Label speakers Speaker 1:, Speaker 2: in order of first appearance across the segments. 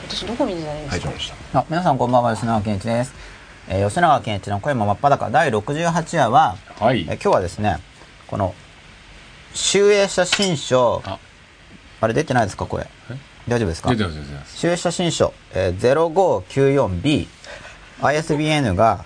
Speaker 1: 私どこ見てたらいいんですか。
Speaker 2: 皆さんこんばんは、吉永健一です。吉永健一の声も真っ裸第68話は、今日はですね、この集英社新書、あれ出てないですかこれ。大丈夫ですか。出てます。集英社新書、0594B、ISBN が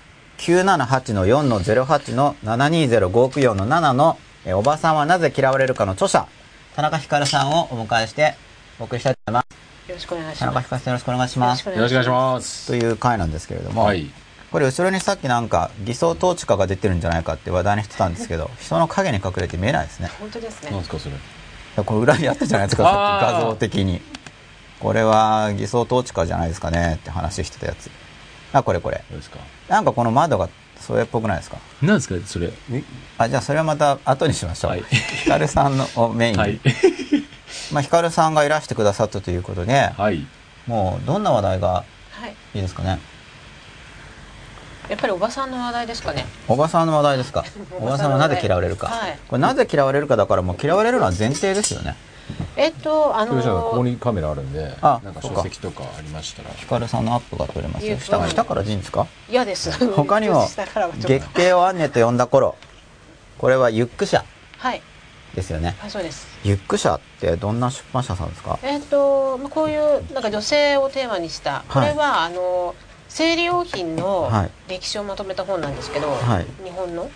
Speaker 2: 978-4-08-720594-7の、おばさんはなぜ嫌われるかの著者、田中ひかるさんをお迎えしてお送りしたいと思います。
Speaker 1: よろしくお願いします。
Speaker 2: 田中ひかるさんよろしくお願いします。
Speaker 3: よろしくお願いします。
Speaker 2: という回なんですけれども、これ後ろにさっきなんか偽装統治下が出てるんじゃないかって話題にしてたんですけど、人の影に隠れて見えないですね。
Speaker 1: 本当ですね。
Speaker 3: なんですかそれ。
Speaker 2: これ裏にあったじゃないですか、さっき画像的に。これは偽装統治下じゃないですかねって話してたやつ。これ。
Speaker 3: ですか。
Speaker 2: なんかこの窓がそれっぽくないですか。
Speaker 3: なんですかそれ。
Speaker 2: じゃあそれはまた後にしましょう。ひかるさんのをメインに。ひかるさんがいらしてくださったということで、もうどんな話題がいいですかね。
Speaker 1: やっぱりおばさんの話題ですかね。
Speaker 2: おばさんの話題ですか。おばさんはなぜ嫌われるか。これなぜ嫌われるかだからもう嫌われるのは前提ですよね。
Speaker 3: ここにカメラあるんで、なんか書籍とかありましたら。
Speaker 2: ひかるさんのアップが撮れますよ。下からでいいんですか。
Speaker 1: 嫌です。
Speaker 2: 他にも月経をアンネと呼んだ頃、これはユック社ですよね。
Speaker 1: そうです。
Speaker 2: ユック社ってどんな出版社さんですか。
Speaker 1: こういうなんか女性をテーマにした、これは生理用品の歴史をまとめた本なんですけど、日本の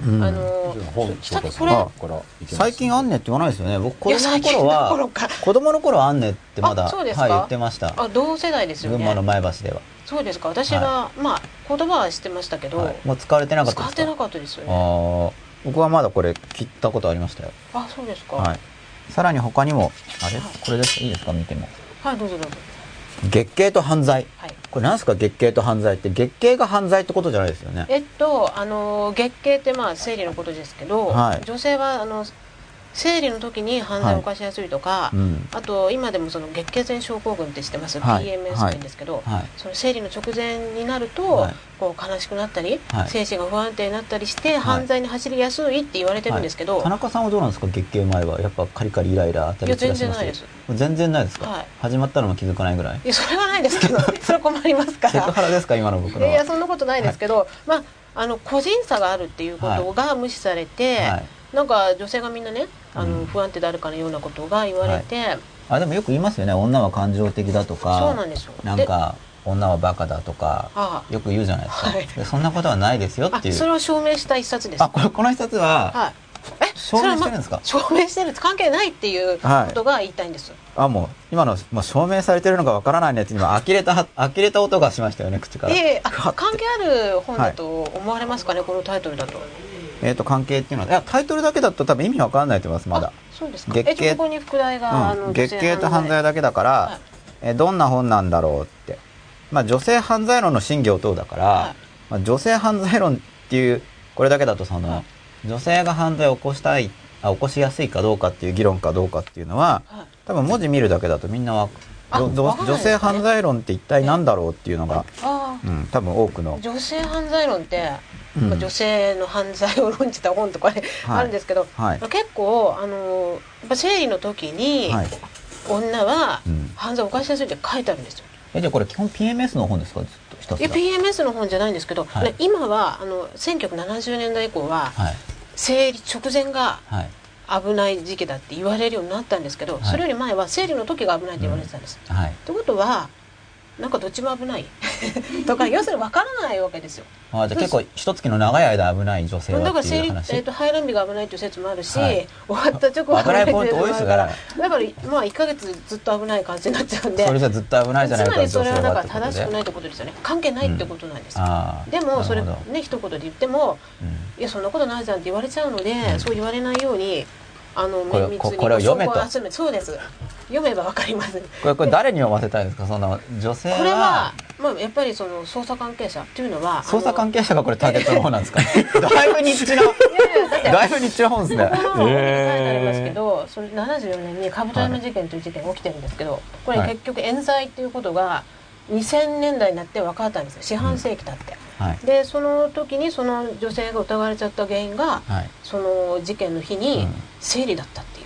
Speaker 2: 最近アンネって言わないですよね。僕子供の頃はアンネってまだ言ってました。
Speaker 1: 同世代ですよね。
Speaker 2: 群馬の前橋では。
Speaker 1: そうですか。私は言葉は知ってましたけど、
Speaker 2: もう使われてなかったですか。
Speaker 1: 使ってなかったですよね。
Speaker 2: 僕はまだこれ切ったことありましたよ。
Speaker 1: そうですか。
Speaker 2: さらに他にもこれですか。いいですか見ても。
Speaker 1: どうぞどうぞ。
Speaker 2: 月経と犯罪、これ何ですか。月経と犯罪って月経が犯罪ってことじゃないですよね。
Speaker 1: 月経って生理のことですけど、女性は生理の時に犯罪を犯しやすいとか、あと今でもその月経前症候群って知ってます、PMS って言うんですけど、その生理の直前になるとこう悲しくなったり、精神が不安定になったりして犯罪に走りやすいって言われてるんですけど、
Speaker 2: 田中さんはどうなんですか。月経前はやっぱカリカリイライラあたりします。
Speaker 1: 全然ないです。
Speaker 2: 全然ないですか。始まったのも気づかないぐらい。
Speaker 1: いやそれはないですけどそれ困りますから。
Speaker 2: セクハラですか今の僕のは。
Speaker 1: いやそんなことないですけど、個人差があるっていうことが無視されて、なんか女性がみんなね不安定であるかのようなことが言われて、
Speaker 2: でもよく言いますよね。女は感情的だとか、
Speaker 1: そうなんですよ。
Speaker 2: なんか女はバカだとかよく言うじゃないですか。そんなことはないですよっていう。
Speaker 1: それを証明した一冊です。
Speaker 2: この一冊は証明してるんですか。
Speaker 1: 証明してる、関係ないっていうことが言いたいんです。
Speaker 2: もう今の証明されてるのかわからないのやつには呆れた音がしましたよね口から。
Speaker 1: 関係ある本だと思われますかねこのタイトルだと。
Speaker 2: 関係っていうのはタイトルだけだと多分意味わからないと思いますまだ。
Speaker 1: そうですか。ここに副題が
Speaker 2: 月経と犯罪だけだから、どんな本なんだろうって。女性犯罪論の真偽を問うだから、女性犯罪論っていうこれだけだと女性が犯罪を起こしやすいかどうかっていう議論かどうかっていうのは、多分文字見るだけだとみんな女性犯罪論って一体何だろうっていうのが、多分多くの
Speaker 1: 女性犯罪論って女性の犯罪を論じた本とかあるんですけど、結構やっぱ生理の時に女は犯罪を犯しやすいって書いてあるんですよ。
Speaker 2: じゃあこれ基本 PMS の本ですか。ずっと一つが
Speaker 1: PMS の本じゃないんですけど、今は1970年代以降は生理直前が危ない時期だって言われるようになったんですけど、それより前は生理の時が危ないって言われてたんです。ということはなんかどっちも危ないとか要するに分からないわけですよ。
Speaker 2: じゃあ結構一月の長い間危ない女性はっていう話。
Speaker 1: だから排卵日が危ないという説もあるし、終わった直後
Speaker 2: 危ないポイント多いですから、
Speaker 1: だから1ヶ月ずっと危ない感じになっちゃうんで、
Speaker 2: それじゃずっと危ないじゃないか。
Speaker 1: つまりそれはだから正しくないってことですよね。関係ないってことなんですよ。でもそれね一言で言っても、いやそんなことないじゃんって言われちゃうので、そう言われないように綿密に
Speaker 2: これを読めと。
Speaker 1: そうです。読めばわかります。
Speaker 2: これ誰に読ませたいんですか。その女性は。
Speaker 1: これはやっぱりその捜査関係者というのは、
Speaker 2: 捜査関係者がこれターゲットの方なんですか。だいぶニッチなだいぶニッチな本ですね。
Speaker 1: ここの本に書いてありますけど、それ74年に兜山事件という事件が起きてるんですけど、これ結局冤罪っていうことが2000年代になって分かったんですよ。四半世紀経って。でその時にその女性が疑われちゃった原因が、その事件の日に生理だったっていう。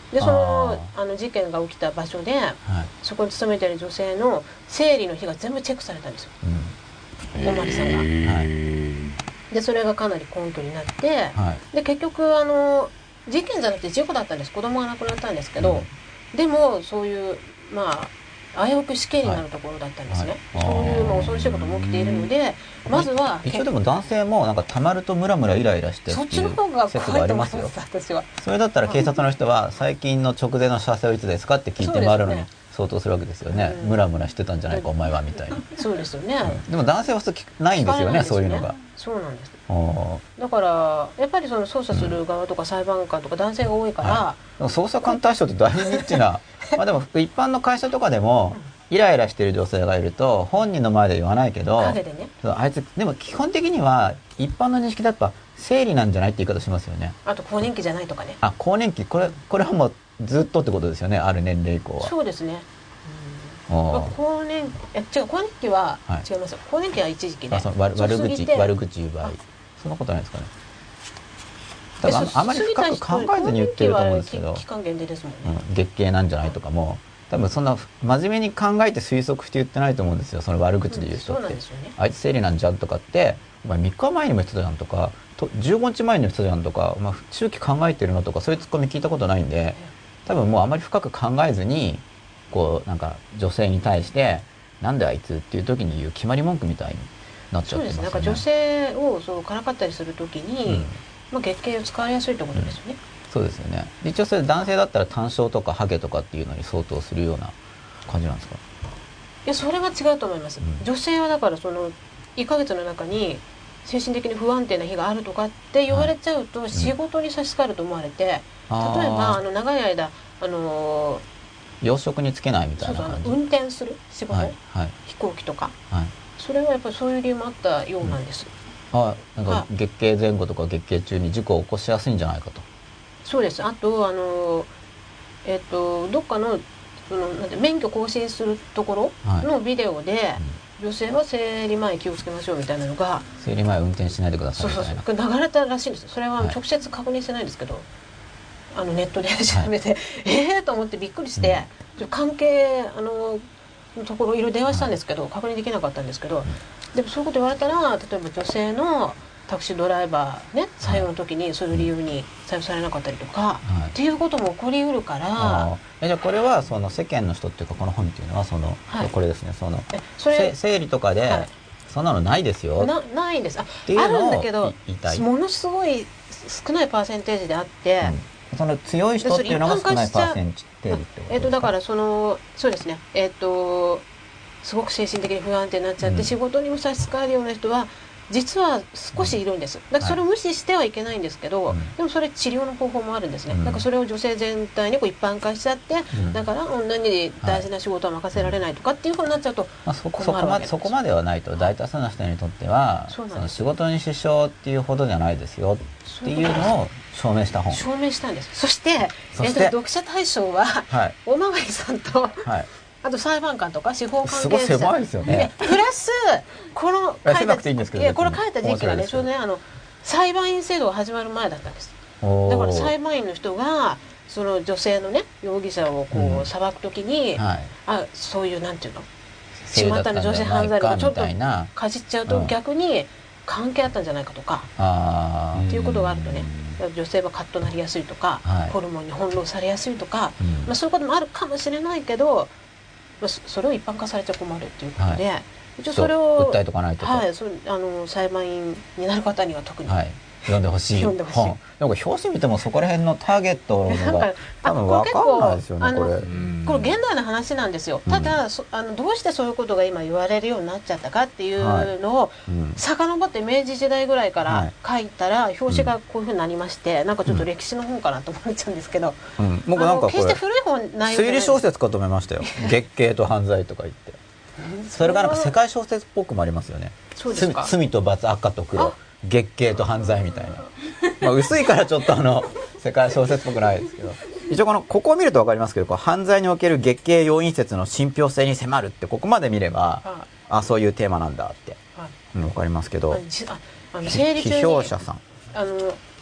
Speaker 1: でその事件が起きた場所で、そこに勤めている女性の生理の日が全部チェックされたんですよ、おまりさんが。でそれがかなり根拠になって、で結局事件じゃなくて事故だったんです。子供が亡くなったんですけど、でもそういう危うく死刑になるところだったんですね。そういう恐ろしいことも起きているので、まずは
Speaker 2: 一応でも男性もなんかたまるとムラムライライラしてっていう説がありますよ。
Speaker 1: 私は
Speaker 2: それだったら警察の人は最近の直前の射精はいつですかって聞いて回るのに相当するわけですよね。ムラムラしてたんじゃないかお前はみたいな。
Speaker 1: そうですよね。
Speaker 2: でも男性は普通ないんですよね、そういうのが。
Speaker 1: そうなんです。だからやっぱりその捜査する側とか裁判官とか男性が多いから、
Speaker 2: 捜査官対象ってだいぶニッチなでも一般の会社とかでもイライラしてる女性がいると本人の前で言わないけど、
Speaker 1: 陰でね、
Speaker 2: あいつでも基本的には一般の認識だと生理なんじゃないって言い方しますよね。
Speaker 1: あと更年期じゃないとかね。
Speaker 2: 更年期これはもうずっとってことですよね、ある年齢以降は。
Speaker 1: そうですね。更年期は違いますよ。更年期は一時期ね。
Speaker 2: 悪口言う場合そんなことないですかね。多分あまり深く考えずに言ってると思うんですけど、
Speaker 1: 期間限定ですもんね。
Speaker 2: 月経なんじゃないとかも多分そんな真面目に考えて推測して言ってないと思うんですよ、その悪口で言う人って。あいつ生理なんじゃんとかってお前3日前にも言ってたじゃんとか15日前にも言ってたじゃんとか、周期考えてるのとかそういうツッコミ聞いたことないんで、多分もうあまり深く考えずにこうなんか女性に対してなんであいつっていう時に言う決まり文句みたいになっちゃってますよね。
Speaker 1: そうですね。なんか女性をそうからかったりする時に、月経を使いやすいってことですよね。
Speaker 2: そうですよね。一応それ男性だったら単焦とかハゲとかっていうのに相当するような感じなんですか？
Speaker 1: いやそれは違うと思います。女性はだからその1ヶ月の中に精神的に不安定な日があるとかって言われちゃうと仕事に差し支えると思われて、例えば長い間
Speaker 2: 養殖につけないみたいな感じ。
Speaker 1: 運転する仕事、飛行機とか、それはやっぱりそういう理由もあったようなんです。
Speaker 2: なんか月経前後とか月経中に事故を起こしやすいんじゃないかと。
Speaker 1: そうです。あとどっかの免許更新するところのビデオで、女性は生理前気をつけましょうみたいなのが、
Speaker 2: 生理前運転しないでくださいみたいな。
Speaker 1: そう流れたらしいんです。それは直接確認してないんですけど、ネットで調べて、と思ってびっくりして、関係のところいろいろ電話したんですけど、確認できなかったんですけど、でもそういうこと言われたら、例えば女性のタクシードライバーね、採用の時にそういう理由に採用されなかったりとか、っていうことも起こりうるから。
Speaker 2: じゃあこれはその世間の人っていうかこの本っていうのはこれですね、生理とかでそんなのないですよ。
Speaker 1: ないです。あるんだけどものすごい少ないパーセンテージであって、
Speaker 2: その強い人っていうのが少ないパーセンテージってことですか？
Speaker 1: だからそうですね。すごく精神的に不安定になっちゃって、仕事にも差し支えるような人は実は少しいるんです。だからそれを無視してはいけないんですけど、でもそれ治療の方法もあるんですね。だからそれを女性全体に一般化しちゃって、だから女に大事な仕事は任せられないとかっていうふうになっちゃうと困るわけです。
Speaker 2: そこまではないと、大多数の人にとってはその仕事に支障っていうほどじゃないですよっていうのを証明した本。
Speaker 1: 証明したんです。そして読者対象はおまわりさんと、あと裁判官とか司法関係者、
Speaker 2: すごい狭いですよね。
Speaker 1: プラスこの書いた時期がね、ちょうどね裁判員制度が始まる前だったんです。だから裁判員の人がその女性のね容疑者をこう裁く時に、そういうなんていうの巷の女性犯罪がちょっとかじっちゃうと逆に関係あったんじゃないかとかっていうことがあるとね、女性はカッとなりやすいとか、ホルモンに翻弄されやすいとか、そういうこともあるかもしれないけど、それを一般化されちゃ困るっていうことで、一応それを
Speaker 2: 訴えとかないと。
Speaker 1: 裁判員になる方には特に
Speaker 2: 読んでほしい本。でも表紙見てもそこら辺のターゲットのが多分分かんないですよね。
Speaker 1: これ現代の話なんですよ。ただどうしてそういうことが今言われるようになっちゃったかっていうのを遡って明治時代ぐらいから書いたら表紙がこういうふうになりまして、なんかちょっと歴史の本かなと思っちゃうんですけど、
Speaker 2: 僕なんか
Speaker 1: 決して古い本内容
Speaker 2: 推理小説かと思いましたよ。月経と犯罪とか言って、それがなんか世界小説っぽくもありますよね。罪と罰、赤と黒、月経と犯罪みたいな。薄いからちょっと世界小説っぽくないですけど、一応ここを見ると分かりますけど、犯罪における月経要因説の信憑性に迫るってここまで見れば、そういうテーマなんだって分かりますけど、
Speaker 1: 生理中に
Speaker 2: 批評者さん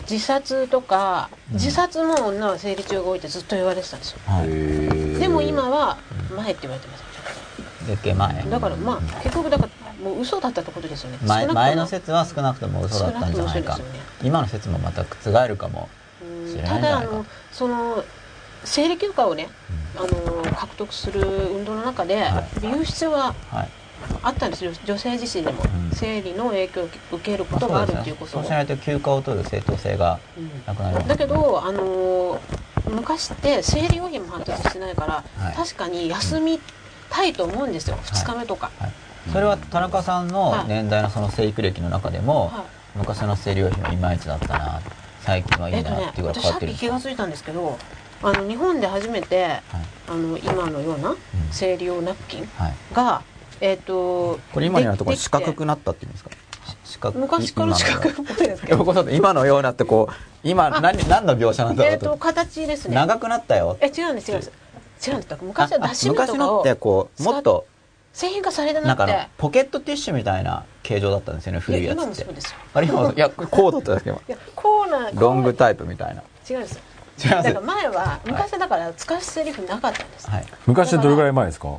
Speaker 1: 自殺とか、自殺も女は生理中が多いってずっと言われてたんですよ。でも今は前って言われてます。
Speaker 2: 月経前
Speaker 1: だからまあ結局だからもう嘘だったってことですよね。
Speaker 2: 前の説は少なくとも嘘だったんじゃないか、ね、今の説もまた覆るかもしれないんじゃないか。ただ
Speaker 1: その生理休暇をね、獲得する運動の中で、流出はあったんですよ。女性自身でも生理の影響を受けることがあるっていうこと
Speaker 2: そうしないと休暇を取る正当性がなくなる、
Speaker 1: だけど昔って生理用品も発達してないから、確かに休みたいと思うんですよ、2日目とか、
Speaker 2: それは田中さんの年代のその生育歴の中でも、昔の生理用品はいまいちだったな、最近はいいなっていうぐらい変わってる。
Speaker 1: 私さっき気がついたんですけど、日本で初めて、今のような生理用ナプキンが、
Speaker 2: これ今になるところ四角くなったっていうんですか。
Speaker 1: 昔から四角っぽいですけど、
Speaker 2: 今のようなってこう今何の描写なんだろうと。
Speaker 1: 形ですね。
Speaker 2: 長くなったよ。
Speaker 1: 違うんです。昔は脱脂綿とかを
Speaker 2: 昔のってこうもっと
Speaker 1: 製品化されてなくて、
Speaker 2: なんかポケットティッシュみたいな形状だったんですよね、古いやつって。
Speaker 1: 今もそうですよ。
Speaker 2: いやこうだったんですけど。
Speaker 1: こうな
Speaker 2: ロングタイプみたいな。
Speaker 1: 違うんですよ。だから前は昔だから使うセリフなかったんです。
Speaker 3: 昔はどれぐらい前ですか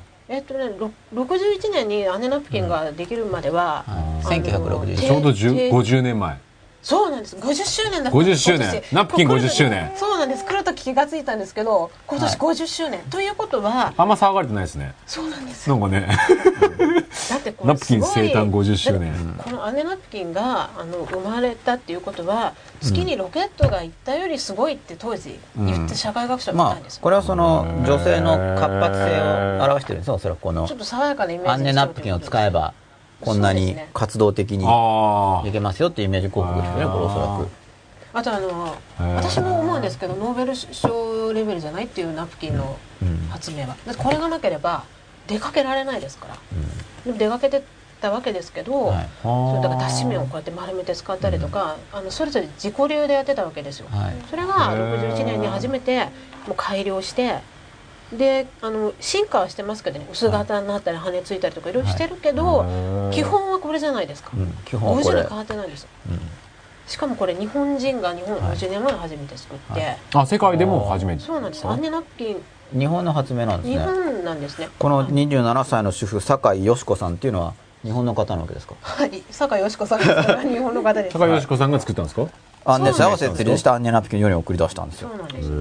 Speaker 1: ？61年に姉ナプキンができるまでは、
Speaker 2: 1960年、
Speaker 3: ちょうど50年前。
Speaker 1: そうなんです。50周年だった。
Speaker 3: 50周年。ナプキン50周年。
Speaker 1: そうなんです。来ると気がついたんですけど、今年50周年ということは
Speaker 3: あんま騒がれてないですね。
Speaker 1: そうなんです。
Speaker 3: なんかね。
Speaker 1: だってこ
Speaker 3: れナプキン生誕50周年。
Speaker 1: この姉ナプキンが生まれたっていうことは、月にロケットが行ったよりすごいって当時言って社会学者が言ったんです。
Speaker 2: これはその女性の活発性を表してるんですよ。おそらくこの
Speaker 1: ちょっと爽やかなイメージ。
Speaker 2: 姉ナプキンを使えばこんなに活動的にいけますよっていうイメージ広告ですよね、これおそらく。
Speaker 1: あと私も思うんですけど、ノーベル賞レベルじゃないっていうナプキンの発明は、だってこれがなければ出かけられないですから、でも出かけてたわけですけど、それだから脱脂綿をこうやって丸めて使ったりとか、それぞれ自己流でやってたわけですよ。それが61年に初めてもう改良して、で進化はしてますけどね、薄型になったり羽ついたりとかいろいろしてるけど、基本はこれじゃないですか。
Speaker 2: 基本はこれ
Speaker 1: 50年変わってないんですよ。しかもこれ日本人が50年前初めて作って、
Speaker 3: 世界でも初めて。
Speaker 1: そうなんです。姉ナプキン
Speaker 2: 日本の発明なんですね。
Speaker 1: 日本なんですね。
Speaker 2: この27歳の主婦酒井よし子さんっていうのは日本の方なわけですか？
Speaker 1: はい、酒井よし子さんですから日本の方です。
Speaker 3: 酒井よし子さんが作ったんですか？
Speaker 2: 幸せ釣りした姉ナプキン世に送り出したんですよ。
Speaker 1: そうなんです。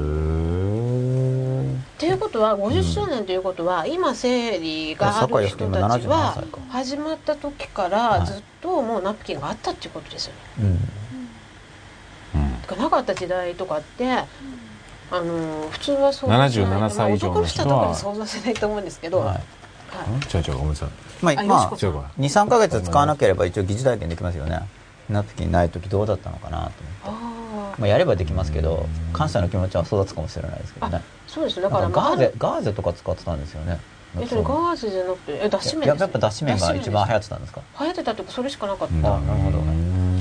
Speaker 1: ということは50周年ということは、今生理がある人たちは始まった時からずっともうナプキンがあったっていうことですよね。なかった時代とかって普通はそう
Speaker 3: 77歳以上の人は
Speaker 1: 男の人は特に想像せないと思うんですけど、
Speaker 3: 違うごめんなさい。
Speaker 2: 23ヶ月使わなければ一応疑似体験できますよね。ナプキンない時どうだったのかなと思って、やればできますけど、感謝の気持ちは育つかもしれないですけどね。
Speaker 1: そうです。だから
Speaker 2: ガーゼとか使ってたんですよね。
Speaker 1: ガーゼじゃなくて脱脂綿です。
Speaker 2: やっぱ脱脂綿が一番流行ってたんですか？
Speaker 1: 流行ってたってそれしかなかった。
Speaker 2: なるほど。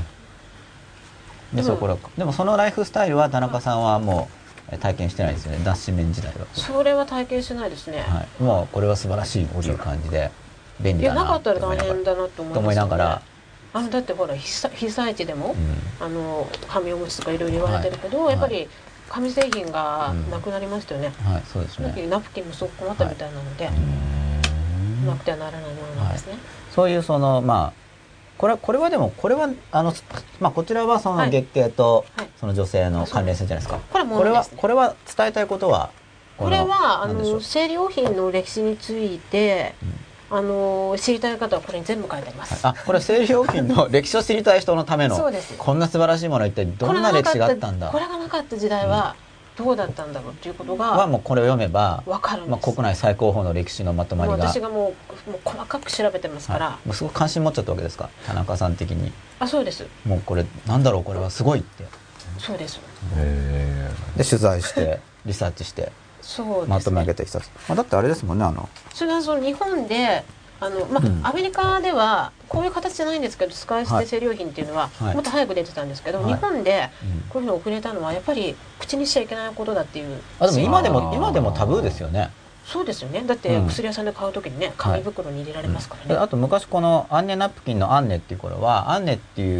Speaker 2: でもそのライフスタイルは田中さんはもう体験してないですよね、脱脂綿時代は。
Speaker 1: それは体験してないですね。
Speaker 2: もうこれは素晴らしいという感じで便利だな
Speaker 1: なかったら大変だなと思いなが
Speaker 2: ら、
Speaker 1: だってほら被災地でも紙おむつとかいろいろ言われてるけど、やっぱり紙製品がなくなりましたよね。
Speaker 2: そうですね。
Speaker 1: ナプキンもすごく困ったみたいなので、なくてはならないものなんですね。
Speaker 2: そういうこれはでもこちらはその月経とその女性の関連性じゃないですか。これは伝えたいことは、
Speaker 1: これは生理用品の歴史について知りたい方はこれに全部書いてあります。
Speaker 2: これは生理用品の歴史を知りたい人のためのこんな素晴らしいものは一体どんな歴史があったんだ、
Speaker 1: これがなかった時代はどうだったんだろうということが
Speaker 2: もうこれを読めば
Speaker 1: 分かるんです。
Speaker 2: 国内最高峰の歴史のまとまりが、
Speaker 1: 私がもう細かく調べてますから、
Speaker 2: すごく関心持っちゃったわけですか、田中さん的に。
Speaker 1: そうです。
Speaker 2: もうこれなんだろう、これはすごいって。
Speaker 1: そうです。
Speaker 2: で取材してリサーチしてまとめ上げてきた。だってあれですもんね、
Speaker 1: それは日本でアメリカではこういう形じゃないんですけど、使い捨て生理用品っていうのはもっと早く出てたんですけど、日本でこういうのを遅れたのはやっぱり口にしちゃいけないことだっていう。
Speaker 2: でも今でもタブーですよね。
Speaker 1: そうですよね。だって薬屋さんで買うときにね、紙袋に入れられますからね。
Speaker 2: あと昔このアンネナプキンのアンネっていう頃は、アンネっていう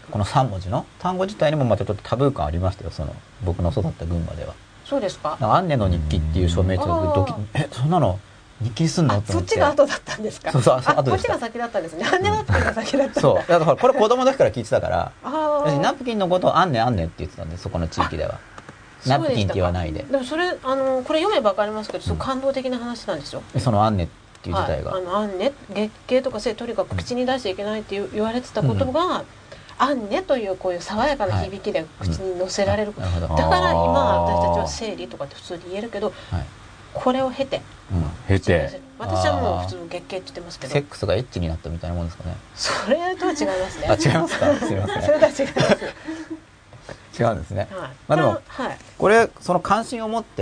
Speaker 2: この3文字の単語自体にもまたちょっとタブー感ありましたよ、その僕の育った群馬では。
Speaker 1: そうですか。
Speaker 2: アンネの日記っていう署名ドキそんなの日記にすんのと思って。
Speaker 1: そっちが後だったんですか。
Speaker 2: そう後でした。
Speaker 1: こっちが先だったんですね。アンネナプキンが先だったんだ。
Speaker 2: そうだからこれ子供の時から聞いてたからナプキンのことをアンネって言ってたんで、そこの地域ではナプキンって言わないで。
Speaker 1: でもそれこれ読めば分かりますけど、すごく感動的な話なんですよ。
Speaker 2: そのアンネっていう自体が、
Speaker 1: アンネ月経とかとにかく口に出しちゃいけないって言われてたことが、アンネというこういう爽やかな響きで口に乗せられる、だから今私たちは生理とかって普通に言えるけど、これを経て、私はもう普通の月経って言ってますけど、
Speaker 2: セックスがエッチになったみたいなもんですかね。
Speaker 1: それとは違いますね。
Speaker 2: 違いますか。すみません。
Speaker 1: それとは違います。
Speaker 2: 違うんですね。まあでもこれその関心を持って、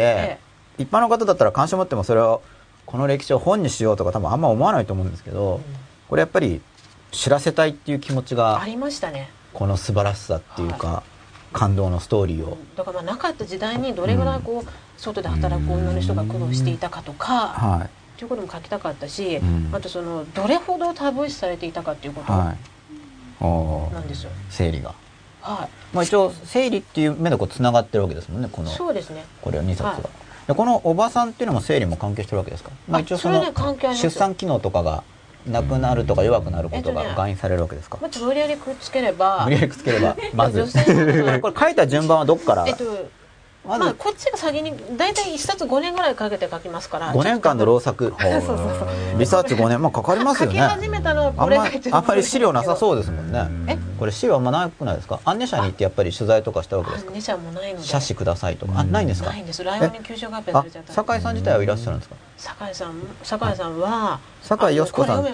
Speaker 2: 一般の方だったら関心を持ってもそれをこの歴史を本にしようとか多分あんま思わないと思うんですけど、これやっぱり知らせたいっていう気持ちが
Speaker 1: ありましたね。
Speaker 2: この素晴らしさっていうか、感動のストーリーを。
Speaker 1: だからなかった時代にどれぐらいこう外で働く女の人が苦労していたかとか、ということも書きたかったし、あとそのどれほどタブー視されていたかっていうことなんですよ。
Speaker 2: 生理が。まあ一応生理っていう目でこうつながってるわけですもんね。この
Speaker 1: そうですね。
Speaker 2: これは2冊が。このおばさんっていうのも生理も関係してるわけですか。まあ一応その出産機能とかがなくなるとか弱くなることが含意されるわけですか。
Speaker 1: 無理やりくっつければ
Speaker 2: まずこれ書いた順番はどっから。
Speaker 1: まあこっちが先に大体1冊5年ぐらいかけて書きますから。
Speaker 2: 5年間の労作リサーチ5年、まあかかりますよね。
Speaker 1: 書き始めたのこれが
Speaker 2: あんまり資料なさそうですもんね。これ資料あんまなくないですか。アンネ社に行ってやっぱり取材とかしたわけですか。
Speaker 1: アンネ社もないので
Speaker 2: 写真くださいとか。ないんですか。
Speaker 1: ないんです。ライオンに給食合併されちゃった。
Speaker 2: 酒井さん自体はいらっしゃるんですか。
Speaker 1: 酒井さんは
Speaker 2: 酒井よし子さんって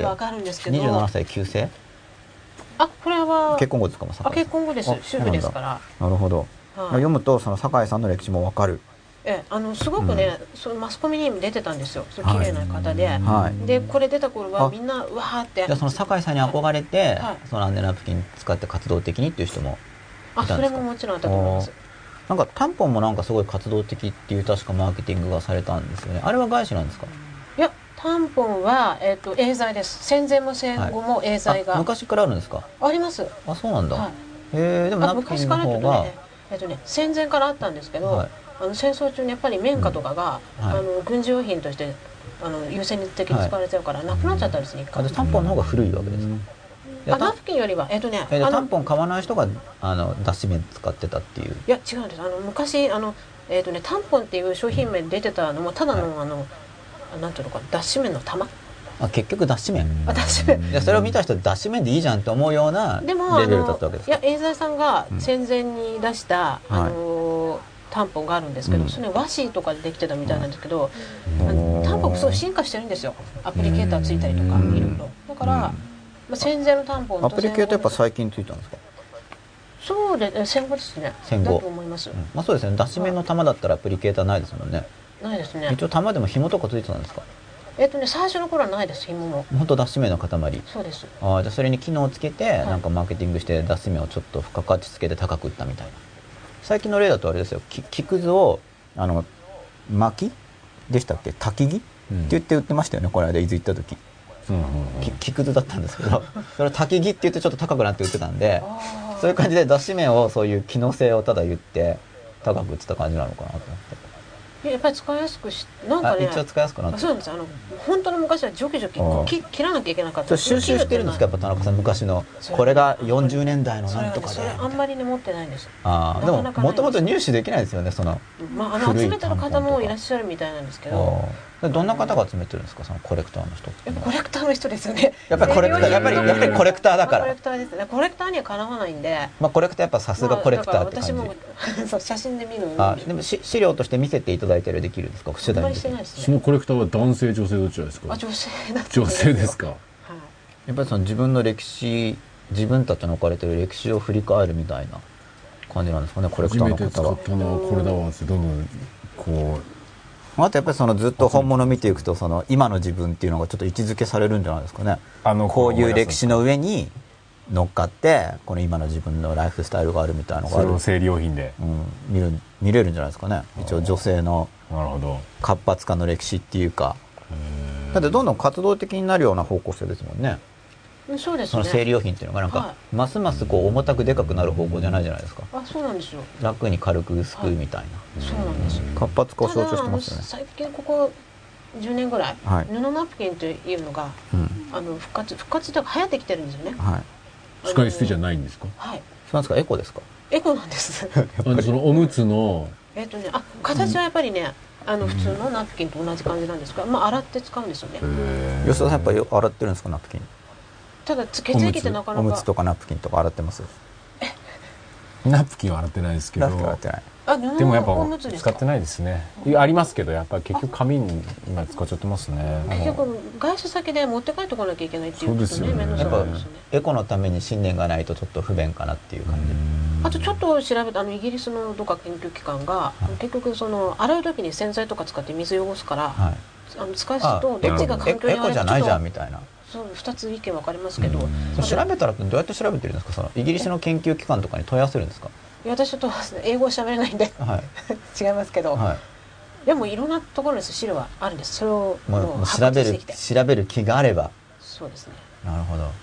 Speaker 1: 27
Speaker 2: 歳旧姓。
Speaker 1: これは
Speaker 2: 結婚後ですか。
Speaker 1: 結婚後です。主婦ですから。
Speaker 2: なるほど。読むとその酒井さんの歴史もわかる。
Speaker 1: すごくね、そのマスコミにも出てたんですよ。綺麗な方で、でこれ出た頃はみんなうわーって。
Speaker 2: じゃあその酒井さんに憧れて、そのアンネナプキン使って活動的にっていう人もいたんですか。
Speaker 1: それももちろんあったと思います。
Speaker 2: なんかタンポンもなんかすごい活動的っていう確かマーケティングがされたんですよね。あれは外資なんですか。
Speaker 1: いやタンポンはエーザイです。戦前も戦後もエーザイが
Speaker 2: 昔からあるんですか。
Speaker 1: あります。
Speaker 2: そうなんだ。でもナプキンの方が
Speaker 1: 戦前からあったんですけど、戦争中にやっぱり綿花とかが軍事用品として優先的に使われちゃうからなくなっちゃったんですね。
Speaker 2: タンポンの方が古いわけですか。
Speaker 1: ナプキンよりは
Speaker 2: タンポン買わない人が脱脂綿使ってたっていう。
Speaker 1: いや違うんです。昔タンポンっていう商品名で出てたのもただのなんていうのか脱脂綿の玉。
Speaker 2: 結局脱脂綿。それを見た人脱脂綿でいいじゃんって思うようなレベルだったわけですか。
Speaker 1: いやエーザイさんが戦前に出したタンポンがあるんですけど、それ和紙とかでできてたみたいなんですけど、タンポンすごい進化してるんですよ。アプリケーターついたりとかいろいろ。だから戦前のタンポンと
Speaker 2: アプリケーターやっぱ最近ついたんですか。
Speaker 1: そうで戦後ですね。
Speaker 2: 戦後
Speaker 1: だと思います。
Speaker 2: まあそうですね。脱脂綿の玉だったらアプリケーターないですもんね。
Speaker 1: ないですね。
Speaker 2: 一応玉でも紐とかついてたんですか。
Speaker 1: 最初の頃はないです。紐も
Speaker 2: 本当脱脂綿の塊。
Speaker 1: そうです。
Speaker 2: じゃあそれに機能をつけてなんかマーケティングして脱脂綿をちょっと付加価値つけて高く売ったみたいな。最近の例だとあれですよ。木くずを薪でしたっけ、焚き木って言って売ってましたよね。この間伊豆行った時。木くずだったんですけど、それ焚き木って言ってちょっと高くなって売ってたんで、そういう感じで脱脂綿をそういう機能性をただ言って高く売ってた感じなのかなと思って。
Speaker 1: やっぱり使いやすくなんかね。
Speaker 2: 一応使いやすくなって。
Speaker 1: そうなんです。本当の昔はジョキジョキ切らなきゃいけなかった。
Speaker 2: 収集してるんですかやっぱ田中さん昔の。これが40年代のなんとかで。
Speaker 1: それあんまりね持ってないんです。
Speaker 2: でももともと入手できないですよねその。
Speaker 1: 集めてる方もいらっしゃるみたいなんですけど。
Speaker 2: どんな方が集めてるんですかそのコレクターの人。
Speaker 1: やっぱコレクターの人ですよね。
Speaker 2: やっぱりコレクターやっぱりコレクターだから。
Speaker 1: コレクターですね。コレクターにはかなわないんで。
Speaker 2: コレクターやっぱさすがコレクターって感じ。
Speaker 1: 私もそう写真で見る。
Speaker 2: でも資料として見せていただいたりできるんですか。
Speaker 1: 取材してないですね。
Speaker 3: そのコレクターは男性女性どちらですか。
Speaker 1: 女性だ。
Speaker 3: 女性ですか。
Speaker 2: やっぱりその自分の歴史自分たちの置かれてる歴史を振り返るみたいな感じなんですかねコレクターの方は。
Speaker 3: 初めて使ったのはこれだわってどんどんこう。
Speaker 2: あとやっぱりそのずっと本物を見ていくとその今の自分っていうのがちょっと位置づけされるんじゃないですかね。こういう歴史の上に乗っかってこの今の自分のライフスタイルがあるみたいなのがある。
Speaker 3: それを生理用品で、
Speaker 2: 見れるんじゃないですかね。一応女性の活発化の歴史っていうか。だってどんどん活動的になるような方向性ですもんね。
Speaker 1: そうですね。
Speaker 2: その生理用品っていうのがなんか、ますますこう重たくでかくなる方向じゃないじゃないですか。
Speaker 1: そうなんですよ。
Speaker 2: 楽に軽く薄くみたいな。
Speaker 1: そうなんです。
Speaker 2: 活発化を象徴してますよね。
Speaker 1: 最近ここ10年ぐらい、布ナプキンというのが、復活というか流行ってきてるんですよね。
Speaker 3: 使い捨てじゃないんですか？
Speaker 1: はい。
Speaker 2: そうなんですか？エコですか？
Speaker 1: エコなんです。
Speaker 3: そのおむつの
Speaker 1: 形はやっぱりね、普通のナプキンと同じ感じなんですが、洗って使うんですよね。
Speaker 2: 吉田さんやっぱり洗ってるんですか？ナプキン。
Speaker 1: ただ血液ってなかなか。
Speaker 2: おむつとかナプキンとか洗ってます？
Speaker 3: ナプキンは洗ってないですけど。でもやっぱ使ってないですね。ありますけど、やっぱり結局紙に今使っちゃってますね。
Speaker 1: 結局外出先で持って帰ってこなきゃいけないっていうことね。面倒くさいですよね。
Speaker 2: エコのために信念がないとちょっと不便かなっていう感じ。
Speaker 1: あとちょっと調べたイギリスのどっか研究機関が、結局その洗う時に洗剤とか使って水汚すから、使いすぎとどっちが環境に悪いか、
Speaker 2: エコじゃないじゃんみたいな。
Speaker 1: そう2つ意見分かりますけど、
Speaker 2: 調べたらどうやって調べてるんですか？そのイギリスの研究機関とかに問い合わせるんですか？
Speaker 1: いや、私ちょっと英語を喋れないんで違いますけど、でもいろんなところに資料はあるんです。それをもう
Speaker 2: 調べる気があれば。
Speaker 1: そうですね。
Speaker 2: なるほど。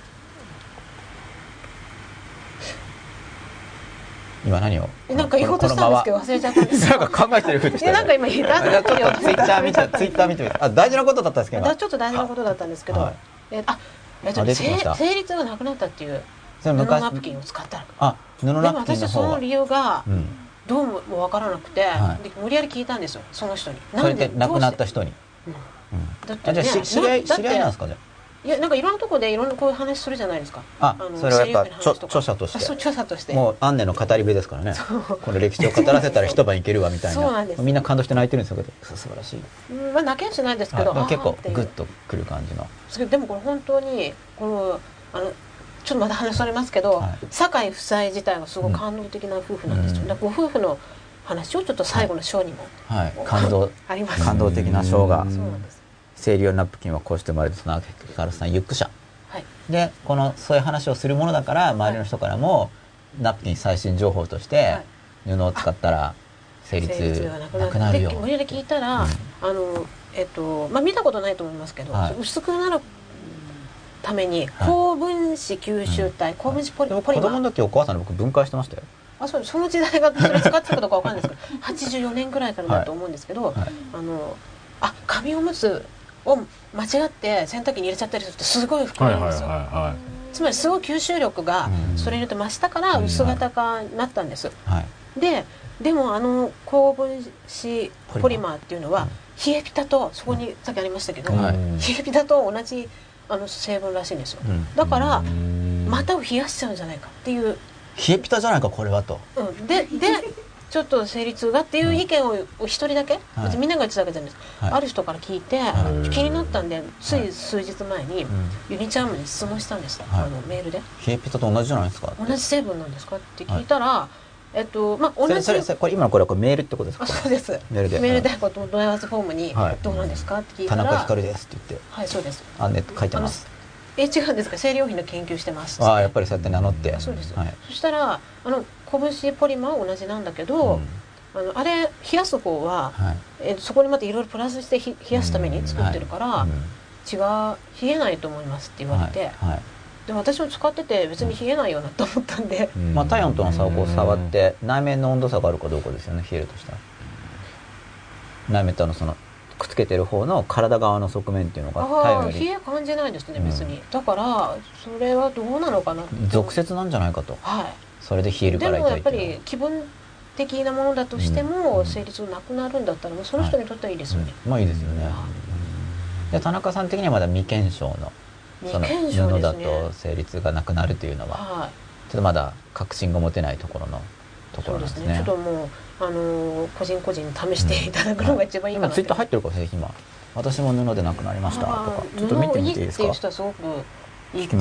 Speaker 2: 今何を
Speaker 1: なんか言おうとしたんですけど忘れちゃったんです。
Speaker 2: なんか考えてるふうでした。
Speaker 1: なんか今言った。
Speaker 2: ちょっとツイッター見て大事なことだったんですけど。
Speaker 1: ちょっと大事なことだったんですけど、生理痛がなくなったっていう布ナプキンを使ったら。
Speaker 2: 布ナプキンの方が。
Speaker 1: でも私その理由がどうも分からなくて、無理やり聞いたんですよ、その人に。
Speaker 2: それで亡くなった人に。じゃあ知り合いなんですかね。
Speaker 1: いや、なんかいろんなところでいろんなこういう話するじゃないですか。
Speaker 2: それはやっぱ著者として。
Speaker 1: 著者として。
Speaker 2: もうアンネの語り部ですからね。この歴史を語らせたら一晩いけるわみたいな。
Speaker 1: そうなんです。
Speaker 2: みんな感動して泣いてるんですよ。素晴らしい。
Speaker 1: 泣けはしないですけど、
Speaker 2: 結構グッとくる感じの。
Speaker 1: でもこれ本当にこのちょっとまた話されますけど、酒井夫妻自体がすごい感動的な夫婦なんですよ。ご夫婦の話をちょっと最後の章にも
Speaker 2: 感動的な章が。
Speaker 1: そうなんです。
Speaker 2: 生理用ナプキンはこうして生まれたそのヒカルさんユック社。でそういう話をするものだから周りの人からもナプキン最新情報として布を使ったら生理痛がなくなるよ。
Speaker 1: 無理やり聞いたら見たことないと思いますけど、薄くなるために高分子吸収体、高分子ポリマー。
Speaker 2: 子供の時お母さんに僕分解してましたよ。
Speaker 1: その時代がそれ使ってたかどうかわかんないですけど84年ぐらいからだと思うんですけど、紙おむつを間違って洗濯機に入れちゃったりするとすごい膨らむんですよ。つまりすごい吸収力がそれによって増したから薄型化になったんです。でも高分子ポリマーっていうのは冷えピタと、そこにさっきありましたけど、冷えピタと同じ成分らしいんですよ。だから股を冷やしちゃうんじゃないかっていう。
Speaker 2: 冷えピタじゃないかこれはと。
Speaker 1: でちょっと生理痛がっていう意見を一人だけ、別にみんなが言ってたわけじゃないです。ある人から聞いて気になったんで、つい数日前にユニチャームに質問したんです。メールで。
Speaker 2: 冷えピタと同じじゃないですか。
Speaker 1: 同じ成分なんですかって聞いたら、同じ。
Speaker 2: これ今のこれメールってことですか。
Speaker 1: そうです。メールで問い合わせフォームにどうなんですかって聞いたら、
Speaker 2: 田中ひかるですって言って。
Speaker 1: はい、そうです。
Speaker 2: 書いてます。
Speaker 1: 違うんですか。生理用品の研究してます。
Speaker 2: やっぱりそうやって名乗って。
Speaker 1: そうです。そしたら高分子ポリマーは同じなんだけど、あれ冷やす方はそこにまたいろいろプラスして冷やすために作ってるから冷えないと思いますって言われて、で私も使ってて別に冷えないよなと思ったんで、
Speaker 2: 体温との差を触って内面の温度差があるかどうかですよね。冷えるとしたら内面とそのくっつけてる方の体側の側面っていうのが体温より
Speaker 1: 冷え感じないですね別に。だからそれはどうなのかなって。
Speaker 2: 俗説なんじゃないかと。それで冷えるから痛い。
Speaker 1: でもやっぱり気分的なものだとしても生理痛なくなるんだったらその人にとってはいいですよね。
Speaker 2: いいですよね。で田中さん的にはまだ未検証のその布だと生理痛がなくなるというのはちょっとまだ確信が持てないところなんですね。
Speaker 1: ちょっともう個人個人試していただくのが一番いいかな。
Speaker 2: 今ツイッター入ってるかもしれない。今私も布でなくなりましたとかちょっと見てみていいですか。
Speaker 1: 布いいっていう人はすごくいい
Speaker 2: 聞きます。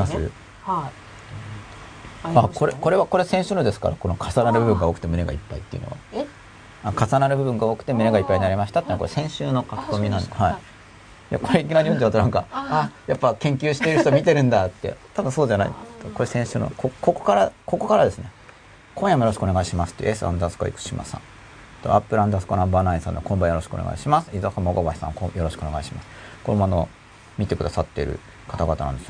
Speaker 2: これ先週のですから、この重なる部分が多くて胸がいっぱいっていうのは重なる部分が多くて胸がいっぱいになりましたってのはこれ先週の書き込みなんで、これいきなり読んじゃうとなんかやっぱ研究している人見てるんだって多分そうじゃない。これ先週のここからですね。今夜もよろしくお願いしますっていう S アンダースコア生島さんとアップルアンダースコアナンバー9さんのこんばんよろしくお願いします。伊沢もごばしさんよろしくお願いします。これも見てくださっている方々なんですよ。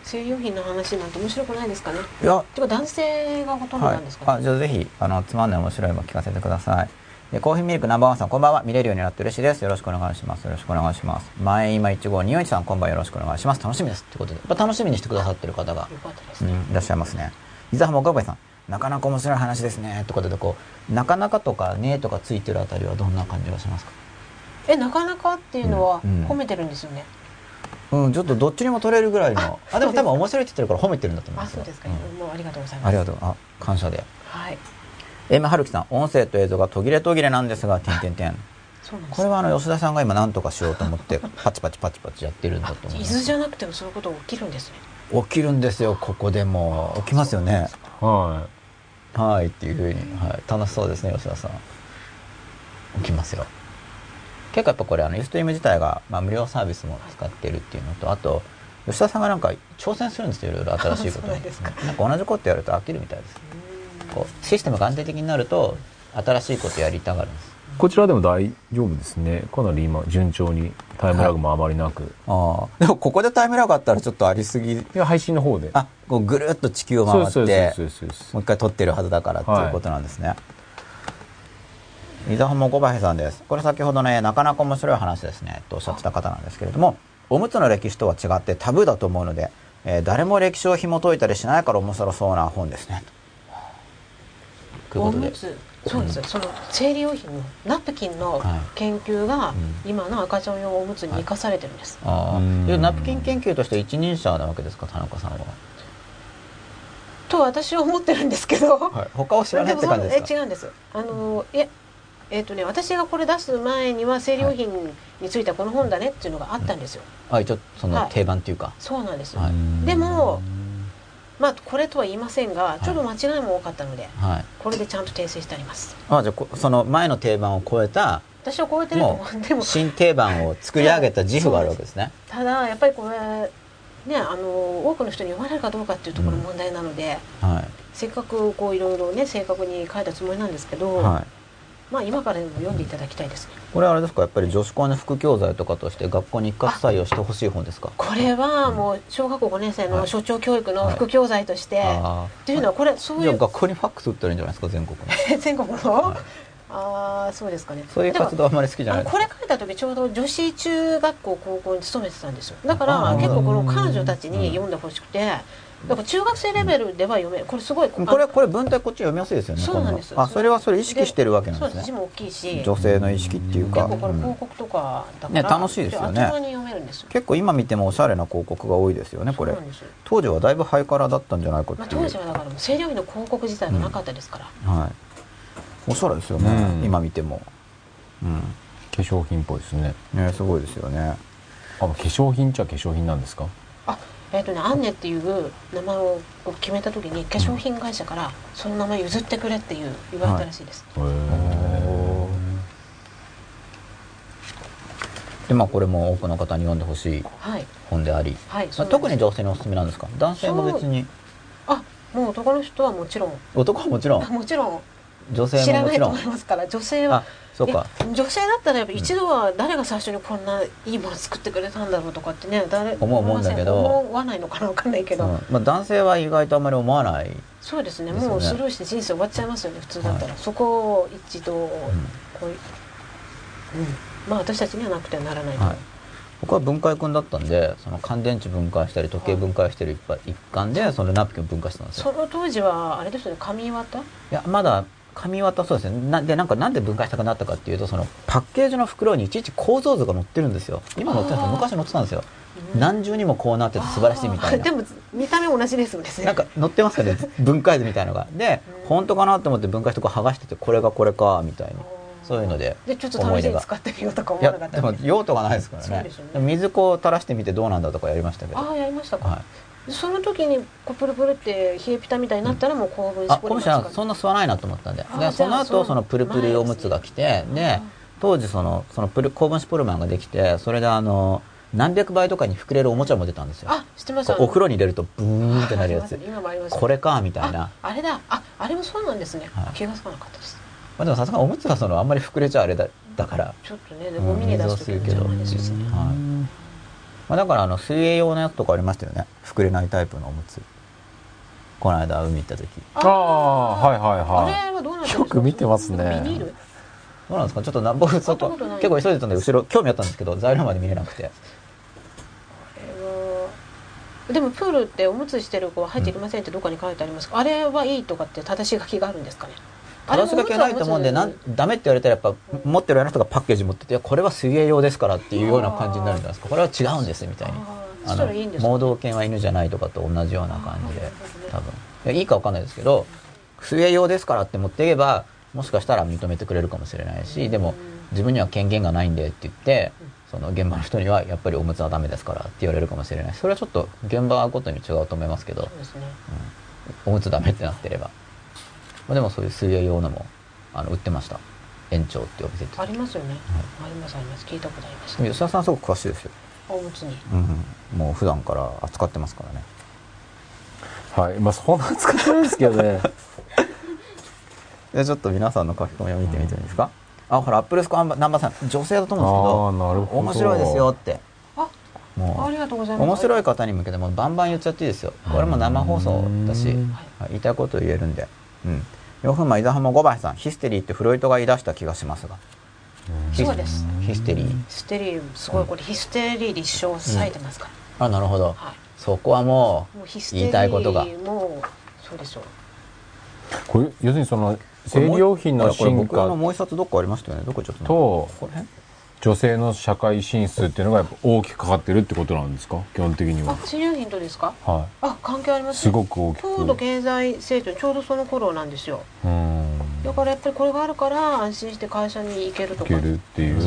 Speaker 1: 生理用品の話なんて面白くないですかね。
Speaker 2: いや、
Speaker 1: てか男性がほとんどなんですかね。
Speaker 2: はい、じゃあぜひつまんない面白いも聞かせてください。で、コーヒーミルクナンバーワンさん、こんばんは。見れるようになって嬉しいです。よろしくお願いします。よろしくお願いします。前今15241さん、こんばんは。よろしくお願いします。楽しみです。ということで、やっぱ楽しみにしてくださってる方が、いらっしゃいますね。伊沢も岡林さん、なかなか面白い話ですね。ということで、こう、なかなかとかねとかついてるあたりはどんな感じがしますか？
Speaker 1: なかなかっていうのは褒めてるんですよね。
Speaker 2: ちょっとどっちにも取れるぐらいの。でも多分面白いって言ってるから褒めてるんだと思います。
Speaker 1: そうですか。もうありがとうございます。
Speaker 2: ありがとう。感謝で。
Speaker 1: はい。
Speaker 2: 春樹さん、音声と映像が途切れ途切れなんですが、これは吉田さんが今何とかしようと思ってパチパチパチパチやってるんだと思います。
Speaker 1: 伊豆じゃなくてもそういうこと起きるんです
Speaker 2: ね。起きるんですよ。ここでも起きますよね。はいっていうふうに、楽しそうですね。吉田さん起きますよ。結構やっぱこれユーストリーム自体が、無料サービスも使ってるっていうのと、あと吉田さんがなんか挑戦するんですよ。いろいろ新しいことに。なんか同じことやると飽きるみたいです。こうシステムが安定的になると新しいことやりたがるんです。
Speaker 3: こちらでも大丈夫ですね。かなり今順調にタイムラグもあまりなく。
Speaker 2: でもここでタイムラグあったらちょっとありすぎ。い
Speaker 3: や、配信の方で。
Speaker 2: こうぐるっと地球を回ってもう一回撮ってるはずだからっていうことなんですね。伊沢も小林さんです。これ先ほどね、なかなか面白い話ですねとおっしゃってた方なんですけれども、おむつの歴史とは違ってタブーだと思うので、誰も歴史を紐解いたりしないから面白そうな本ですね。
Speaker 1: おむつ、そうです。その生理用品のナプキンの研究が今の赤ちゃん用おむつに生かされてるんです。
Speaker 2: ナプキン研究として一人者なわけですか、田中さんは。
Speaker 1: と私は思ってるんですけど、
Speaker 2: 他を知らないって感じですか？
Speaker 1: 違うんです。私がこれ出す前には生理用品についてはこの本だねっていうのがあったんですよ。
Speaker 2: 一応その定番っていうか。
Speaker 1: そうなんです。でもこれとは言いませんが、ちょっと間違いも多かったので、これでちゃんと訂正してあります。
Speaker 2: じゃあその前の定番を超えた、
Speaker 1: 私は超えてると思う。でも
Speaker 2: 新定番を作り上げた自負があるわけですね。
Speaker 1: ただやっぱりこれね、多くの人に読まれるかどうかっていうところの問題なので、せっかくこういろいろね正確に書いたつもりなんですけど、今からでも読んでいただきたいですね。
Speaker 2: これあれですか、やっぱり女子校の副教材とかとして学校に一括採用してほしい本ですか？
Speaker 1: これはもう小学校5年生の所長教育の副教材として、っていうのはこれそういう
Speaker 2: 学校にファックス売ったらいいんじゃないですか、全国
Speaker 1: の全国の、そうですかね。
Speaker 2: そういう活動あんまり好きじゃない。
Speaker 1: これ書いた時ちょうど女子中学校高校に勤めてたんですよ。だから結構この彼女たちに読んでほしくて、だから中学生レベルでは読める。これすごいこれ
Speaker 2: 文体こっち読みやすいですよね。
Speaker 1: そうなんです。
Speaker 2: それはそれ意識してるわけなんですね。
Speaker 1: 字も大きいし、
Speaker 2: 女性の意識っていうか、
Speaker 1: 結構これ広告とかだから
Speaker 2: 楽しいですよね。結構今見てもおしゃれな広告が多いですよね。これ当時はだいぶハイカラだったんじゃないかっていう。
Speaker 1: 当時はだから生理用品の広告自体がなかったですから。
Speaker 2: おしゃれですよね。今見ても
Speaker 3: 化粧品っぽいですね。
Speaker 2: すごいですよね。
Speaker 3: 化粧品っちゃ化粧品なんですか？
Speaker 1: アンネっていう名前を決めた時に化粧品会社からその名前譲ってくれって言われたらしいです。
Speaker 2: でこれも多くの方に読んでほしい本であり、特に女性におすすめなんですか？男性も別に。
Speaker 1: もう男の人はもちろん。
Speaker 2: 男はもちろん。
Speaker 1: もちろん。
Speaker 2: 女性ももちろん。
Speaker 1: 知らないと思いますから、女性は。
Speaker 2: そうか。
Speaker 1: 女性だったらやっぱ一度は誰が最初にこんないいもの作ってくれたんだろうとかってね、
Speaker 2: 思うんだけど、
Speaker 1: 思わないのかな、分かんないけど、
Speaker 2: 男性は意外とあんまり思わない。
Speaker 1: そうですね。もうスルーして人生終わっちゃいますよね、普通だったら。そこを一度こう私たちにはなくてはならない。
Speaker 2: 僕は分解君だったんで、その乾電池分解したり時計分解してる一環でそのナプキンを分解したんですよ。
Speaker 1: その当時はあれですよね、紙綿？い
Speaker 2: や、まだ紙綿。そうですね。なんで分解したくなったかっていうと、そのパッケージの袋にいちいち構造図が載ってるんですよ。今載ってないんですけど、昔載ってたんですよ。何重にもこうなってて素晴らしいみたいな。
Speaker 1: でも見た目同じですもんね。
Speaker 2: なんか載ってますかね、分解図みたいなのが。で、本当かなと思って分解して剥がしてて、これがこれかみたいに。そういうので
Speaker 1: ちょっと試しに使ってみようとか思わなかった。
Speaker 2: でも用途がないですからね。水こう垂らしてみてどうなんだとかやりましたけど。
Speaker 1: やりましたか。その時にプルプルって冷えピタみたいになったらもう高分子ポリマー。
Speaker 2: そんな吸わないなと思ったんで、その後そのプルプルおむつが来て、で当時その高分子ポリマーができて、それで何百倍とかに膨れるおもちゃも出たんですよ。
Speaker 1: 知ってます。
Speaker 2: お風呂に入れるとブーンってなるやつ。これかみたいな。
Speaker 1: あれだ。あれもそうなんですね。気がつかなかったです。
Speaker 2: でもさすがにおむつはあんまり膨れちゃあれだから。
Speaker 1: ちょっとね、ゴミに出すとき邪魔ですしね。
Speaker 2: だから水泳用のやつとかありましたよね。膨れないタイプのおむつ。この間海行った時。
Speaker 3: ああ、はいはいはい。
Speaker 1: あれはどうなんですか？
Speaker 3: よく見てますね。
Speaker 1: ビニール？
Speaker 2: どうなんですか？ちょっと僕結構急いでたんで後ろ興味あったんですけど材料まで見れなくて。
Speaker 1: でもプールっておむつしてる子は入っていきませんってどこかに書いてありますか？あれはいいとかって正し書きがあるんですかね？
Speaker 2: 正し書きはないと思うんで、ダメって言われたらやっぱ持ってる人がパッケージ持ってて、これは水泳用ですからっていうような感じになるんじゃないですか。これは違うんですみたいに。盲導犬は犬じゃないとかと同じような感じで、多分いいかわかんないですけど、水泳用ですからって持っていけばもしかしたら認めてくれるかもしれないし、でも自分には権限がないんでって言って、その現場の人にはやっぱりおむつはダメですからって言われるかもしれない。それはちょっと現場ごとに違うと思いますけど、おむつダメってなってれば。でもそういう水泳用のも売ってました。園長ってお店って
Speaker 1: ありますよね、ありますあります。聞いたことあります。
Speaker 2: 吉田さんすごく詳しいですよ。
Speaker 1: おむつに、
Speaker 2: もう普段から扱ってますからね。
Speaker 3: はい、そんな使ってないですけどね。
Speaker 2: でちょっと皆さんの書き込みを見てみていいですか？ほらアップルスコアナンバーさん女性だと思うんですけど、面白いですよって。
Speaker 1: もうありがとうございます。
Speaker 2: 面白い方に向けてもバンバン言っちゃっていいですよ。これも生放送だし、言いたいこと言えるんで。4分前伊沢浜5番さん、ヒステリーってフロイトが言い出した気がしますが。
Speaker 1: そうです。
Speaker 2: ヒステリー。
Speaker 1: ヒステリーすごい、これヒステリー立証されてますから。
Speaker 2: なるほど。そこはもう言いたいことが。
Speaker 1: もうそうでしょう。
Speaker 3: これ要するにその生理用品の進化
Speaker 2: もう一冊どっかありましたよね。どこちょっと
Speaker 3: と女性の社会進出っていうのがやっぱ大きくかかってるってことなんですか？基本的には。
Speaker 1: 生理用品とですか？
Speaker 3: はい。
Speaker 1: 関係あります。
Speaker 3: すごく大きく。
Speaker 1: 高度経済成長ちょうどその頃なんですよ。だからやっぱりこれがあるから安心して会社に行けるとか。
Speaker 3: 行けるっていう。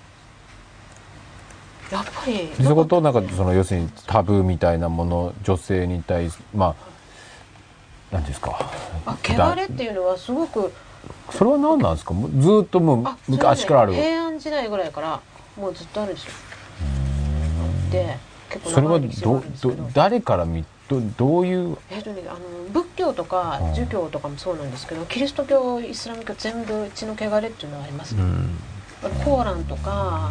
Speaker 1: やっぱり。
Speaker 3: そことその要するにタブーみたいなもの、女性に対す何ですか。
Speaker 1: 汚れっていうのはすごく。
Speaker 3: それは何なんですか？ずっともう昔からある。
Speaker 1: 平安時代ぐらいからもうずっとあるんですよ。で結構
Speaker 3: それは誰からどういう？
Speaker 1: 仏教とか儒教とかもそうなんですけど、キリスト教イスラム教全部血の汚れっていうのはありますね。コーランとか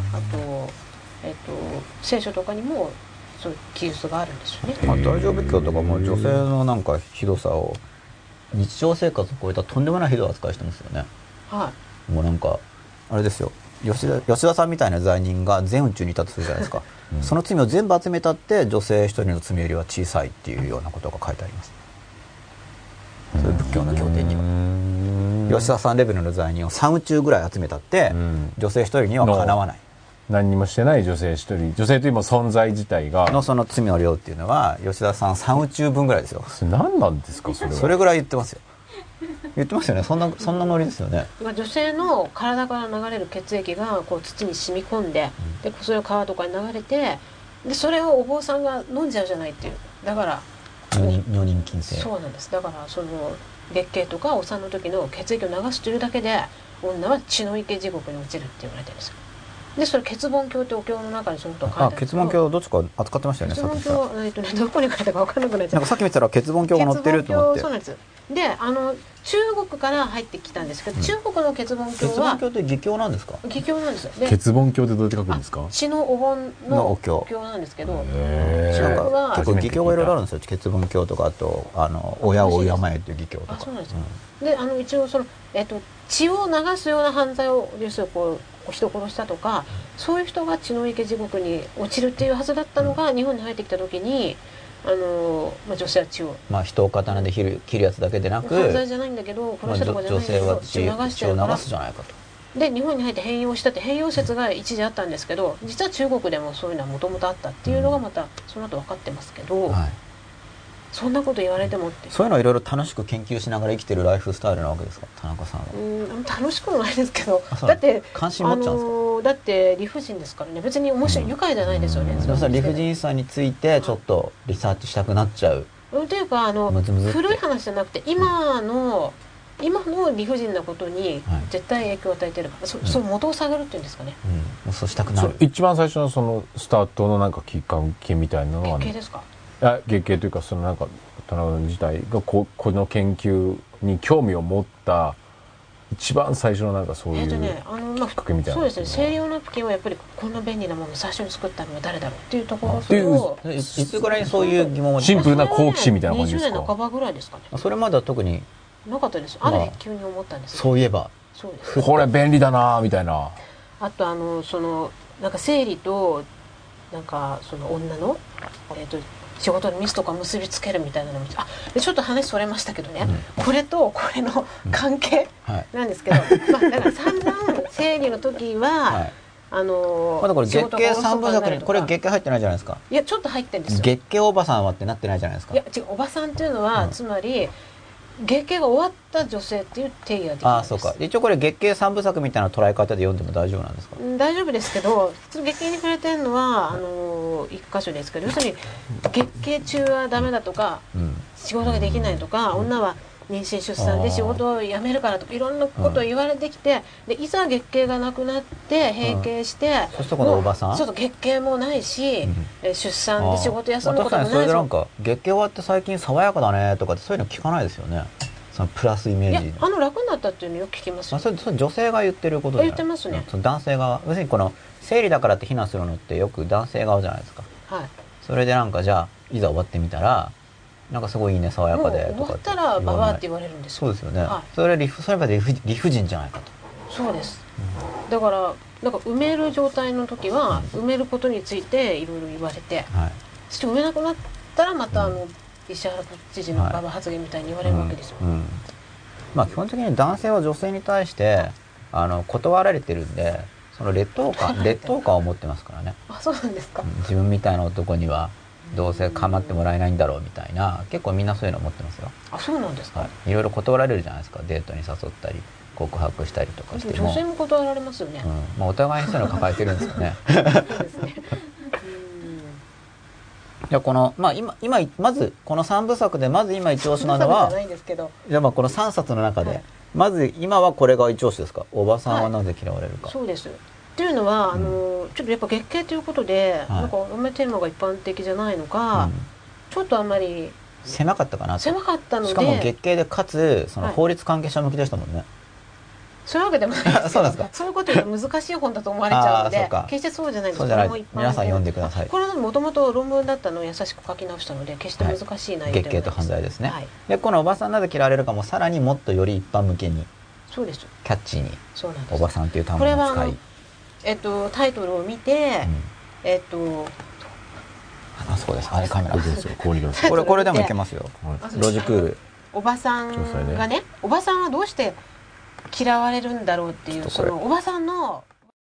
Speaker 1: 聖書とかにもそういう記述があるんですよね。
Speaker 2: 大乗仏教とかも女性のなんかひどさを日常生活を超えたとんでもないひどい扱いしてますよね。もうなんかあれですよ、吉田さんみたいな罪人が全宇宙にいたとするじゃないですか。その罪を全部集めたって女性一人の罪よりは小さいっていうようなことが書いてあります。そういう仏教の経典には吉田さんレベルの罪人を3宇宙ぐらい集めたって女性一人にはかなわない。
Speaker 3: 何にもしてない女性一人、女性という存在自体が
Speaker 2: のその罪の量っていうのは吉田さん3宇宙分ぐらいですよ。
Speaker 3: 何なんですかそれは。
Speaker 2: それぐらい言ってますよ。言ってますよね。そんなノリですよね。
Speaker 1: 女性の体から流れる血液がこう土に染み込んで、でそれを川とかに流れて、でそれをお坊さんが飲んじゃうじゃないっていう。だから
Speaker 2: 女人禁制。
Speaker 1: そうなんです。だからその月経とかお産の時の血液を流すというだけで女は血の池地獄に落ちるって言われてるんですよ。でそれ欠凡経ってお経の中にそのこと書いてあるんですけど、
Speaker 2: 欠凡経どっちか扱ってましたよね。
Speaker 1: 欠凡経どこに書いたか分からなくなっちゃう。
Speaker 2: さっき見たら欠凡経が載ってると思って。
Speaker 1: そうなんです。で中国から入ってきたんですけど、中国の欠凡経は
Speaker 2: 欠凡経って義経なんですか？
Speaker 1: 義経なんですよ。
Speaker 3: 欠凡経ってどうやって書くんですか？
Speaker 1: 血のお盆のお経なんですけど、中
Speaker 2: 国は結構義経がいろいろあるんですよ。欠凡経とかあと親を敬えっていう義経とか。
Speaker 1: そうなんですよ。で一応その血を流すような犯罪を要するにこう人殺したとか、そういう人が血の池地獄に落ちるっていうはずだったのが、日本に入ってきた時に女性は血を
Speaker 2: 人を刀で切るやつだけでなく
Speaker 1: 犯罪じゃないんだけど殺したとかじゃないんだけど、
Speaker 2: 血を流すじゃないかと。
Speaker 1: で日本に入って変容したって変容説が一時あったんですけど、実は中国でもそういうのはもともとあったっていうのがまたその後分かってますけど、そんなこと言われてもって
Speaker 2: そういうのをいろいろ楽しく研究しながら生きてるライフスタイルなわけですか、田中さんは。
Speaker 1: 楽しくもないですけど、だって
Speaker 2: 関心持っちゃうんですか？
Speaker 1: だって理不尽ですからね。別に面白い、愉快じゃないですよね。
Speaker 2: 理不尽さについてちょっとリサーチしたくなっちゃう。
Speaker 1: というか古い話じゃなくて今の理不尽なことに絶対影響を与えてるから、その元を下げるっていうんですかね。
Speaker 2: そうしたくなる。
Speaker 3: 一番最初のそのスタートのなんかきっかけみたいなのは
Speaker 1: 月経ですか？
Speaker 3: 月経というかそのなんか田中自体がこの研究に興味を持った一番最初のなんかそういうきっかけみたいな、
Speaker 1: そうですね、生理用ナプキンはやっぱりこんな便利なものを最初に作ったのは誰だろうっていうところと、
Speaker 2: いつぐらいにそういう疑問を
Speaker 3: シンプルな好奇心みたいな感じですか。
Speaker 1: 20年半ばぐらいですかね。
Speaker 2: それまでは特に
Speaker 1: なかったです。ある日急に思ったんです。
Speaker 2: そういえば
Speaker 1: そうです。
Speaker 3: これ便利だなみたいな。
Speaker 1: あとなんか生理となんかその女の仕事のミスとか結びつけるみたいなのもでちょっと話それましたけどね、これとこれの関係なんですけど、だから散々生理の時は、
Speaker 2: まだこれ月経三部作にこれ月経入ってないじゃないですか。
Speaker 1: いやちょっと入ってるんですよ。
Speaker 2: 月経おばさんはってなってないじゃないですか。
Speaker 1: いや違う、おばさんっていうのは、つまり月経が終わった女性っていう定義ができるんです。
Speaker 2: ああそうか。一応これ月経三部作みたいな捉え方で読んでも大丈夫なんですか。
Speaker 1: 大丈夫ですけど、月経に触れてるのは一箇所ですけど、要するに月経中はダメだとか、仕事ができないとか、女は妊娠出産で仕事を辞めるからとかいろんなことを言われてきて、でいざ月経がなくなって閉経して、
Speaker 2: そしてこのおばさん
Speaker 1: ちょっと月経もないし、出産で仕事休むこともないし、
Speaker 2: それでなんか月経終わって最近爽やかだねとかってそういうの聞かないですよね。そのプラスイメージ。
Speaker 1: いや楽になったっていうのよく聞きますよ。
Speaker 2: それ女性が言ってることじゃない。
Speaker 1: 言ってますね。
Speaker 2: 男性側、要するにこの生理だからって非難するのってよく男性側じゃないですか。
Speaker 1: はい。
Speaker 2: それでなんかじゃあいざ終わってみたらなんかすごいいいね爽やかでとかって
Speaker 1: 終わったらババアって言われるんですよ。
Speaker 2: そうですよね。それは理不尽じゃないかと。
Speaker 1: そうです。だからなんか埋める状態の時は埋めることについていろいろ言われて、そして埋めなくなったらまた石原知事のババア発言みたいに言われるわけですよ。
Speaker 2: まあ基本的に男性は女性に対して断られてるんで、その劣等感を持ってますからね。
Speaker 1: あ、そうなんですか。
Speaker 2: 自分みたいな男にはどうせ構ってもらえないんだろうみたいな、結構みんなそういうの持ってますよ。
Speaker 1: あ、そうなんですか。
Speaker 2: いろいろ断られるじゃないですか。デートに誘ったり告白したりとかしても。
Speaker 1: 女性も断られますよね。
Speaker 2: まあお互いにそういうの抱えてるんですよね。
Speaker 1: そうですね。
Speaker 2: じゃあこの今まずこの3部作でまず今一押しなのは、じゃあまあこの3冊の中で、まず今はこれが一押しですか。おばさんはなぜ嫌われるか。
Speaker 1: そうです。っていうのはちょっとやっぱ月経ということで、なんかあんまりテーマが一般的じゃないのか、ちょっとあんまり
Speaker 2: 狭かったかな。
Speaker 1: 狭かったので、
Speaker 2: しかも月経でかつその法律関係者向きでしたもんね。
Speaker 1: そういうわけでもないですけど、
Speaker 2: そうなんですか。
Speaker 1: そういうこと言うと難しい本だと思われちゃうので、決してそうじゃないんです。
Speaker 2: そうじゃない。皆さん読んでください。
Speaker 1: これはもともと論文だったのを優しく書き直したので、決して難しい内容ではないです。
Speaker 2: 月経と犯罪ですね。でこのおばさんなぜ嫌われるかもさらにもっとより一般向けに、
Speaker 1: そうです。
Speaker 2: キャッチーにおばさんという単語を使い、
Speaker 1: タイトルを見て、
Speaker 2: あそこです。あれカメラですよ。
Speaker 3: こ
Speaker 2: れでもいけますよ。ロジクール。
Speaker 1: おばさんがね、おばさんはどうして嫌われるんだろうっていう、そのおばさんの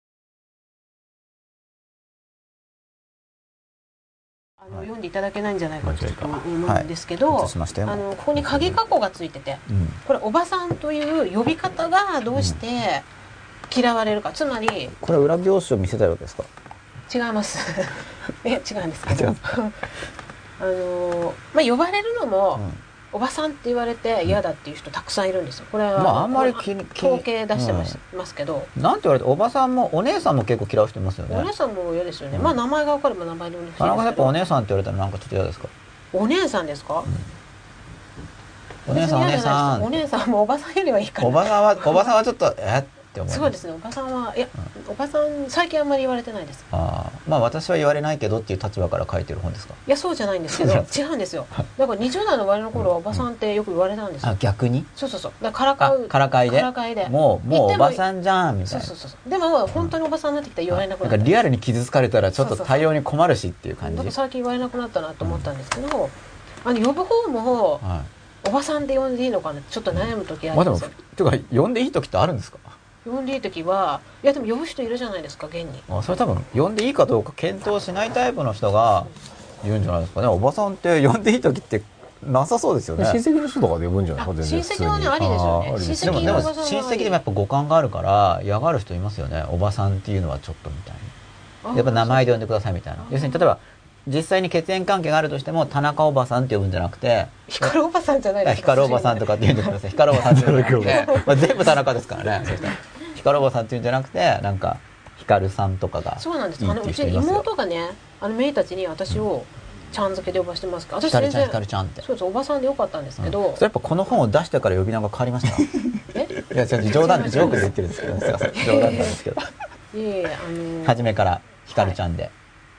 Speaker 1: 読んでいただけないんじゃないかと思うんですけど、ここに鍵括弧がついてて、これおばさんという呼び方がどうして嫌われるか、つまり
Speaker 2: これ裏表紙を見せたいわけですか。
Speaker 1: 違います。違うんですけど、まあ呼ばれるのも、おばさんって言われて嫌だっていう人たくさんいるんですよ。これは
Speaker 2: あんまり
Speaker 1: 統計出してますけど、
Speaker 2: なんて言われておばさんもお姉さんも結構嫌う人いますよね。
Speaker 1: お姉さんも嫌ですよね。まあ名前が分かれば名前で呼んでほしいですけど。
Speaker 2: やっぱお姉さんって言われたらなんかちょっと嫌ですか。
Speaker 1: お姉さんですか。
Speaker 2: お姉さん
Speaker 1: お姉さんもおばさんよりはいいから。
Speaker 2: おばさんはちょっとって思います。
Speaker 1: そうですね。おばさんはおばさん最近あんまり言われてないです。
Speaker 2: まあ私は言われないけどっていう立場から書いてる本ですか。
Speaker 1: いやそうじゃないんですけど、違うんですよ。だから20代の終わりの頃はおばさんってよく言われたんですよ。
Speaker 2: 逆に。
Speaker 1: そう。だから
Speaker 2: からかいでもうおばさんじゃんみたいな。
Speaker 1: そう。でも本当におばさんになってきたら言われなくなった。
Speaker 2: リアルに傷つかれたらちょっと対応に困るしっていう感じ。
Speaker 1: だから最近言われなくなったなと思ったんですけど、呼ぶ方もおばさんで呼んでいいのかなちょっと悩む時あります。
Speaker 2: ていうか呼んでいい時ってあるんですか。
Speaker 1: 呼んでいい時はいやでも呼ぶ人いるじゃないですか現に。
Speaker 2: それ多分呼んでいいかどうか検討しないタイプの人が言うんじゃないですかね。おばさんって呼んでいい時ってなさそうですよね。
Speaker 3: 親戚の人とかで呼ぶんじゃないですか。
Speaker 1: 親戚はねありですよね。
Speaker 2: でも親戚でもやっぱ五感があるから嫌がる人いますよね。おばさんっていうのはちょっとみたいな。やっぱ名前で呼んでくださいみたいな。要するに例えば実際に血縁関係があるとしても田中おばさんって呼ぶんじゃなくて、
Speaker 1: 光おばさんじゃないですか。
Speaker 2: 光おばさんとかって言うんでください。光おばさんって言うんじゃなくて、全部田中ですからね。光おばさんって言うんじゃなくて、なんか光さんとかがいいっていう人いますよ。
Speaker 1: そうなんです。うち妹がね、姪たちに私をちゃん付けで呼ばしてますけど、私
Speaker 2: 全然ひかるちゃんって、
Speaker 1: そうです、おばさんでよかったんですけど、
Speaker 2: やっぱこの本を出してから呼び名が変わりましたいや冗談でジョークで言ってるんですけど、すいません、冗談なんですけど初めからひかるちゃんで、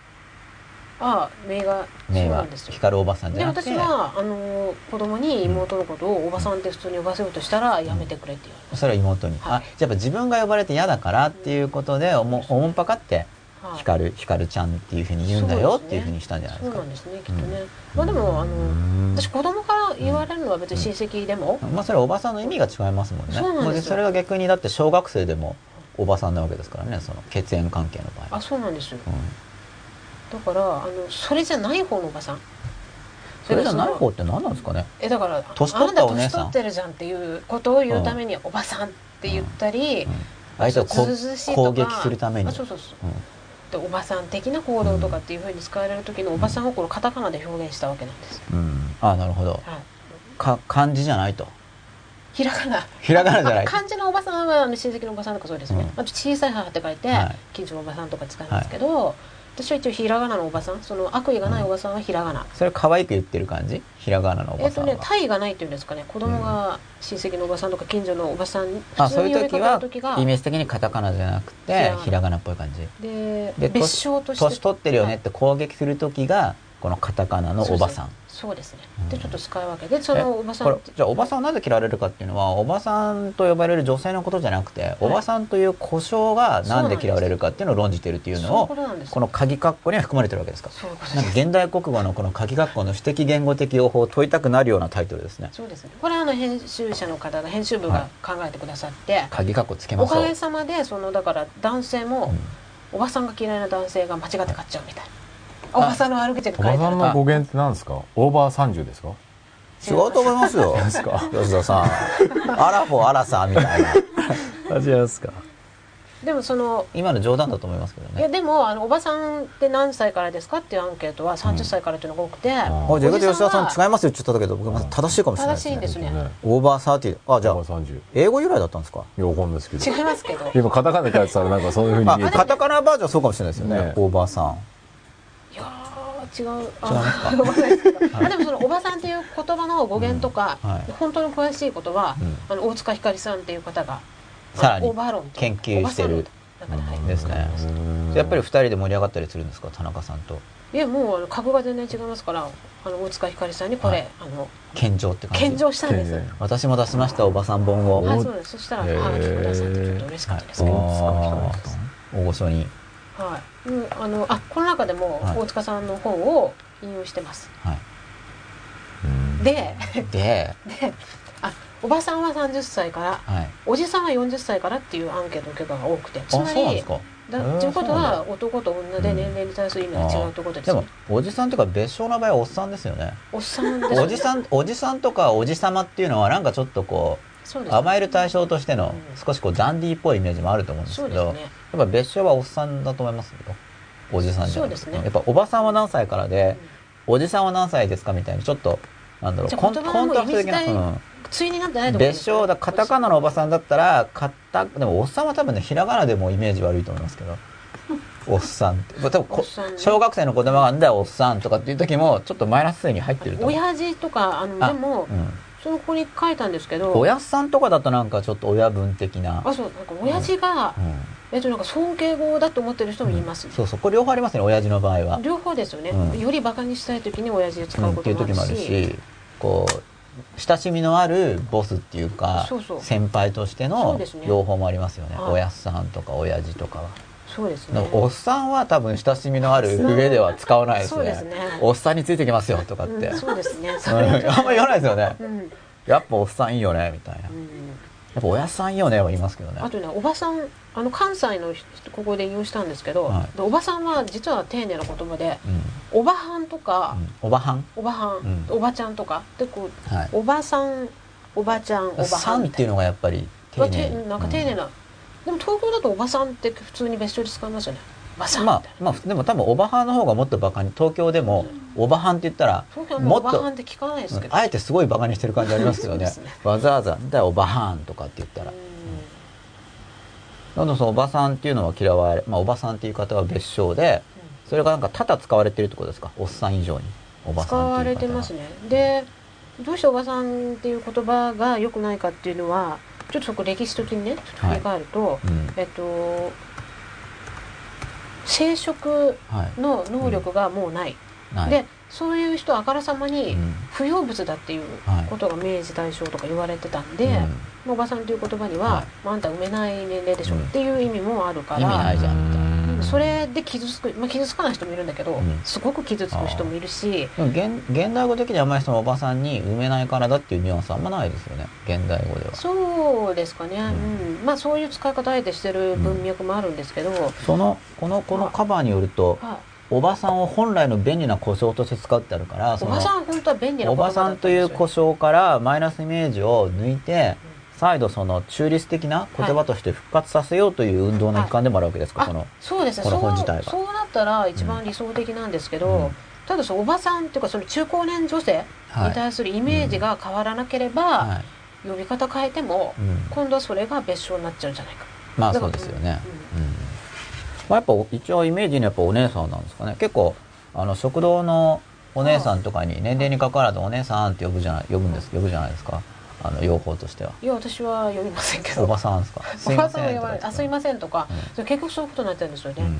Speaker 1: 名が
Speaker 2: ひかるおばさんじゃなくて、
Speaker 1: で私は子供に妹のことをおばさんって普通に呼ばせようとしたらやめてくれって言われました。
Speaker 2: それは妹に、じゃあやっぱ自分が呼ばれて嫌だからっていうことでおもんぱかってひかるちゃんっていうふうに言うんだよっていうふうにしたんじゃないですか。
Speaker 1: そうなんですね、きっとね。でも私子供から言われるのは別に親戚でも、
Speaker 2: それはおばさんの意味が違いますもんね。
Speaker 1: そうなんですよ。
Speaker 2: それが逆にだって小学生でもおばさんなわけですからね、その血縁関係の場合。
Speaker 1: そうなんですよ。だからそれじゃない方のおばさん。
Speaker 2: それじゃない方って何なんですかね。
Speaker 1: だから
Speaker 2: 年取ったお姉さん、
Speaker 1: あなた年取ってるじゃんっていうことを言うためにおばさんって言ったり、
Speaker 2: 相手を攻撃するために、
Speaker 1: そうでおばさん的な行動とかっていうふうに使われる時のおばさんをこのカタカナで表現したわけなんです。
Speaker 2: なるほど。漢字じゃないと。
Speaker 1: ひらがな
Speaker 2: じゃない。
Speaker 1: 漢字のおばさんは親戚のおばさんとかそうですね。あと小さい母って書いて近所のおばさんとか使いますけど、私は一応ひらがなのおばさん、その悪意がないおばさんはひらがな。
Speaker 2: それ可愛く言ってる感じ？ひらがなのおばさんは。
Speaker 1: 体がないっていうんですかね。子供が親戚のおばさんとか近所のおばさんに
Speaker 2: そういう時はイメージ的にカタカナじゃなくてひらがなっぽい感じ。
Speaker 1: で別称として
Speaker 2: 年取ってるよねって攻撃する時がこのカタカナのおばさん。
Speaker 1: そうですね。でちょっと使い分けでそのおばさん、
Speaker 2: じゃあおばさんをなぜ嫌われるかっていうのは、おばさんと呼ばれる女性のことじゃなくて、おばさんという呼称がなんで嫌われるかっていうのを論じてるっていうのをこの鍵括弧には含まれてるわけですか。なんか現代国語のこの鍵括弧の私的言語的用法を問いたくなるようなタイトルですね。
Speaker 1: そうですね。これは編集者の方が編集部が考えてくださって、
Speaker 2: 鍵括弧つけましょう。
Speaker 1: おかげさまでだから男性も、おばさんが嫌いな男性が間違って買っちゃうみたいな。おばさんの悪口で書いてある。
Speaker 3: おばさんの語源って何ですか？オーバー30ですか？
Speaker 2: 違うと思いますよ。吉田さん。アラフォーアラサーみたいな。違いますか？でも今の冗談だと思いますけどね。
Speaker 1: いやでもおばさんって何歳からですかっていうアンケートは30歳からっていうのが多くて、
Speaker 2: じゃあ吉田さん違いますよって言ったけど、僕正しいかもしれないですね。
Speaker 1: 正しいんですね。
Speaker 2: オーバー30。じゃあ英語由来だったんですか？
Speaker 3: いやわかんないですけど。
Speaker 1: 違いますけど。
Speaker 3: 今カタカナで書いてたらなんかそういう風に見えて。
Speaker 2: カタカナバージョンそうかもしれないですよね。オーバーさん。
Speaker 1: いや違う。でもそのおばさんっていう言葉の語源とか、本当の詳しいことは大塚ひかりさんっていう方が
Speaker 2: さらに研究してるですね。やっぱり2人で盛り上がったりするんですか、田中さんと。
Speaker 1: いやもう格が全然違いますから、大塚ひかりさんにこれ
Speaker 2: 献上って感じ。
Speaker 1: 献上したんです。
Speaker 2: 私も出しましたおばさん本を。
Speaker 1: そうです。そしたら来てくださってちょっと嬉しかったですけど。
Speaker 2: 大御所に。
Speaker 1: はい。この中でも大塚さんの本を引用してます。で、おばさんは30歳から、おじさんは40歳からっていうアンケートの結果が多くて、つまりということは男と女で年齢に対する意味が違うということです。
Speaker 2: でもおじさんというか別称の場合はおっさんですよね。
Speaker 1: おっさんです。
Speaker 2: おじさんとかおじさまっていうのはなんかちょっとこう甘える対象としての少しこうダンディーっぽいイメージもあると思うんですけど、やっぱ別称はおっさんだと思いますよ。おじさんじゃなくて、やっぱおばさんは何歳からで、おじさんは何歳ですかみたいな、ちょっとなんだろう、コントラスト的な
Speaker 1: 対になってないと思う。
Speaker 2: 別称だ、カタカナのおばさんだったらでもおっさんは多分ねひらがなでもイメージ悪いと思いますけど、おっさんって多分小学生の子供が「なんだよおっさん」とかっていう時もちょっとマイナス性に入ってると思う。
Speaker 1: 親父とかでもそこに書いたんですけど、
Speaker 2: 親さんとかだとなんかちょっと親分的な、
Speaker 1: なんか親父がなんか尊敬語だと思ってる人もいます。
Speaker 2: そうこれ両方ありますね、親父の場合は。
Speaker 1: 両方ですよね。よりバカにしたい時に親父を使うこともあるし、
Speaker 2: こう親しみのあるボスっていうか先輩としての両方もありますよね。親さんとか親父とかは。
Speaker 1: そうですね。
Speaker 2: おっさんは多分親しみのある上では使わないですね。おっさんについてきますよとかって。
Speaker 1: そうですね。
Speaker 2: あんまり言わないですよね。やっぱおっさんいいよねみたいな。やっぱ親さんいいよねは言いますけどね。
Speaker 1: あとね、おばさん関西の人ここで引用したんですけど、おばさんは実は丁寧な言葉で、おばはんとか、おばちゃんとかでこう、おばさん、おばちゃん、おばはん
Speaker 2: っていうのがやっぱり丁寧。
Speaker 1: なんか丁寧な。でも東京だとおばさんって普通に別称で使いますよね。
Speaker 2: でも多分おばはんの方がもっとバカに、東京でもおばはんって言ったらもっとあえてすごいバカにしてる感じありますけどね。わざわざ「だよおばはん」とかって言ったら、どんどんそのおばさんっていうのは嫌われ、おばさんっていう方は別称でそれがなんか多々使われてるってことですか？おっさん以上におばさんっていう
Speaker 1: 使われてますね。でどうしておばさんっていう言葉が良くないかっていうのはちょっとそこ歴史的にねちょっと振り返ると、生殖の能力がもうない、でそういう人あからさまに不要物だっていうことが明治大正とか言われてたんで、おばさんという言葉には、あんた産めない年齢でしょっていう意味もあるから、意味ないじゃんみたいな。それで傷つく、傷つかない人もいるんだけど、すごく傷つく人もいるし、
Speaker 2: 現代語的にはあんまりそのおばさんに産めないからだっていうニュアンスあんまないですよね、現代語では。
Speaker 1: そうですかね、そういう使い方あえてしてる文脈もあるんですけど、
Speaker 2: このカバーによると、おばさんを本来の便利な呼称として使ってあるから、
Speaker 1: おばさん本当は便利な
Speaker 2: おばさんという呼称からマイナスイメージを抜いて、再度その中立的な言葉として復活させようという運動の一環でもあるわけですか、
Speaker 1: そうですね、
Speaker 2: この本自体が。
Speaker 1: そうなったら一番理想的なんですけど、ただおばさんっていうかその中高年女性に対するイメージが変わらなければ、呼び方変えても、今度はそれが別称になっちゃうんじゃないか。
Speaker 2: まあそうですよね。やっぱ一応イメージにやっぱお姉さんなんですかね。結構食堂のお姉さんとかに年齢に関わらずお姉さんって呼ぶじゃないですか。用法としては。
Speaker 1: いや私は呼びませんけど。
Speaker 2: おばさんですか。
Speaker 1: おばさんは呼ばない。すいませんとか、結局そういうことになってるんですよね。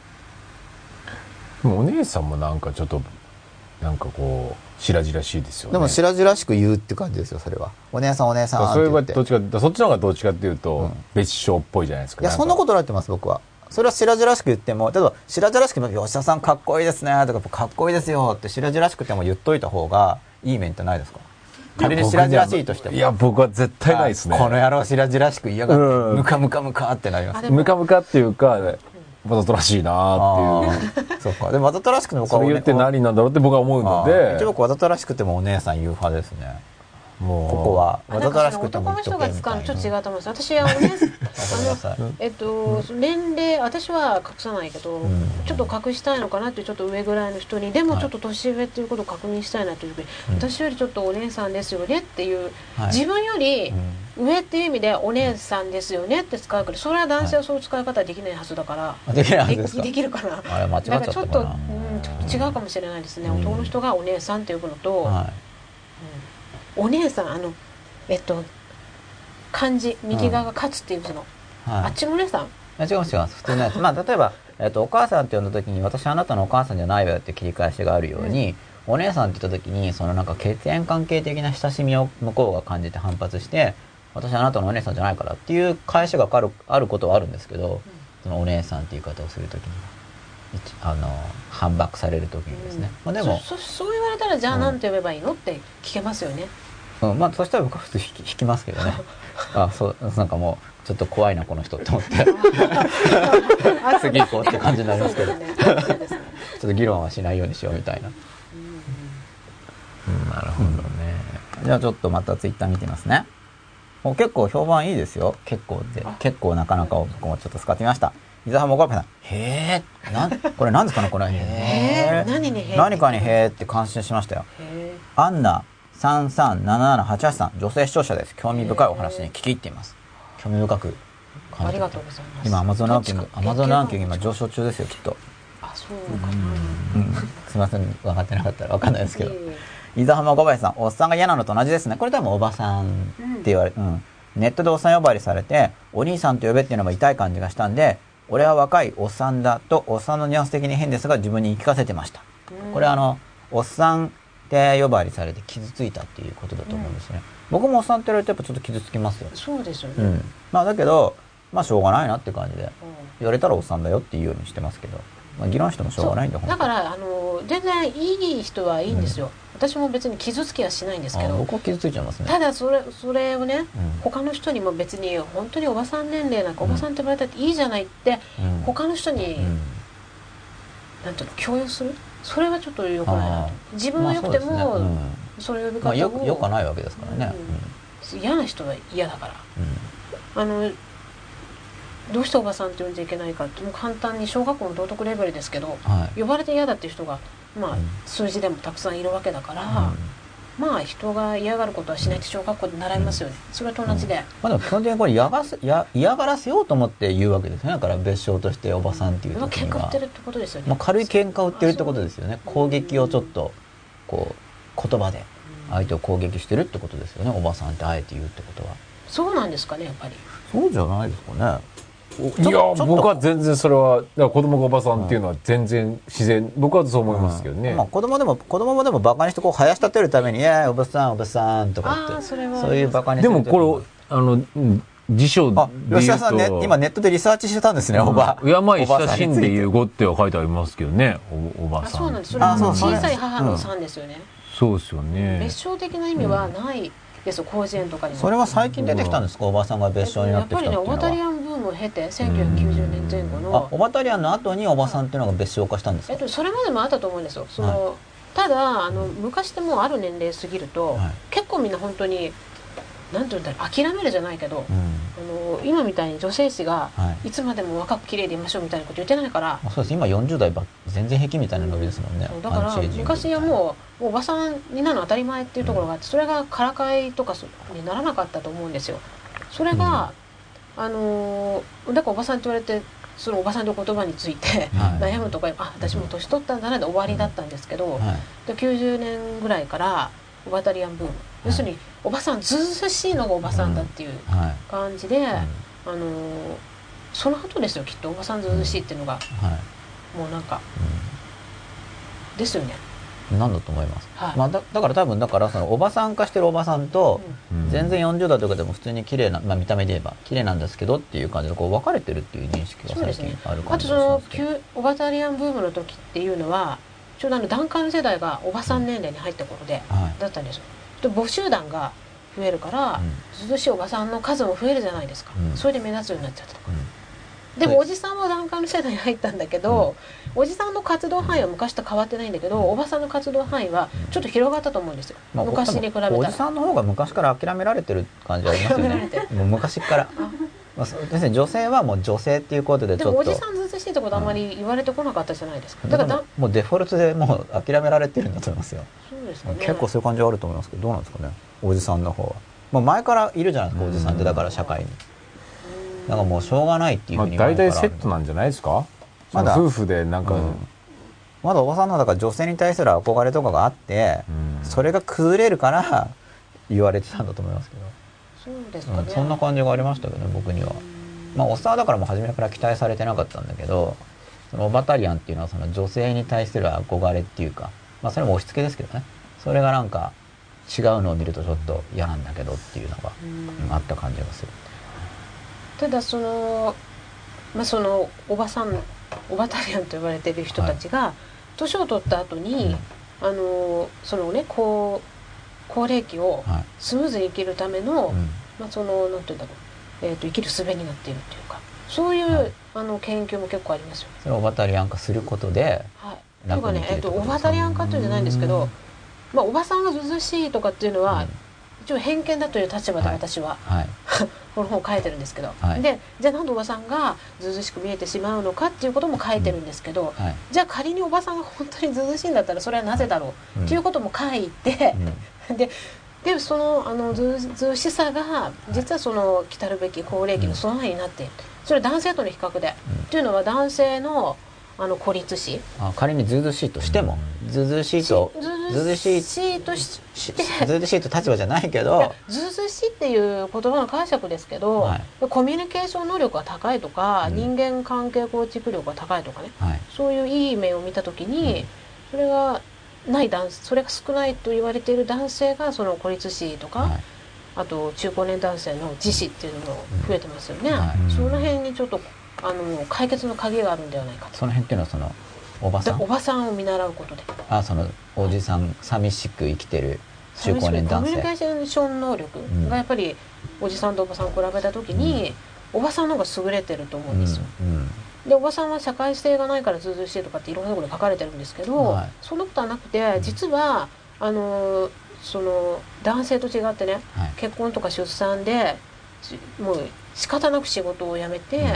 Speaker 3: でもお姉さんもなんかちょっとなんかこう白々しいですよね。
Speaker 2: でも白々しく言うって感じですよ、それは。お姉さんお姉さんって言って。
Speaker 3: それはそっちの方がどっちかっていうと別称っぽいじゃないですか。
Speaker 2: いやそんなことなってます僕は。それは白々しく言っても、例えば白々しく吉田さんかっこいいですねとかかっこいいですよって白々しくても言っといた方がいい面ってないですか？仮に白々しいとしても。
Speaker 3: いや僕は絶対ないですね。
Speaker 2: この野郎白々しく嫌がってムカムカムカってなります。
Speaker 3: ムカムカっていうかわざとらしいなっていう。
Speaker 2: そうか。でもわざとらしくても
Speaker 3: それ言って何なんだろうって僕は思うので。
Speaker 2: 一応僕わざとらしくてもお姉さん言う派ですね。もうここはわざとらしくても
Speaker 1: 男の人が使うのちょっと違うと思います。私はお姉さん年齢私は隠さないけど、ちょっと隠したいのかなってちょっと上ぐらいの人にでもちょっと年上っていうことを確認したいなという時に、私よりちょっとお姉さんですよねっていう、自分より上っていう意味でお姉さんですよねって使うけど、それは男性はそういう使い方はできないはずだから、
Speaker 2: できないはずですか？
Speaker 1: できるかな。
Speaker 2: あれ間違っちゃったかな。
Speaker 1: ちょっと違うかもしれないですね。男の人がお姉さんって呼ぶのと。お姉さん漢字右側が勝つっていう字の、あっちのお姉さん？
Speaker 2: 違います普通のやつ。例えば、お母さんって呼んだ時に私あなたのお母さんじゃないわよって切り返しがあるように、お姉さんって言った時にそのなんか血縁関係的な親しみを向こうが感じて反発して私あなたのお姉さんじゃないからっていう返しがあることはあるんですけど、そのお姉さんっていう言い方をする時に反駁される時にですね。でも
Speaker 1: そう言われたらじゃあ何て呼べばいいのって聞けますよね。
Speaker 2: そしたら僕は普通引きますけどね。なんかもうちょっと怖いなこの人って思って次行こうって感じになりますけど、ちょっと議論はしないようにしようみたいな。
Speaker 3: なるほどね。
Speaker 2: じゃあちょっとまたツイッター見てみますね。結構評判いいですよ。結構なかなか僕もちょっと使ってみました。伊沢もごめんなさい。へえ、これ何ですかねこれ。へえ。何かにへえって感心しましたよ。アンナ337788さん、女性視聴者です。興味深いお話に聞き入っています。興味深く
Speaker 1: 感じて。ありがとうございます。
Speaker 2: 今アマゾンランキング今上昇中ですよきっと。
Speaker 1: そうかな。
Speaker 2: すみません分かってなかったら分かんないですけど。伊沢浜小林さん、おっさんが嫌なのと同じですね。これ多分おばさんって言われ、ネットでおっさん呼ばわりされてお兄さんと呼べっていうのも痛い感じがしたんで、俺は若いおっさんだとおっさんのニュアンス的に変ですが自分に言い聞かせてました。これおっさんって呼ばわりされて傷ついたっていうことだと思うんですね。僕もおっさんって言われてやっぱちょっと傷つきますよ。
Speaker 1: そうですよね。
Speaker 2: だけどしょうがないなって感じで、言われたらおっさんだよっていうようにしてますけど、議論してもしょうがないんだ。
Speaker 1: だから全然いい人はいいんですよ。私も別に傷つきはしないんですけど。
Speaker 2: 僕は傷ついちゃいますね。
Speaker 1: ただそれをね、他の人にも別に本当におばさん年齢なんかおばさんって言われたっていいじゃないって、他の人になんていうの強要する。それはちょっと良くないなと。自分は良くてもそれ呼び方も
Speaker 2: 良くないわけですからね。
Speaker 1: 嫌な人は嫌だから。どうしておばさんって呼んじゃいけないかってもう簡単に小学校の道徳レベルですけど、呼ばれて嫌だっていう人が数字でもたくさんいるわけだから、 まあ人が嫌がることはしないって小学校で習いますよね、それと同じで、
Speaker 2: まあ、でも基本的にこれ嫌がらせようと思って言うわけですね。だから別称としておばさんっていう時には
Speaker 1: 喧嘩売ってるってことですよね。
Speaker 2: まあ、軽い喧嘩を売ってるってことですよね。攻撃をちょっとこう言葉で相手を攻撃してるってことですよね。おばさんってあえて言うってことは。
Speaker 1: そうなんですかね、やっぱり。
Speaker 2: そうじゃないですかね。
Speaker 3: いや僕は全然それはだから子供がおばさんっていうのは全然自然、僕はそう思いますけどね、
Speaker 2: まあ、子供もでもバカにしてこう生やし立てるために「いやおばさんおばさん」とかってそういうバカにしてる。
Speaker 3: でもこれ辞書で言うと
Speaker 2: 吉田さんね、今ネットでリサーチしてたんですね、おば
Speaker 3: 敬い親しんでいう語っては書いてありますけどね、おばさん。
Speaker 1: そうなんです。それは小さい母のさんですよね。
Speaker 3: そうですよね。
Speaker 1: 別称的な意味はないですよ、広辞苑とかにも。
Speaker 2: それは最近出てきたんですか、おばさんが別称になってきたっていうのは。
Speaker 1: やっぱりね、オバタリアンブームを経て1990年前後の
Speaker 2: オバタリアンの後におばさんっていうのが別称化したんですか。
Speaker 1: それまでもあったと思うんですよ。ただ昔ってもうある年齢過ぎると、結構みんな本当になんていうんだろう、諦めるじゃないけど、今みたいに女性誌がいつまでも若く綺麗でいましょうみたいなこと言ってないから、
Speaker 2: そうです。今40代全然平気みたいなノリですもんね。
Speaker 1: だから昔はもうおばさんになるの当たり前っていうところがあって、それがからかいとかにならなかったと思うんですよ。それがだからおばさんって言われて、そのおばさんの言葉について悩むとか、私も年取ったんだなで終わりだったんですけど、90年ぐらいからオバタリアンブーム、要するにおばさんずうずうしいのがおばさんだっていう感じで、その後ですよきっとおばさんずうずうしいっていうのが、もうなんか、ですよね。
Speaker 2: なんだと思います。まあ、だから多分そのおばさん化してるおばさんと、全然40代とかでも普通に綺麗な、見た目で言えば綺麗なんですけどっていう感じでこう分かれてるっていう認識が最近ある感じがしますけど。
Speaker 1: あとオバタリアンブームの時っていうのはちょうど団塊の世代がおばさん年齢に入った頃で、だったんですよ。で母集団が増えるから、ずうずうしいおばさんの数も増えるじゃないですか、それで目立つようになっちゃったとか、でもおじさんは団塊の世代に入ったんだけど、おじさんの活動範囲は昔と変わってないんだけど、おばさんの活動範囲はちょっと広がったと思うんですよ、昔に比べたら。
Speaker 2: おじさんの方が昔から諦められてる感じありますよね。もう昔からですね、女性はもう女性っていうことでちょっと。
Speaker 1: でもおじさんずうずうしいってことあんまり言われてこなかったじゃないですか。だから
Speaker 2: もうデフォルトでもう諦められてるんだと思いますよ。
Speaker 1: そうですかね。
Speaker 2: 結構そういう感じはあると思いますけど、どうなんですかね、おじさんの方は。もう前からいるじゃないですか、おじさんって。だから社会になんかもうしょうがないっていうふうに
Speaker 3: 大体セットなんじゃないですか。まだ夫婦でなんか、
Speaker 2: まだおばさんのだから女性に対する憧れとかがあって、それが崩れるから言われてたんだと思いますけど。
Speaker 1: そうですかね。
Speaker 2: そんな感じがありましたけどね、僕には。まあおっさんはだからもう初めから期待されてなかったんだけど、そのオバタリアンっていうのはその女性に対する憧れっていうか、まあそれも押し付けですけどね、それがなんか違うのを見るとちょっと嫌なんだけどっていうのがあった感じがする。
Speaker 1: ただそのおばさん、オバタリアンと呼ばれている人たちが年を取った後に、そのね高齢期をスムーズに生きるための、なんていうんだろう、生きる術になっているっていうか、そういう、研究も結構ありますよ。
Speaker 2: それをオバタリアン化することで、
Speaker 1: というかね、オバタリアン化というんじゃないんですけど、おばさんがずうずうしいとかっていうのは、一応偏見だという立場で私は、この本を書いてるんですけど、でじゃあなんでおばさんがずうずうしく見えてしまうのかっていうことも書いてるんですけど、じゃあ仮におばさんが本当にずうずうしいんだったらそれはなぜだろうっていうことも書いて、でそのずうずうしさが実はその来たるべき高齢期の備えになっている、それは男性との比較で、っていうのは男性の孤立死、
Speaker 2: 仮にずうずうしいとしても、ずうずうしいと立場じゃないけど、
Speaker 1: ずうずうしいっていう言葉の解釈ですけど、コミュニケーション能力が高いとか、人間関係構築力が高いとかね、そういういい面を見た時に、それが少ないと言われている男性がその孤立死とか、あと中高年男性の自死っていうのも増えてますよね。その辺にちょっと解決の鍵があるんではないかと。
Speaker 2: その辺っていうのはそのおばさん
Speaker 1: を見習うことで、
Speaker 2: そのおじさん、寂しく生きてる中高年男性、
Speaker 1: コミュニケーション能力がやっぱりおじさんとおばさんを比べた時に、おばさんの方が優れてると思うんですよ。でおばさんは社会性がないからずうずうしいとかっていろんなところで書かれてるんですけど、そんなことはなくて、実はその男性と違ってね、結婚とか出産でもう仕方なく仕事を辞めて、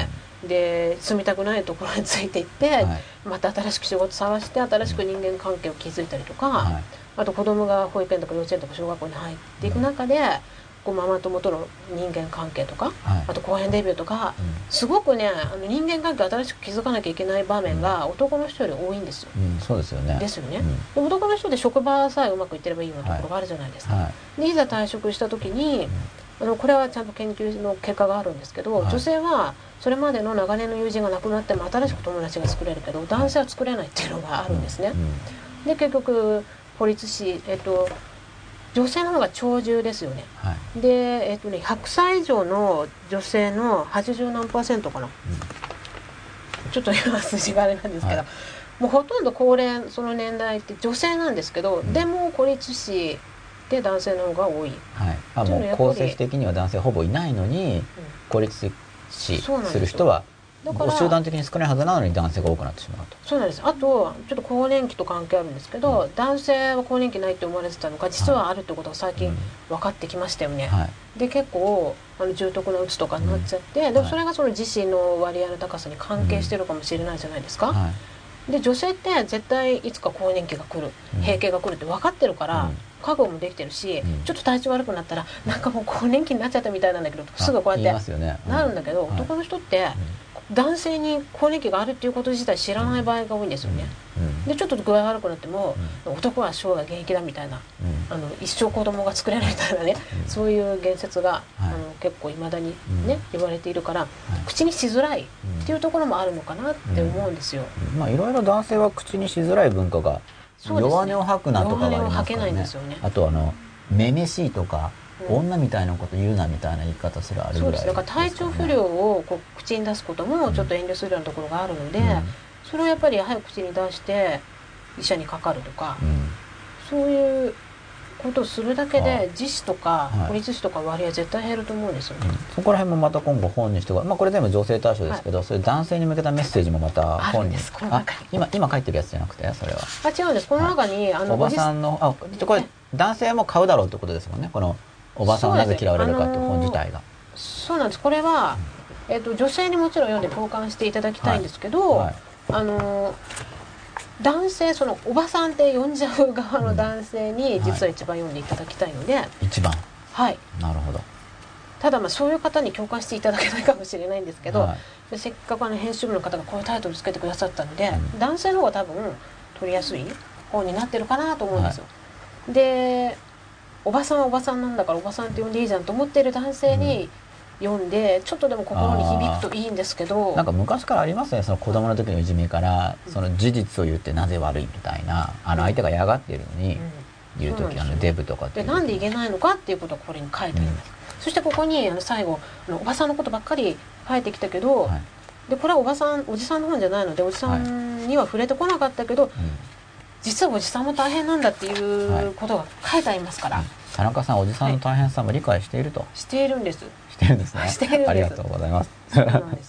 Speaker 1: で住みたくないところについていって、はい、また新しく仕事探して新しく人間関係を築いたりとか、はい、あと子供が保育園とか幼稚園とか小学校に入っていく中で、こうママ友との人間関係とか、はい、あと公園デビューとか、すごくね人間関係新しく築かなきゃいけない場面が男の人より多いんですよ。
Speaker 2: そうですよね。
Speaker 1: ですよね。で男の人で職場さえうまくいってればいいようなところがあるじゃないですか。はい、でいざ退職した時に、これはちゃんと研究の結果があるんですけど、女性はそれまでの長年の友人が亡くなっても新しく友達が作れるけど男性は作れないっていうのがあるんですね。で結局孤立し、女性の方が長寿ですよね。はい、で、100歳以上の女性の80何%かな、ちょっと今数字があれなんですけど、はい、もうほとんど高齢その年代って女性なんですけど、でも孤立死で男性の方が多い。
Speaker 2: はい、もう功績的には男性ほぼいないのに、孤立死する人は集団的に少ないはずなのに男性が多くなってしまうと。
Speaker 1: そうなんです。あとちょっと更年期と関係あるんですけど、男性は更年期ないって思われてたのが実はあるってことが最近分かってきましたよね。はい、で結構重篤なうつとかになっちゃって、でもそれがその自身の割合の高さに関係してるかもしれないじゃないですか。はい、で女性って絶対いつか更年期が来る、閉経が来るって分かってるから、覚悟もできてるし、ちょっと体調悪くなったらなんかもう更年期になっちゃったみたいなんだけどすぐこうやってなるんだけど、男の人って男性に更年期があるっていうこと自体知らない場合が多いんですよね。でちょっと具合悪くなっても、男は生涯現役だみたいな、一生子供が作れるみたいなね、そういう言説が、結構いまだにね、言われているから、口にしづらいっていうところもあるのかなって思うんですよ。
Speaker 2: まあいろいろ男性は口にしづらい文化が、弱音を吐くなとかがありますからね。あとめめしいとか、女みたいなこと言うなみたいな言い方すらあるぐらいですね。
Speaker 1: そうです。だから体調不良をこう口に出すこともちょっと遠慮するようなところがあるので、それをやっぱり早く口に出して医者にかかるとか、そういうことをするだけで自死とか孤立死とか割合絶対減ると思うんですよね。
Speaker 2: そこら辺もまた今後本にして、これ全部女性対象ですけど、それ男性に向けたメッセージもまた本に。今書いてるやつじゃなくて、それは
Speaker 1: 違うんです。この中に
Speaker 2: おばさんのこれ男性も買うだろうってことですもんね。このおばさんはなぜ嫌われるかっていう本自体が。
Speaker 1: そうなんです。これは、女性にもちろん読んで共感していただきたいんですけど、男性、そのおばさんって呼んじゃう側の男性に実は一番読んでいただきたいので、
Speaker 2: 一番、
Speaker 1: はい、
Speaker 2: なるほど。
Speaker 1: ただそういう方に共感していただけないかもしれないんですけど、せっかく編集部の方がこういうタイトルつけてくださったので、男性の方が多分取りやすい本になってるかなと思うんですよ。でおばさんはおばさんなんだからおばさんって呼んでいいじゃんと思っている男性に読んで、ちょっとでも心に響くといいんですけど、
Speaker 2: なんか昔からありますね、その子供の時のいじめから、その事実を言ってなぜ悪いみたいな、相手が嫌がっているのに言う時、デブとかって
Speaker 1: でなんで言えないのかっていうことがこれに書いてあります。そしてここに最後おばさんのことばっかり書いてきたけど、でこれはおじさんの本じゃないのでおじさんには触れてこなかったけど、実はおじさんも大変なんだっていうことが書いてありますから、
Speaker 2: 田中さんおじさんの大変さも理解していると。
Speaker 1: しているんです。
Speaker 2: してるんですね。
Speaker 1: しているんです。
Speaker 2: ありがとうございます。
Speaker 1: そうなんです。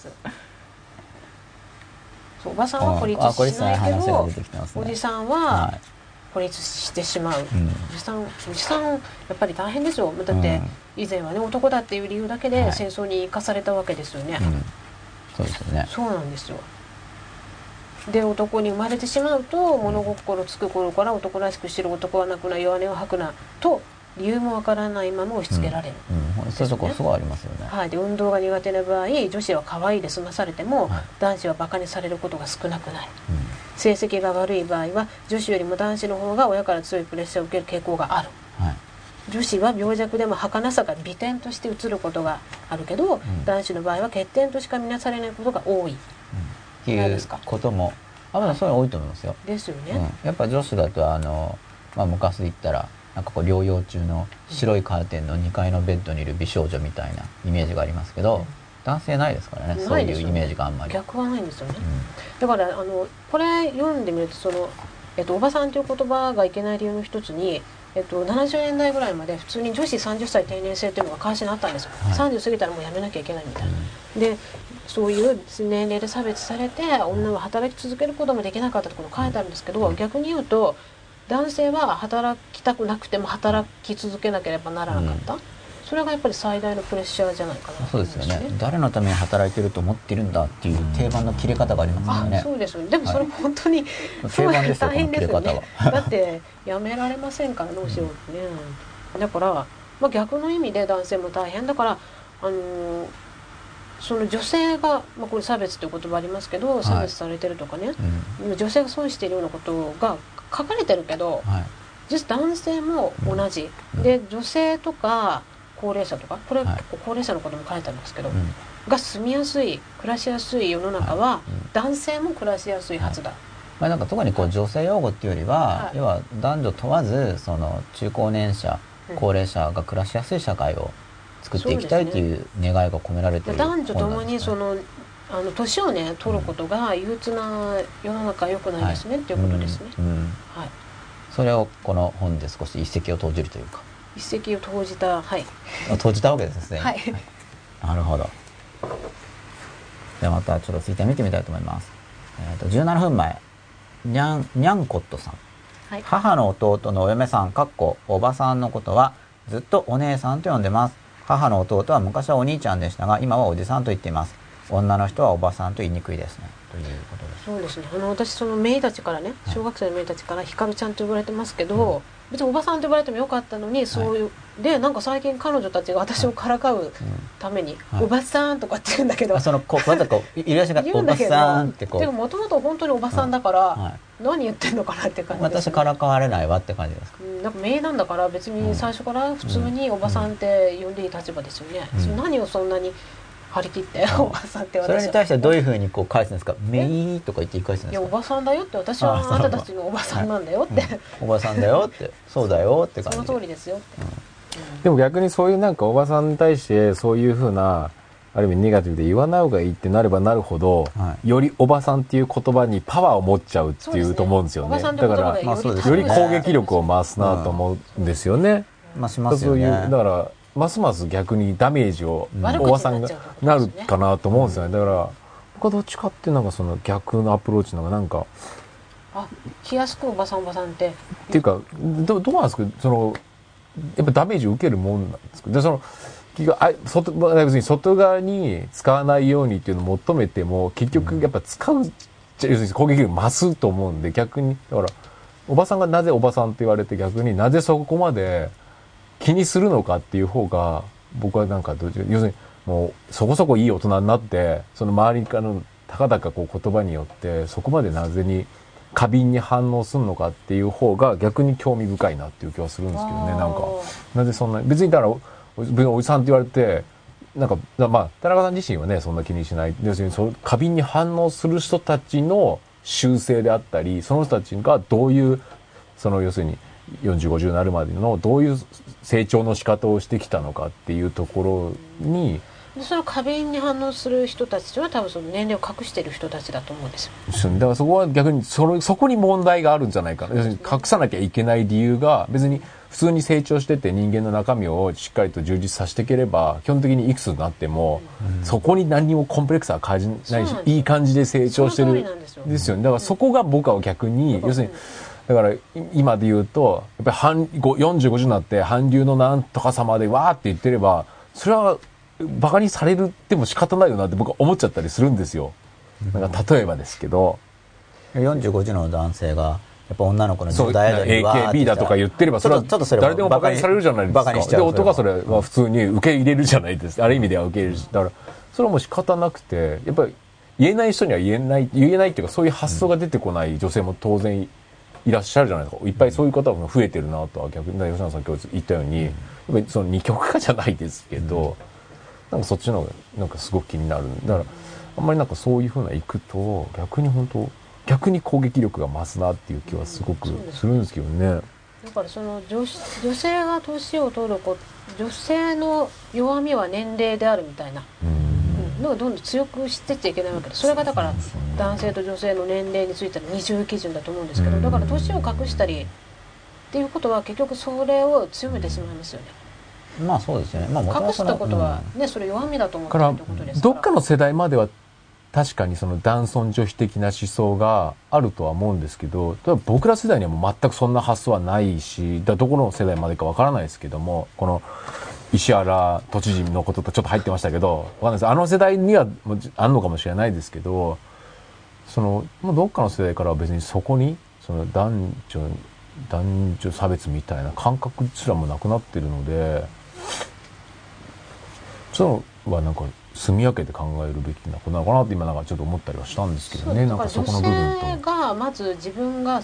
Speaker 1: おばさんは孤立しないけど、おじさんは孤立してしまう。おじさんやっぱり大変ですよ。だって以前はね、男だっていう理由だけで戦争に生かされたわけですよね。
Speaker 2: そうですよね。
Speaker 1: そうなんですよ。で男に生まれてしまうと物心つく頃から男らしくしてる男はなくな、弱音を吐くなと理由もわからないまま押し付けられる、
Speaker 2: そういうところすごいありますよね。
Speaker 1: はい、で運動が苦手な場合女子は可愛いで済まされても、男子はバカにされることが少なくない、成績が悪い場合は女子よりも男子の方が親から強いプレッシャーを受ける傾向がある、女子は病弱でも儚さが美点として映ることがあるけど、男子の場合は欠点としか見なされないことが多い、
Speaker 2: っていうこともそういうの多いと思いますよ。
Speaker 1: ですよね。
Speaker 2: やっぱ女子だと昔で言ったらなんかこう療養中の白いカーテンの2階のベッドにいる美少女みたいなイメージがありますけど、男性ないですからね、そういうイメージがあんまり。
Speaker 1: 逆はないんですよね。だからこれ読んでみるとおばさんという言葉がいけない理由の一つに、70年代ぐらいまで普通に女子30歳定年制というのが会社にあったんですよ。30過ぎたらもう辞めなきゃいけないみたいな。でそういう年齢で差別されて女は働き続けることもできなかったところ書いてあるんですけど、逆に言うと男性は働きたくなくても働き続けなければならなかった、 それがやっぱり最大のプレッシャーじゃないかな。
Speaker 2: そうですよね。誰のために働いてると思ってるんだっていう定番の切れ方がありますよね。
Speaker 1: そうですよね。でもそれ本当に、
Speaker 2: 定番ですよ、
Speaker 1: 大変ですよね。
Speaker 2: この切れ方は。
Speaker 1: だってやめられませんからね、お仕事ね。だから、逆の意味で男性も大変だから、その女性が、これ差別という言葉ありますけど、差別されてるとかね、女性が損しているようなことが書かれてるけど、実は男性も同じ、で女性とか高齢者とか、これは結構高齢者のことも書いてありますけど、が住みやすい、暮らしやすい世の中は、男性も暮らしやすいはずだ。
Speaker 2: なんか特に女性用語っていうよりは、要は男女問わずその中高年者、高齢者が暮らしやすい社会を作っていきたいという願いが込められている、
Speaker 1: 男女ともに年をね取ることが憂鬱な世の中は良くないですね、っていうことですね。
Speaker 2: それをこの本で少し一石を投じるというか、
Speaker 1: 一石を投じた、
Speaker 2: 投じたわけですね。なるほど。ではまたちょっとツイッター見てみたいと思います。17分前、にゃんこっとさん、母の弟のお嫁さんおばさんのことはずっとお姉さんと呼んでます。母の弟は昔はお兄ちゃんでしたが、今はおじさんと言っています。女の人はおばさんと言いにくいですね、ということです。
Speaker 1: そうですね。私その姪たちからね、小学生の姪たちからひかるちゃんと呼ばれてますけど、別におばさんと呼ばれてもよかったのに、そういうでなんか最近彼女たちが私をからかうために、おばさんとかって言うんだけど、
Speaker 2: こうやっていらっしゃるおばさんって
Speaker 1: でももともと本当におばさんだから、何言ってんのかなって感じです、
Speaker 2: 私からかわれないわって感じですか。
Speaker 1: なんか姪なんだから別に最初から普通におばさんって呼んでいい立場ですよね。何をそんなに張り切っておばさんって
Speaker 2: それに対してどういうふうに返すんですか。めいとか言って返すんですか。
Speaker 1: いや、おばさんだよって、私はあなたたちのおばさんなんだよって、
Speaker 2: おばさんだよって、そうだよって感じ。
Speaker 1: その通りですよって、
Speaker 3: でも逆にそういうなんかおばさんに対してそういうふうなある意味ネガティブで言わない方がいいってなればなるほど、よりおばさんっていう言葉にパワーを持っちゃうっていうと思うんですよね。だからより攻撃力を増すなと思うんですよね。
Speaker 2: しますよね。
Speaker 3: だからますます逆にダメージをおばさんがなるかなと思うんですよね。だから僕はどっちかってなんかその逆のアプローチのがなんか、
Speaker 1: 気安くおばさんって
Speaker 3: いうかどうなんですか。やっぱダメージを受けるもんなんですか。で別に外側に使わないようにっていうのを求めても結局やっぱ使う、要するに攻撃力増すと思うんで、逆にだからおばさんがなぜおばさんって言われて逆になぜそこまで気にするのかっていう方が僕はなんか要するにもうそこそこいい大人になってその周りからのたかだか言葉によってそこまでなぜに過敏に反応するのかっていう方が逆に興味深いなっていう気はするんですけどね。なんかなぜそんな別にだからおじさんって言われてなんか田中さん自身はねそんな気にしない。要するに過敏に反応する人たちの習性であったりその人たちがどういう要するに40、50になるまでのどういう成長の仕方をしてきたのかっていうところに、
Speaker 1: その過敏に反応する人たちは多分その年齢を隠している人たちだと思うんですよ。
Speaker 3: だからそこは逆にそこに問題があるんじゃないかな。要するに隠さなきゃいけない理由が別に普通に成長してて人間の中身をしっかりと充実させていければ基本的にいくつになっても、そこに何にもコンプレックスは感じないしいい感じで成長してるんですよね。だからそこが僕は逆に要するにだから今で言うとやっぱり40、50になって韓流のなんとか様でわーって言ってればそれはバカにされるっても仕方ないよなって僕は思っちゃったりするんですよ。なんか例えばですけど
Speaker 2: 40、50の男性がやっぱ女の子の10代アイドルにわーって
Speaker 3: AKB だとか言ってればそれは誰でもバカにされるじゃないですか。で男はそれは普通に受け入れるじゃないですか。ある意味では受け入れるし、だからそれはもう仕方なくてやっぱり言えない人には言えないっていうかそういう発想が出てこない女性も当然いらっしゃるじゃないですか。いっぱいそういう方が増えてるなとは逆に吉永さん今日言ったようにやっぱりその二極化じゃないですけど、なんかそっちの方がなんかすごく気になる。だからあんまりなんかそういう風な行くと逆に攻撃力が増すなっていう気はすごくするんですけどね。
Speaker 1: だからその女性が年を取る女性の弱みは年齢であるみたいなのがどんどん強くしてっちゃいけないわけで、それがだから男性と女性の年齢についての二重基準だと思うんですけど、だから年を隠したりっていうことは結局それを強めてしまいますよね。
Speaker 2: そうですよね。
Speaker 1: 隠したことはね、それ弱みだと思ってるってことですから。
Speaker 3: どっかの世代までは確かにその男尊女卑的な思想があるとは思うんですけど、例えば僕ら世代にはもう全くそんな発想はないし、どこの世代までかわからないですけども、この石原都知事のこととちょっと入ってましたけど、わかんないです。あの世代にはあんのかもしれないですけど、もうどっかの世代からは別にそこに男女差別みたいな感覚すらもなくなってるので、なんか速やけて考えるべきなことなのかなって今なんかちょっと思ったりはしたんですけどね。なんかそこの部分と。
Speaker 1: 女性がまず自分が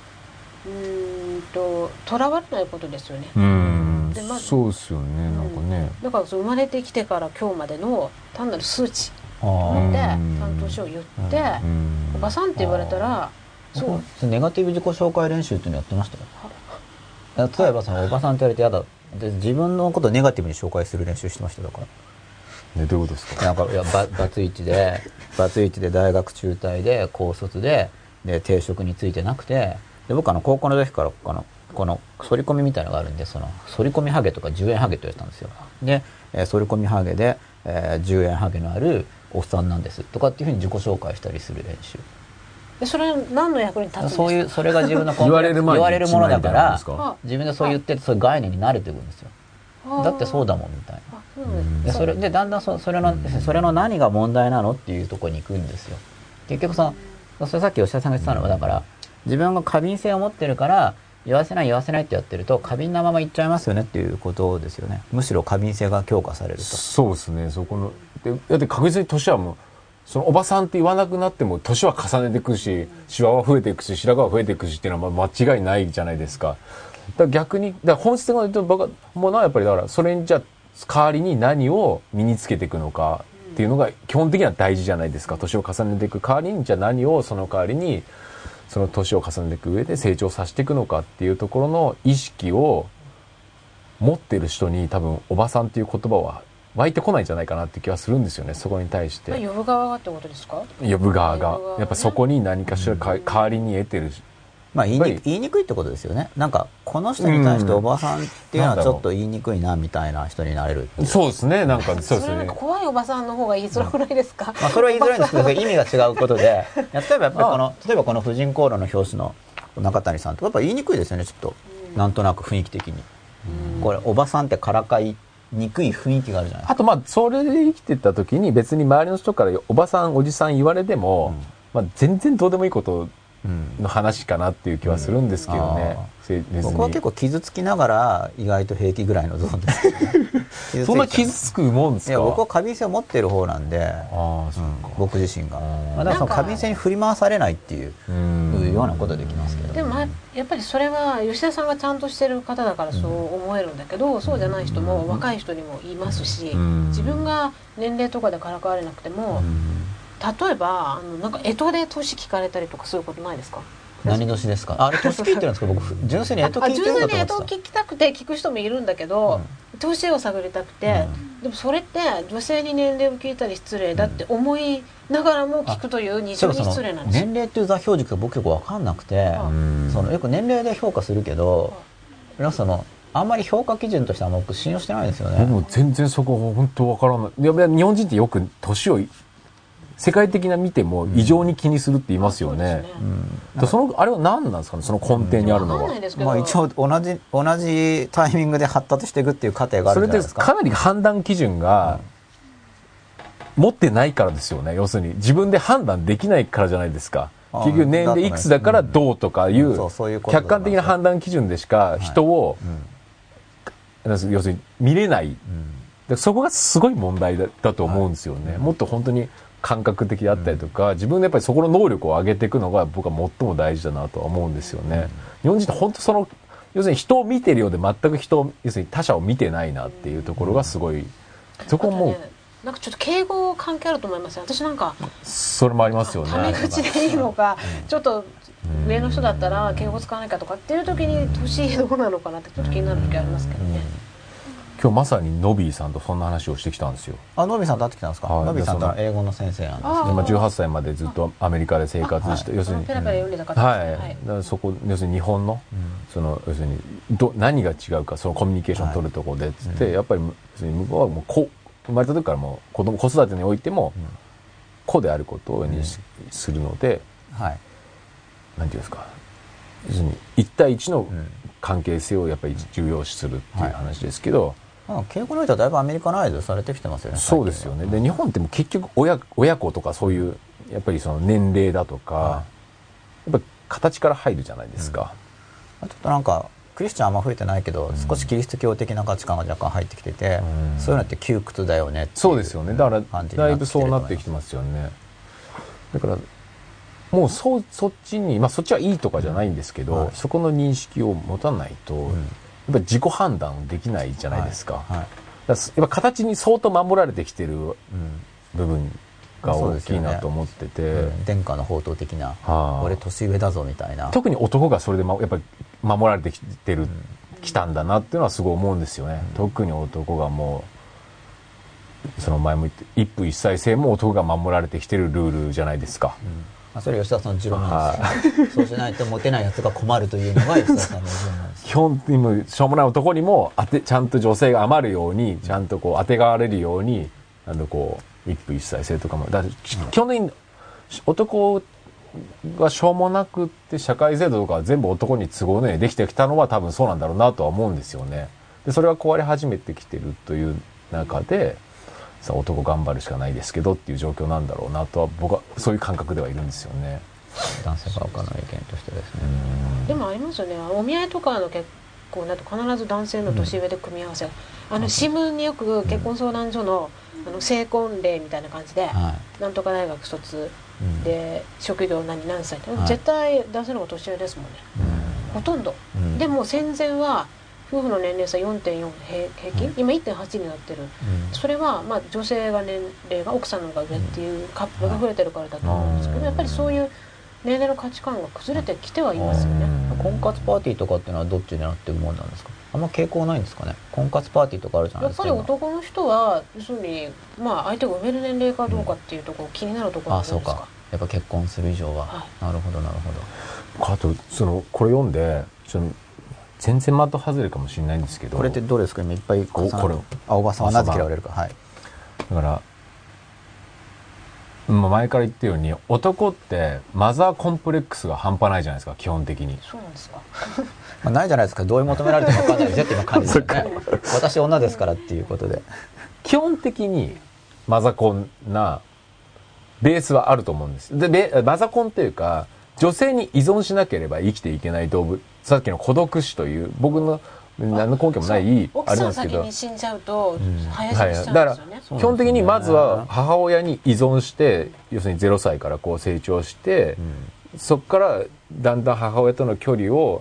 Speaker 1: とらわれないことですよね。
Speaker 3: でそうですよね。なんかね。
Speaker 1: だから生まれてきてから今日までの単なる数値を持ってちゃんと年を言って、おばさんって言われたら、
Speaker 2: そうネガティブ自己紹介練習っていうのやってましたよ。例えばおばさんって言われて嫌だで自分のことをネガティブに紹介する練習してました。だから
Speaker 3: ね、どういうことですか。
Speaker 2: なんかバツイチで大学中退で高卒で定職についてなくて、で僕高校の時からこの反り込みみたいなのがあるんで、反り込みハゲとか10円ハゲって言われてたんですよ。で反り込みハゲで、10円ハゲのあるおっさんなんですとかっていうふうに自己紹介したりする練習。
Speaker 1: でそれ何の役に立つんですか。
Speaker 2: それが自分の言われるものだから自分でそう言ってそういう概念に慣れてくるんですよ。だってそうだもんみたいな。でそれでだんだんそれの何が問題なのっていうところに行くんですよ。結局それさっき吉田さんが言ってたのは、だから自分が過敏性を持ってるから言わせないってやってると過敏なままいっちゃいますよねっていうことですよね。むしろ過敏性が強化されると。
Speaker 3: そうですね。だって確実に年はもうおばさんって言わなくなっても年は重ねていくし、シワは増えていくし、白髪は増えていくしっていうのは間違いないじゃないですか。だから逆に本質的に言うと僕はもうやっぱりだからそれにじゃあ代わりに何を身につけていくのかっていうのが基本的には大事じゃないですか。年を重ねていく代わりにじゃあ何をその代わりにその年を重ねていく上で成長させていくのかっていうところの意識を持ってる人に多分おばさんっていう言葉は湧いてこないんじゃないかなって気はするんですよね。そこに対して
Speaker 1: 呼ぶ側がってことですか。
Speaker 3: 呼ぶ側がやっぱそこに何かしら代わりに得てる。
Speaker 2: 言いにくいってことですよね。なんかこの人に対しておばさんっていうのはちょっと言いにくいなみたいな人になれる。
Speaker 3: そうですね。なんかそうですね。
Speaker 1: それなんか怖いおばさんの方が言いづらくないですか。
Speaker 2: それは言いづらいんですけど意味が違うことで、例えばこの婦人公論の表紙の中谷さんとかやっぱ言いにくいですよね。ちょっとなんとなく雰囲気的にこれおばさんってからかいにくい雰囲気があるじゃないですか。
Speaker 3: あとそれで生きてた時に別に周りの人からおばさんおじさん言われても、全然どうでもいいことの話かなっていう気はするんですけどね。
Speaker 2: 僕は結構傷つきながら意外と平気ぐらいのゾーンですけどね。
Speaker 3: そんな傷つくもんですか。
Speaker 2: いや僕は過敏性を持っている方なんで、僕自身がだから過敏性に振り回されないっていうようなことできますけど。
Speaker 1: でもやっぱりそれは吉田さんがちゃんとしてる方だからそう思えるんだけど、そうじゃない人も若い人にもいますし、自分が年齢とかでからかわれなくても、例えばなんか干支で年聞かれたりとかそういうことないですか。
Speaker 2: 何年ですか。あれ年聞いてるんですか。僕純粋に干支聞いてるんだと思ってた。
Speaker 1: 純粋に干支聞きたくて聞く人もいるんだけど、年を探りたくて、でもそれって女性に年齢を聞いたり失礼だって思いながらも聞くという二重に失礼なんですよ。
Speaker 2: 年齢っていう座標軸が僕よく分かんなくて、よく年齢で評価するけど、あんまり評価基準としては僕信用してないんですよね。
Speaker 3: 僕も全然そこ本当分からない。いや日本人ってよく年を世界的な見ても異常に気にするって言いますよね。あれは何なんですかね。その根底にあるのは。
Speaker 2: 一応同じタイミングで発達していくっていう過程があるじゃないですか。
Speaker 3: それってかなり判断基準が持ってないからですよね。要するに自分で判断できないからじゃないですか。結局年齢いくつだからどうとかいう客観的な判断基準でしか人を要するに見れない。そこがすごい問題だと思うんですよね。もっと本当に感覚的であったりとか、自分でやっぱりそこの能力を上げていくのが僕は最も大事だなとは思うんですよね。日本人って本当要するに人を見てるようで全く要するに他者を見てないなっていうところがすごい、そこも
Speaker 1: なんかちょっと敬語関係あると思いますよ。私なんか
Speaker 3: それもありますよね。
Speaker 1: タメ口でいいのか、ちょっと上の人だったら敬語使わないかとかっていう時に年どうなのかなってちょっと気になる時ありますけどね。
Speaker 3: 今日まさにノビーさんとそんな話をしてきたんですよ。
Speaker 2: ノビーさんと会ってきたんですか。ノビーさんと英語の先生なんですけ
Speaker 3: ど、18歳までずっとアメリカで生活して、要するに
Speaker 1: ペラペラ読んでた方ですね。
Speaker 3: だからそこ要するに日本の要するに何が違うか、そのコミュニケーションを取るところでっつって、やっぱり向こうはもう生まれた時からもう子育てにおいても子であることを認識するので、なんていうんですか、要するに1対1の関係性をやっぱり重要視するっていう話ですけど、
Speaker 2: 敬語の人はだいぶアメリカナイズされてきてますよね。
Speaker 3: そうですよね。で日本ってもう結局親子とかそういうやっぱりその年齢だとか、やっぱり形から入るじゃないですか。
Speaker 2: ちょっとなんかクリスチャンあんま増えてないけど、少しキリスト教的な価値観が若干入ってきてて、そういうのって窮屈だよねっていう。
Speaker 3: そうですよね。だからだいぶそうなってきてますよね。だからもうそっちに、そっちはいいとかじゃないんですけど、そこの認識を持たないと、やっぱり自己判断できないじゃないですか。やっぱ形に相当守られてきてる部分が大きいなと思ってて、
Speaker 2: 殿下の宝刀的な、俺年上だぞみたいな。
Speaker 3: 特に男がそれでやっぱり守られてきたんだなっていうのはすごい思うんですよね。特に男がもうその前も言って一夫一妻制も男が守られてきてるルールじゃないですか。
Speaker 2: それ吉田さんの持論なんです。そうしないとモテないやつが困るというのが吉田さんの持論なんです。
Speaker 3: 基本的にしょうもない男にもちゃんと女性が余るように、ちゃんとこう当てがわれるように、こう一夫一妻制とかもだ基本的に男がしょうもなくって社会制度とかは全部男に都合のようにできてきたのは多分そうなんだろうなとは思うんですよね。でそれが壊れ始めてきてるという中で、男頑張るしかないですけどっていう状況なんだろうなとは僕はそういう感覚ではいるんですよね。
Speaker 2: 男性側の意見としてですね。
Speaker 1: でもありますよね。お見合いとかの結婚だと必ず男性の年上で組み合わせ、新聞によく結婚相談所の成婚例みたいな感じで、なんとか大学卒で職業何歳って、絶対男性の方が年上ですもんね、ほとんど。でも戦前は夫婦の年齢差 4.4 平均、今 1.8 になってる、それは女性が年齢が奥さんの方が上っていうカップルが増えてるからだと思うんですけど、やっぱりそういう年齢の価値観が崩れてきてはいますよね。
Speaker 2: 婚活パーティーとかっていうのはどっちになってるもんなんですか？あんま傾向ないんですかね。婚活パーティーとかあるじゃないですか。
Speaker 1: やっぱり男の人は要するに相手が埋める年齢かどうかっていうところ、気になるところなんですか。
Speaker 2: そうか。やっぱ結婚する以上は、なるほどなるほ
Speaker 3: ど。あとこれ読んで全然的外れかもしれないんですけど、
Speaker 2: これってどうですか？今いっぱいこれおばさんはなぜ嫌われるか。
Speaker 3: だから前から言ったように男ってマザーコンプレックスが半端ないじゃないですか、基本的に。
Speaker 1: そうなんですか。
Speaker 2: ないじゃないですか。どういう求められても分かんないぜっていう感じですよね。私女ですからっていうことで
Speaker 3: 基本的にマザコンなベースはあると思うんです。でマザコンというか女性に依存しなければ生きていけない動物、さっきの孤独死という僕の何の根拠もないあれなんですけど、
Speaker 1: 奥さん先に死んじゃうと早死にしちゃうんですよね。
Speaker 3: だから基本的にまずは母親に依存して、要するに0歳からこう成長して、そこからだんだん母親との距離を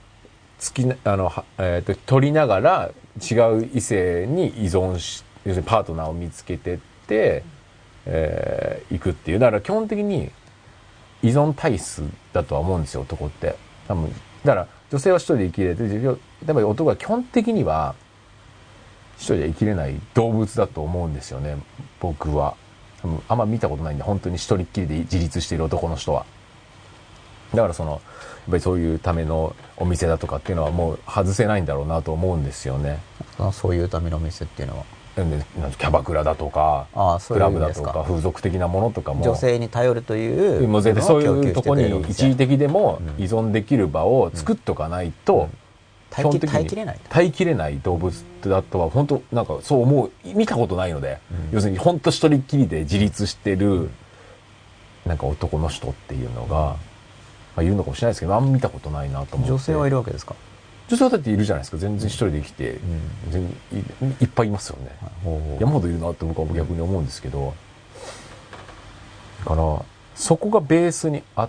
Speaker 3: 取りながら違う異性に依存し、要するにパートナーを見つけてっていくっていう。だから基本的に依存体質だとは思うんですよ、男って。多分だから女性は一人で生きれて、やっぱり男は基本的には一人で生きれない動物だと思うんですよね、僕は。あんま見たことないんで、本当に一人っきりで自立している男の人は。だからやっぱりそういうためのお店だとかっていうのはもう外せないんだろうなと思うんですよね。
Speaker 2: そういうためのお店っていうのは
Speaker 3: キャバクラだとかクラブだとか風俗的なものとかも
Speaker 2: 女性に頼るという
Speaker 3: もう絶対そういうとこに一時的でも依存できる場を作っとかないと
Speaker 2: 耐え
Speaker 3: きれない動物だとは本当なんかそう思う、見たことないので、要するに本当一人っきりで自立してるなんか男の人っていうのがいるのかもしれないですけど、あんま見たことないなと思って。
Speaker 2: 女性はいるわけですか？
Speaker 3: 女性はだっているじゃないですか。全然一人で生きて、全然いっぱいいますよね。山ほどいるなって僕は逆に思うんですけど、だからそこがベースにあって、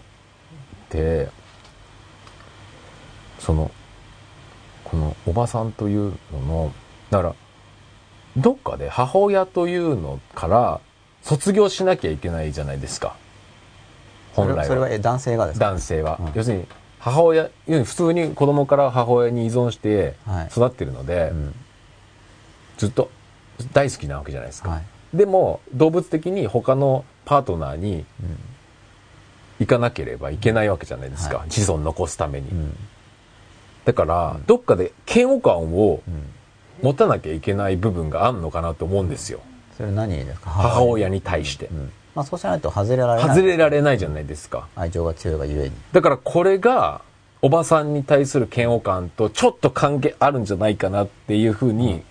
Speaker 3: このおばさんというのの、だからどっかで母親というのから卒業しなきゃいけないじゃないですか。本来は。
Speaker 2: それは男性がですか？
Speaker 3: 男性は、要するに母親、普通に子供から母親に依存して育ってるので、ずっと大好きなわけじゃないですか。でも動物的に他のパートナーに行かなければいけないわけじゃないですか、子孫残すために。だからどっかで嫌悪感を持たなきゃいけない部分があるのかなと思うんですよ。
Speaker 2: それ何ですか？
Speaker 3: 母親に対して。
Speaker 2: そうしないと外れられないじゃないですか。愛情が強いがゆえに。
Speaker 3: だからこれがおばさんに対する嫌悪感とちょっと関係あるんじゃないかなっていうふうに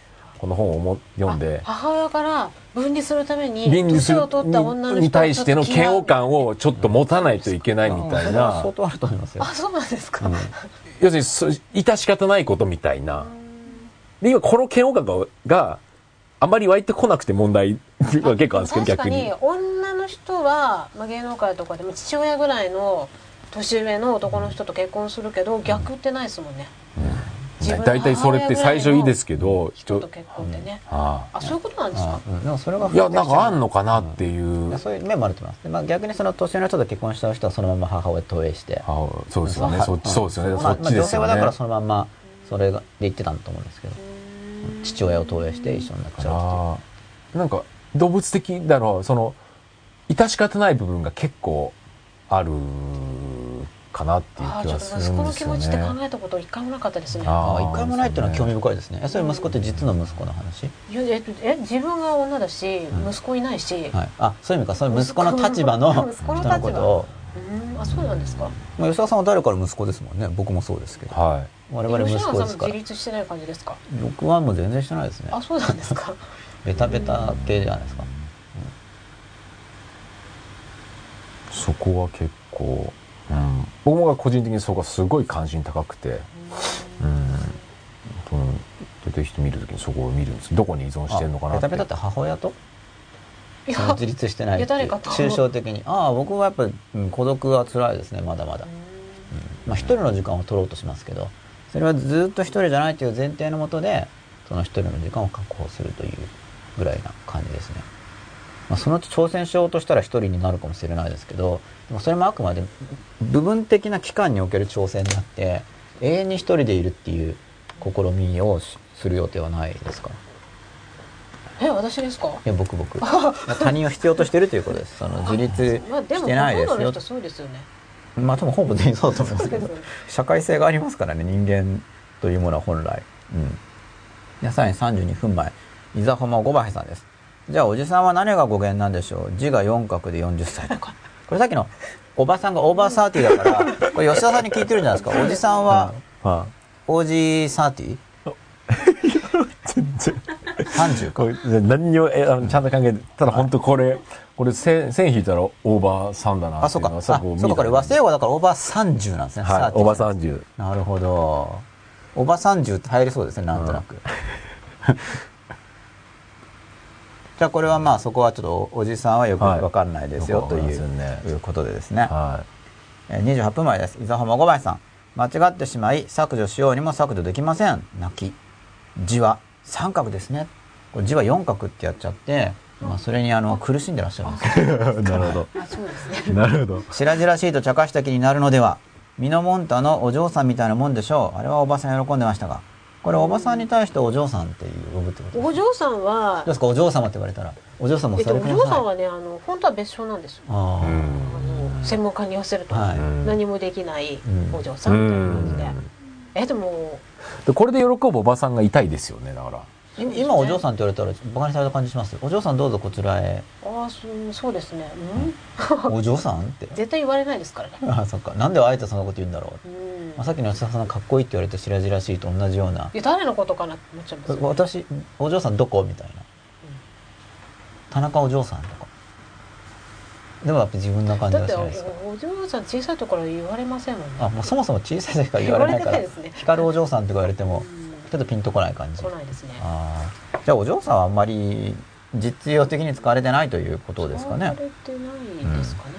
Speaker 3: この本を読んで、
Speaker 1: 母親から分離するために年を取った女の人
Speaker 3: に対しての嫌悪感をちょっと持たないといけないみたいな。
Speaker 2: 相当あると思いますよ。
Speaker 1: あ、そうなんですか。
Speaker 3: 要するに致し方ないことみたいな。で今この嫌悪感があまり湧いてこなくて問題は結構あるんですけど、逆に。
Speaker 1: 確かに女の人は、芸能界とかでも父親ぐらいの年上の男の人と結婚するけど、逆ってないですもんね。
Speaker 3: 大体それって最初いいですけど、
Speaker 1: 人と結婚ってね。そういうことなんですか。
Speaker 2: でもそれが
Speaker 3: いやなんかあんのかなっていう。
Speaker 2: そういう面もあると思います。逆にその年上の人と結婚した人はそのまま母親投影して。
Speaker 3: そうですよね。そうですよね。そっちですよね。
Speaker 2: 女性はだからそのままそれで言ってたんだと思うんですけど、父親を投影して一緒になっちゃう。
Speaker 3: なんか動物的だろう、その致し方ない部分が結構あるかなっていう気はするんですよね。
Speaker 1: 息子の気持ちって考えたこと一回もなかったですね。
Speaker 2: 一回もないっていうのは興味深いですね。それ息子って実の息子の話？
Speaker 1: 自分が女だし、息子いないし。
Speaker 2: そういう意味か。その息子の立場の人のことを。
Speaker 1: そうなんですか。
Speaker 2: 吉田さんは誰から息子ですもんね。僕もそうですけど。我々息子ですから。吉田さんも
Speaker 1: 自立してない感じですか。
Speaker 2: 僕はもう全然してないですね。
Speaker 1: そうなんですか。
Speaker 2: ベタベタ系じゃないですか。
Speaker 3: そこは結構。僕が個人的にそこがすごい関心高くて、出てきて見るときにそこを見るんです。どこに依存してるのかなって。
Speaker 2: ベタベタって母親とその自立してないっていう抽象的に。僕はやっぱり孤独は辛いですね。まだまだ。一人の時間を取ろうとしますけど、それはずっと一人じゃないという前提のもとでその一人の時間を確保するというぐらいな感じですね。そのうち挑戦しようとしたら一人になるかもしれないですけど、でもそれもあくまで部分的な期間における挑戦であって永遠に一人でいるっていう試みをする予定はないですか？
Speaker 1: 私ですか？
Speaker 2: いや僕他人を必要としているということです。その自立してないですよ。
Speaker 1: でもそうですよね。
Speaker 2: 多分ほぼ全員そうだと思いますけど社会性がありますからね、人間というものは本来。さらに32分前、伊沢浜五倍さんです。じゃあおじさんは何が語源なんでしょう？字が4画で40歳とか。これさっきのおばさんがオーバー30だからこれ吉田さんに聞いてるんじゃないですか。おじさんはオージー30？
Speaker 3: 全然
Speaker 2: 30か。
Speaker 3: 何にもちゃんと考えて、ただ本当これ線引いたらオーバー3だなっていうのは
Speaker 2: そうかこれ和製英語だからオーバー30なんですね。
Speaker 3: オーバー30。
Speaker 2: なるほど。オーバー30って入りそうですね、なんとなく。じゃあこれはそこはちょっとおじさんはよく分かんないですよということでですね。28分前です。伊沢浜五倍さん、間違ってしまい削除しようにも削除できません。泣き。字は3画ですね。これ字は4画ってやっちゃって、それに苦しんでらっしゃるんですよ。
Speaker 3: なるほど。
Speaker 1: そうですね。
Speaker 3: なるほど。
Speaker 2: 白々しいと茶化した気になるのでは。ミノモンタのお嬢さんみたいなもんでしょう。あれはおばさん喜んでましたが。これおばさんに対してお嬢さんって呼ぶってことですか？
Speaker 1: お嬢さんはどう
Speaker 2: ですか？お嬢様って言われたらお嬢様をされてください。
Speaker 1: お嬢さんはね本当は別称なんですよ。専門家に言わせると、何もできないお嬢さんという感じで。でも
Speaker 3: これで喜ぶおばさんがいたいですよね。だから
Speaker 2: 今お嬢さんって言われたらバカにされた感じします。お嬢さんどうぞこちらへ。
Speaker 1: そうですね。
Speaker 2: お嬢さんって
Speaker 1: 絶対言われないですからね。
Speaker 2: そっか。なんであえてそんなこと言うんだろう。さっきの吉田さんがかっこいいって言われて白々しいと同じような。
Speaker 1: 誰のことかなって思っちゃいます。
Speaker 2: 私お嬢さんどこみたいな。田中お嬢さんとか。でもやっぱ自分な感じがしないですか？
Speaker 1: だってお嬢さん小さいところ言われませんもんね。
Speaker 2: もうそもそも小さい時から言われないから。光るお嬢さんって言われてもちょっとピンとこない感じ。
Speaker 1: 来ないですね。
Speaker 2: じゃあお嬢さんはあんまり実用的に使われてないということですかね。
Speaker 1: 使われてないですかね。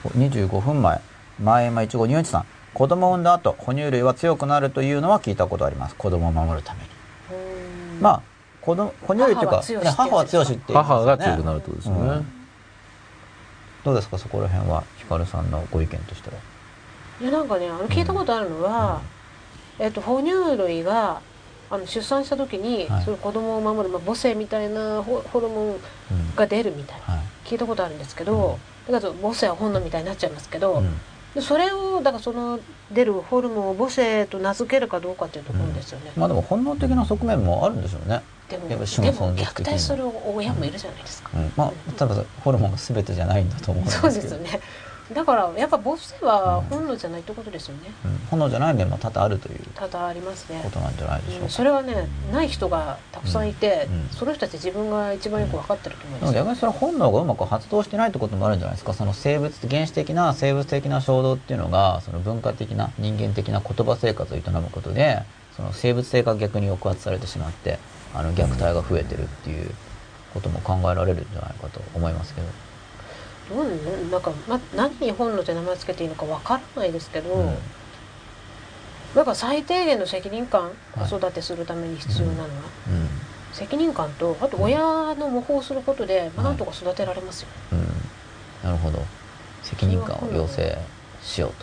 Speaker 2: 25分前、前山一号入一さん、子供を産んだ後哺乳類は強くなるというのは聞いたことあります。子供を守るために。哺乳類というか母は強しっていう、
Speaker 3: 母が強くなるってことですよね。
Speaker 2: どうですか、そこら辺はひかるさんのご意見としては。
Speaker 1: いや聞いたことあるのは、哺乳類が出産した時に、その子供を守る、母性みたいなホルモンが出るみたいな、聞いたことあるんですけど、だから母性は本能みたいになっちゃいますけど、それをだからその出るホルモンを母性と名付けるかどうかっていうところですよね。
Speaker 2: でも本能的な側面もあるんでしょうね。
Speaker 1: でも虐待する親もいるじゃないですか。
Speaker 2: 多分ホルモンが全てじゃないんだと思うんですけど。
Speaker 1: そうですよね。 だからやっぱ母性は本能じゃないってことですよね、
Speaker 2: 本能じゃない面も多々あるという
Speaker 1: 多々ありますね
Speaker 2: ことなんじゃないでしょうか、
Speaker 1: それはね、ない人がたくさんいて、その人たち自分が一番よく分かってると思います、
Speaker 2: 逆にそれ本能がうまく発動してないってこともあるんじゃないですか。その原始的な生物的な衝動っていうのがその文化的な人間的な言葉生活を営むことでその生物性が逆に抑圧されてしまって虐待が増えてるっていうことも考えられるんじゃないかと思いますけど、
Speaker 1: なんか、何に本能って名前つけていいのかわからないですけど、なんか最低限の責任感、子育てするために必要なのは、責任感とあと親の模倣することで、なんとか育てられますよ、
Speaker 2: なるほど。責任感を要請しようと、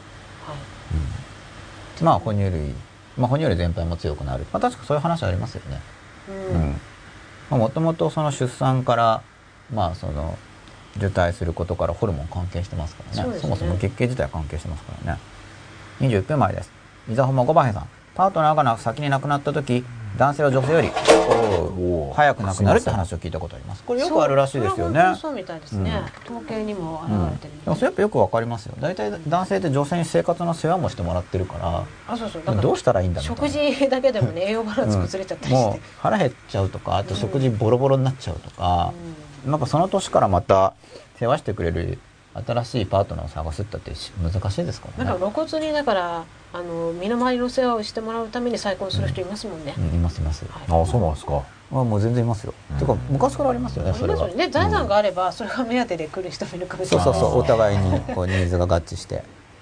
Speaker 2: 哺乳類、哺乳類全般も強くなる、確かそういう話ありますよね。もともとその出産からその受胎することからホルモン関係してますからね。そもそも月経自体関係してますからね。21分前です。伊沢ホモ5番兵さん、パートナーが先に亡くなった時、男性は女性より早く亡くなるって話を聞いたことあります。これよくあるらしいですよね。
Speaker 1: そうみたいですね、統計にも表れてる、
Speaker 2: でもそれやっぱよくわかりますよ。大体男性って女性に生活の世話もしてもらってるから、
Speaker 1: だから
Speaker 2: どうしたらいいんだみたいな。
Speaker 1: 食事だけでもね、栄養バランス崩れちゃったりして、
Speaker 2: もう腹減っちゃうとか、あと食事ボロボロになっちゃうとか、なんかその年からまた世話してくれる新しいパートナーを探すって難しいですからね。
Speaker 1: なんか露骨にだから身の回りの世話をしてもらうために再婚する人いますもんね。
Speaker 2: います。
Speaker 3: そうなんですか。
Speaker 2: もう全然いますよ。てか昔からありますよね。それは
Speaker 1: ね、財産があればそれが目当てで来る人もいるかもしれない。
Speaker 2: そうお互いにこうニーズが合致して。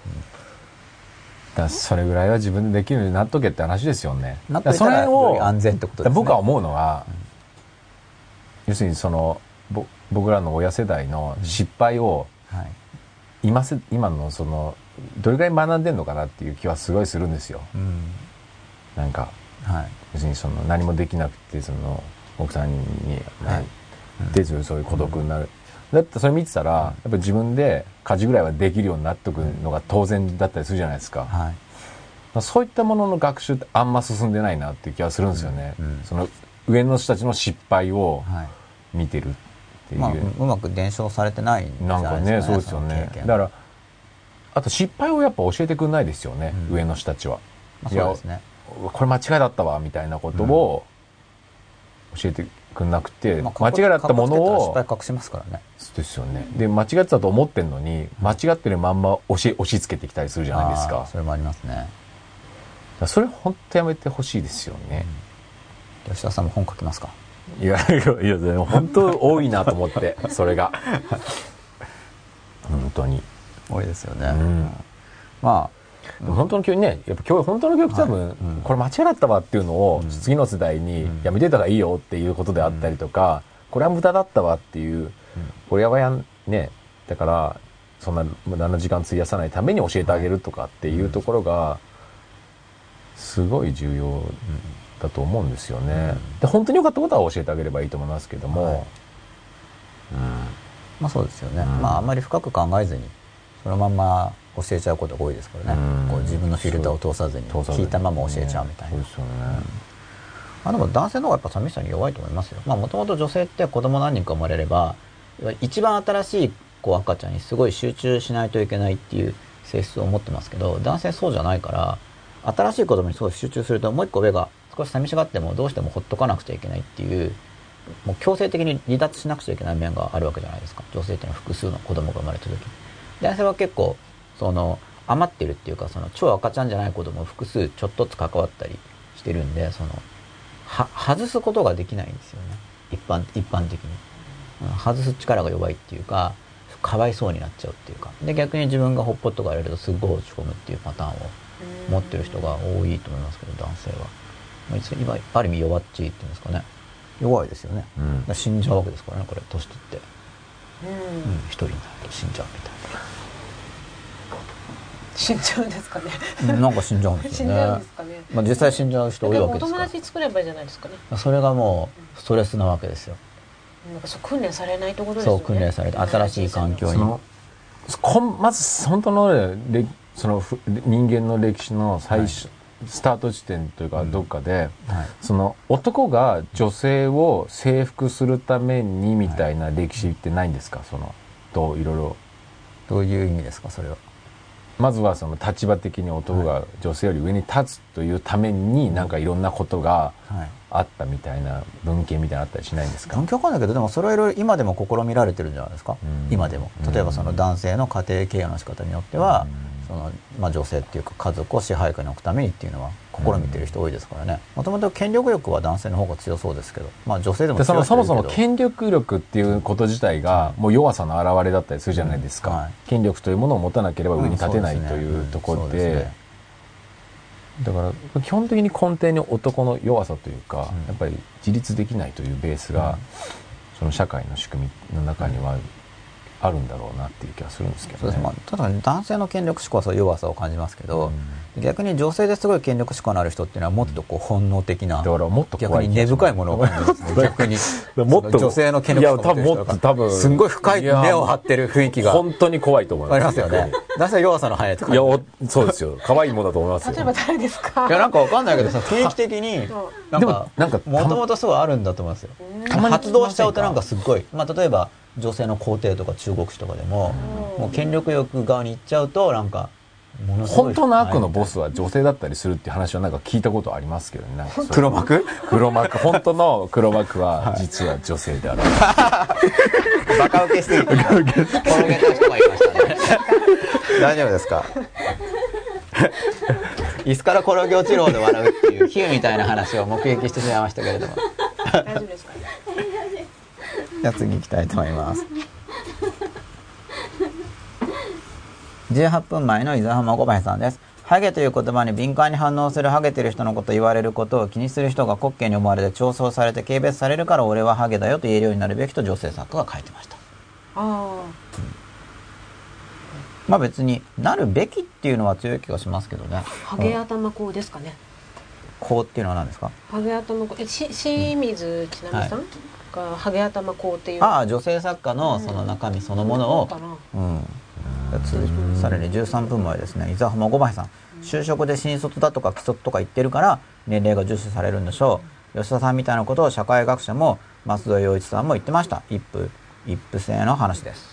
Speaker 3: だそれぐらいは自分でできるようになっとけって話ですよね。
Speaker 2: なっといたらより安全ってことですね。
Speaker 3: 僕は思うのは、要するに僕らの親世代の失敗を、今のどれぐらい学んでんのかなっていう気はすごいするんですよ。なんか、要するに何もできなくて奥さんに、でそういう孤独になる。だってそれ見てたらやっぱり自分で家事ぐらいはできるようになっておくのが当然だったりするじゃないですか。そういったものの学習ってあんま進んでないなっていう気がするんですよね。その上の人たちの失敗を見てるっていう、
Speaker 2: うまく伝承されてないんじゃないですかね。
Speaker 3: そうですよね。だからあと失敗をやっぱ教えてくれないですよね、上の人たちは。
Speaker 2: そうですね。
Speaker 3: これ間違いだったわみたいなことを教えてくれなくて、間違いだったものを
Speaker 2: 失敗隠しますからね。
Speaker 3: ですよね。で間違ってたと思ってんのに間違ってるまんま押し付けてきたりするじゃないですか。
Speaker 2: それもありますね。
Speaker 3: それ本当やめてほしいですよね。
Speaker 2: 吉田さんも本書きますか？
Speaker 3: いや本当多いなと思ってそれが本当に
Speaker 2: 多いですよね。
Speaker 3: 本当の教育ね、やっぱ本当の教育って多分、これ間違いだったわっていうのを次の世代にやめてた方がいいよっていうことであったりとか、これは無駄だったわっていう、これはね、だからそんな無駄な時間費やさないために教えてあげるとかっていうところがすごい重要だと思うんですよね。で本当に良かったことは教えてあげればいいと思いますけども、
Speaker 2: そうですよね。あんまり深く考えずにそのまんま教えちゃうことが多いですからね。こう自分のフィルターを通さずに聞いたまま教えちゃうみたいな。そうですよね。でも男性の方がやっぱ寂しさに弱いと思いますよ。もともと女性って子供何人か生まれれば一番新しい赤ちゃんにすごい集中しないといけないっていう性質を持ってますけど、男性そうじゃないから新しい子供にすごい集中するともう一個上が少し寂しがってもどうしてもほっとかなくちゃいけないっていう、もう強制的に離脱しなくちゃいけない面があるわけじゃないですか。女性っていうのは複数の子供が生まれた時、男性は結構余ってるっていうか超赤ちゃんじゃない子供を複数ちょっとずつ関わったりしてるんで外すことができないんですよね。一般的に外す力が弱いっていうかかわいそうになっちゃうっていうかで、逆に自分がほっぽっとかれるとすごい落ち込むっていうパターンを持ってる人が多いと思いますけど、男性は今ある意味弱っちいっていうんですかね。弱いですよね。死んじゃうわけですからね、これ年取って一人になると死んじゃうみたいな。
Speaker 1: 死んじゃうんですかね。
Speaker 2: なんか死んじゃうんですよね。死んじゃうんですかね。実際死んじゃう人多いわけですから。
Speaker 1: お友達作ればいいじゃないですかね。
Speaker 2: それがもうストレスなわけですよ。
Speaker 1: なんか訓練されないところですよね。
Speaker 2: そう訓練されて新しい環境に。
Speaker 3: まず本当の人間の歴史の最初、スタート地点というかどっかで、男が女性を征服するためにみたいな歴史ってないんですか？いろいろ
Speaker 2: どういう意味ですかそれは。
Speaker 3: まずはその立場的に男が女性より上に立つというためになんかいろんなことがあったみたいな文献みたいなのあったりしないんですか？
Speaker 2: 文献わかんないけど、でもそれはいろいろ今でも試みられてるんじゃないですか、今でも。例えばその男性の家庭経営の仕方によっては、その女性っていうか家族を支配下に置くためにっていうのは試みてる人多いですからね。もともと権力欲は男性の方が強そうですけど、女性でも強い人いるけど、
Speaker 3: そもそも権力力っていうこと自体がもう弱さの表れだったりするじゃないですか、権力というものを持たなければ上に立てないというところで、だから基本的に根底に男の弱さというか、やっぱり自立できないというベースが、その社会の仕組みの中にはあるんだろうなっていう気がするんですけどね。
Speaker 2: ただ男性の権力志向はそういう弱さを感じますけど、逆に女性ですごい権力志向のある人っていうのはもっとこう本能的な、
Speaker 3: だからもっと
Speaker 2: 逆に根深いものを感じますね。逆にもっと女性の権力志向の人が多分すんごい深い根を張ってる雰囲気が
Speaker 3: 本当に怖いと思います。
Speaker 2: ありますよね。男性は弱さの範囲とか。
Speaker 3: いやそうですよ。可愛いものだと思いますよ。
Speaker 1: 例えば誰ですか？
Speaker 2: いやなんかわかんないけどさ、雰囲気的になんかもともとそうあるんだと思いますよ。発動しちゃうとなんかすっごい、例えば女性の皇帝とか中国史とかでも、もう権力欲側に行っちゃうとなんかものすごい
Speaker 3: 本当の悪のボスは女性だったりするっていう話はなんか聞いたことありますけどね。なんか
Speaker 2: 黒幕
Speaker 3: 本当の黒幕は実は女性である。
Speaker 2: バカ受けして転げた人がいましたね。大丈夫ですか？椅子から転げ落ちるほど笑うっていう比喩みたいな話を目撃してしまいましたけれども。
Speaker 1: 大丈夫ですか？
Speaker 2: じゃあ次行きたいと思います。18分前の伊沢浜小林さんです。ハゲという言葉に敏感に反応するハゲてる人のことを言われることを気にする人が滑稽に思われて嘲笑されて軽蔑されるから俺はハゲだよと言えるようになるべきと女性作家が書いてました。別になるべきっていうのは強い気がしますけどね。
Speaker 1: ハゲ頭講ですかね。
Speaker 2: 講っていうのは何ですか？
Speaker 1: ハゲ頭講、清水千波さんがハゲ頭講っていう。
Speaker 2: 女性作家のその中身そのものを。さらに13分前ですね。伊沢浜小林さん、就職で新卒だとか既卒とか言ってるから年齢が重視されるんでしょう。吉田さんみたいなことを社会学者も増田洋一さんも言ってました。一夫制の話です。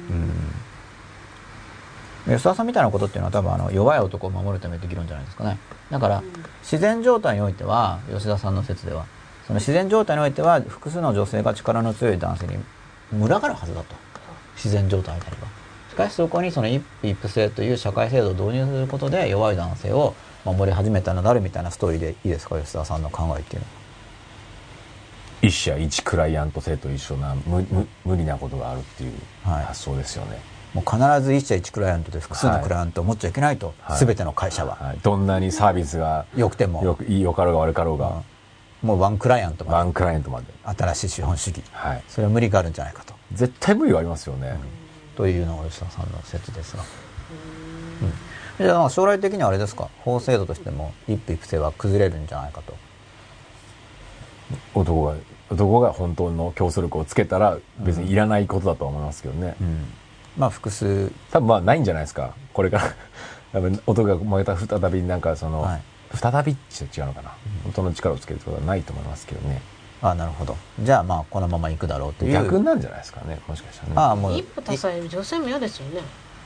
Speaker 2: 吉田さんみたいなことっていうのは多分弱い男を守るためって議論じゃないですかね。だから自然状態においては、吉田さんの説ではその自然状態においては複数の女性が力の強い男性に群がるはずだと。自然状態であれば。しかしそこにその一夫一夫制という社会制度を導入することで弱い男性を守り始めたのであるみたいなストーリーでいいですか、吉田さんの考えっていうのは。
Speaker 3: 一社一クライアント制と一緒な無理なことがあるっていう発想ですよね。
Speaker 2: もう必ず一社一クライアントで複数のクライアントを持っちゃいけないと、全ての会社は、
Speaker 3: どんなにサービスが
Speaker 2: 良くても
Speaker 3: 良かろうが悪かろうが、
Speaker 2: もうワンクライアントまで新しい資本主義、それは無理があるんじゃないかと。
Speaker 3: 絶対無理がありますよね、
Speaker 2: というのが吉田さんの説ですが、じゃあ将来的にはあれですか、法制度としても一夫一夫制は崩れるんじゃないかと。
Speaker 3: 男が本当の競争力をつけたら別にいらないことだとは思いますけどね、
Speaker 2: 複数
Speaker 3: 多分ないんじゃないですか、これから男がまた再びなんかその、再びって違うのかな、本当の力をつけることはないと思いますけどね。
Speaker 2: なるほど。じゃあこのままいくだろうという
Speaker 3: 逆なんじゃないですかね、もしかしたらね。
Speaker 1: 一夫多妻女性も嫌ですよね。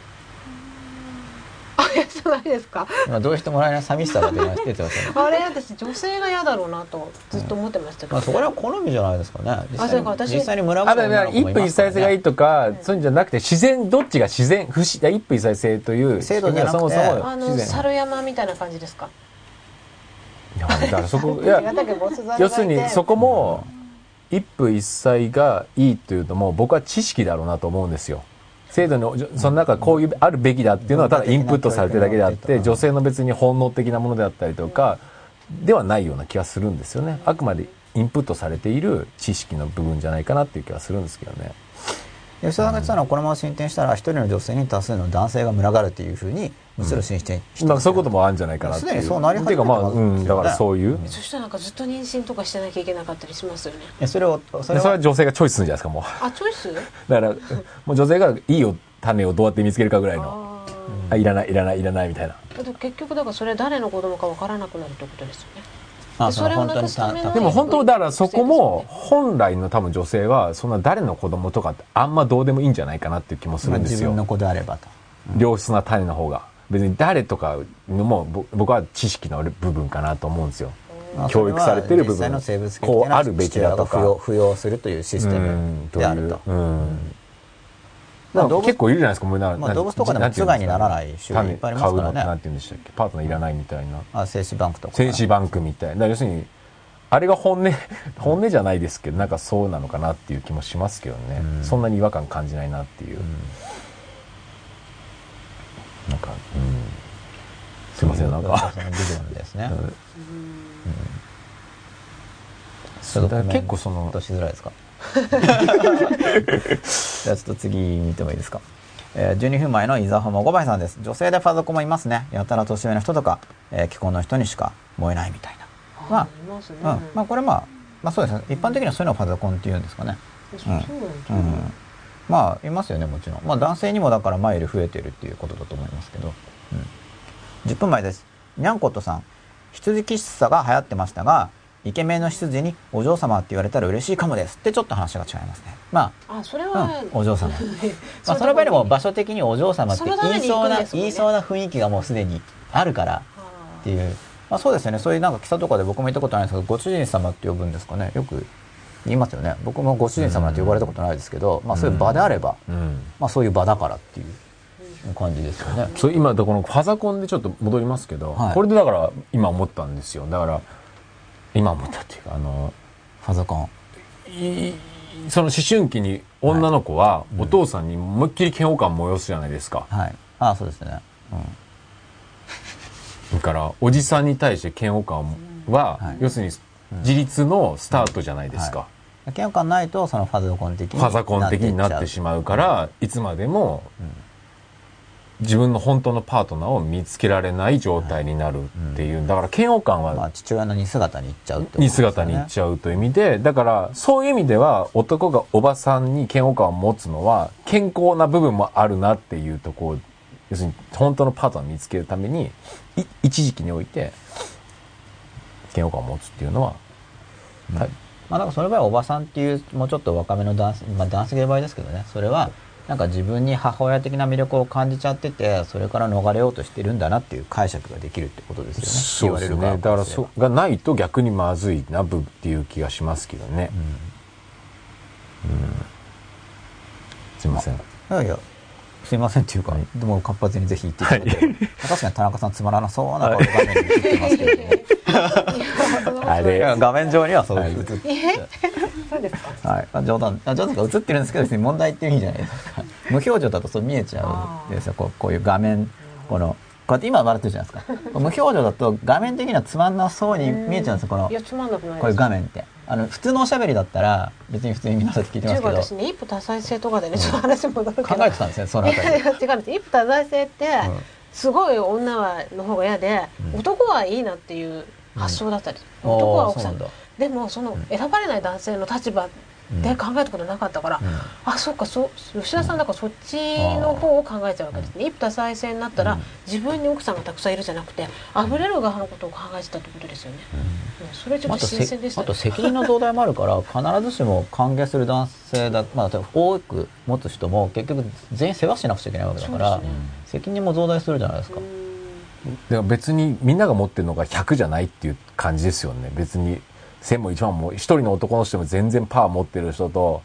Speaker 1: 嫌じゃないですか。
Speaker 2: どうしてもらえない寂しさが出てますよね。
Speaker 1: あれ私女性が嫌だろうなとずっと思ってましたけど、
Speaker 2: そこらは好みじゃないですかね。実際に
Speaker 3: 村が一夫一妻制がいいとか、そういうんじゃなくて自然、どっちが自然一夫一妻制という
Speaker 2: 制度じゃなくて
Speaker 1: 猿山みたいな感じですか。
Speaker 3: だからそこ要するにそこも一夫一妻がいいというのも僕は知識だろうなと思うんですよ。制度のその中こういうあるべきだっていうのはただインプットされてるだけであって、女性の別に本能的なものであったりとかではないような気がするんですよね。あくまでインプットされている知識の部分じゃないかなっていう気がするんですけどね。
Speaker 2: 吉田さんが言ってたのは、このまま進展したら一人の女性に多数の男性が群がるっていうふうにむしろ進展して、
Speaker 3: そういうこともあるんじゃないかなっていう。
Speaker 2: すでにそうなり始めてます、
Speaker 3: だからそういう、
Speaker 1: そしたらなんかずっと妊娠とかしてなきゃいけなかったりしますよね。
Speaker 2: それは
Speaker 3: 女性がチョイスするんじゃないですか。もう
Speaker 1: チョイス
Speaker 3: だからもう女性がいい種をどうやって見つけるかぐらいの、いらないみたいな。
Speaker 1: 結局だからそれ誰の子供か分からなくなるってことですよね。 それをなくすための
Speaker 3: でも本当だからそこも本来の多分女性はそんな誰の子供とかってあんまどうでもいいんじゃないかなっていう気もするんですよ。
Speaker 2: 自分の子であればと、
Speaker 3: 良質な種の方が別に誰とかのも僕は知識の部分かなと思うんですよ。教育されてる部分こうあるべきだとか
Speaker 2: 扶養するというシステムであると。
Speaker 3: 結構いるじゃないですか。
Speaker 2: 動物とかでもつがいにならない種類いっぱいありますからね。
Speaker 3: なんて言うんでしたっけ、パートナーいらないみたいな。
Speaker 2: 精子バンクとか。
Speaker 3: 精子バンクみたいな。要するにあれが本音じゃないですけど、なんかそうなのかなっていう気もしますけどね。そんなに違和感感じないなっていう。なんか、すいません、なんか。
Speaker 2: その部分ですね。
Speaker 3: 結構その。
Speaker 2: しづらいですか。じゃあちょっと次見てもいいですか。12分前の伊沢ホモ5倍さんです。女性でファザコンもいますね。やたら年上の人とか、既婚の人にしか燃えないみたいな。これそうですね。一般的にはそういうのをファザコンって言うんですかね。いますよね、もちろん。男性にもだから前より増えてるっていうことだと思いますけど。10分前です。にゃんことさん。羊喫茶が流行ってましたが、イケメンの羊にお嬢様って言われたら嬉しいかもですってちょっと話が違いますね。
Speaker 1: それは、
Speaker 2: お嬢様。その場合でも場所的にお嬢様って言いそうな雰囲気がもうすでにあるからっていう。そうですよね。そういうなんか喫茶とかで僕も行ったことないんですけど、ご主人様って呼ぶんですかね。よく言いますよね。僕もご主人様なんて呼ばれたことないですけど、そういう場であれば、そういう場だからっていう感じですよね。
Speaker 3: 今このファザコンでちょっと戻りますけど、これでだから今思ったんですよ。だから今思ったっていうか
Speaker 2: ファザコン。
Speaker 3: その思春期に女の子はお父さんに思いっきり嫌悪感催すじゃないですか。
Speaker 2: そうですね。
Speaker 3: だからおじさんに対して嫌悪感は、要するに自立のスタートじゃないですか。
Speaker 2: 嫌悪感ないとそのファザコン的
Speaker 3: になってしまうから、いつまでも自分の本当のパートナーを見つけられない状態になるっていう。だから嫌悪感は
Speaker 2: 父親の似姿にいっちゃうってこと
Speaker 3: ですね。似姿にいっちゃうという意味で、だからそういう意味では男がおばさんに嫌悪感を持つのは健康な部分もあるなっていうところ。要するに本当のパートナーを見つけるために一時期において嫌悪感を持つっていうのは、
Speaker 2: だからその場合はおばさんっていうもうちょっと若めの男性がいる場合ですけどね、それはなんか自分に母親的な魅力を感じちゃってて、それから逃れようとしてるんだなっていう解釈ができるってことですよね。
Speaker 3: そうですね。だからそれがないと逆にまずいなっていう気がしますけどね。すいません。
Speaker 2: すいませんっていうか、でも活発にぜひ言っていただければ。確かに田中さんつまらなそうな顔で画面に映ってますけれども。あれ画面上にはそう映って
Speaker 1: そうですか。
Speaker 2: 冗談が映ってるんですけど、別に問題っていう意味じゃないですか。無表情だとそう見えちゃうんですよ。こういう画面こうやって今笑ってるじゃないですか。無表情だと画面的にはつまんなそうに見えちゃうんですよ。
Speaker 1: いやつまんなくないです。
Speaker 2: こういう画面って普通のおしゃべりだったら別に普通に皆さん聞いてますけど、
Speaker 1: 私ね、一夫多妻制とかでね、ちょっと話戻るけど
Speaker 2: 考えてたんですね、そのあたり。
Speaker 1: 違うんです。一夫多妻制ってすごい女の方が嫌で、男はいいなっていう発想だったり、男は奥さんでもその選ばれない男性の立場で考えたことなかったから、そうか、吉田さんだからそっちの方を考えちゃうわけですね。一夫多妻制になったら自分に奥さんがたくさんいるじゃなくて、溢れる側のことを考えてたってことですよね。それちょっと新鮮でした。
Speaker 2: あと責任の増大もあるから必ずしも歓迎する男性だ、多く持つ人も結局全員世話しなくちゃいけないわけだから、責任も増大するじゃないですか。
Speaker 3: だから別にみんなが持ってるのが100じゃないっていう感じですよね。別に1000も1万も一人の男の人も全然パワー持ってる人と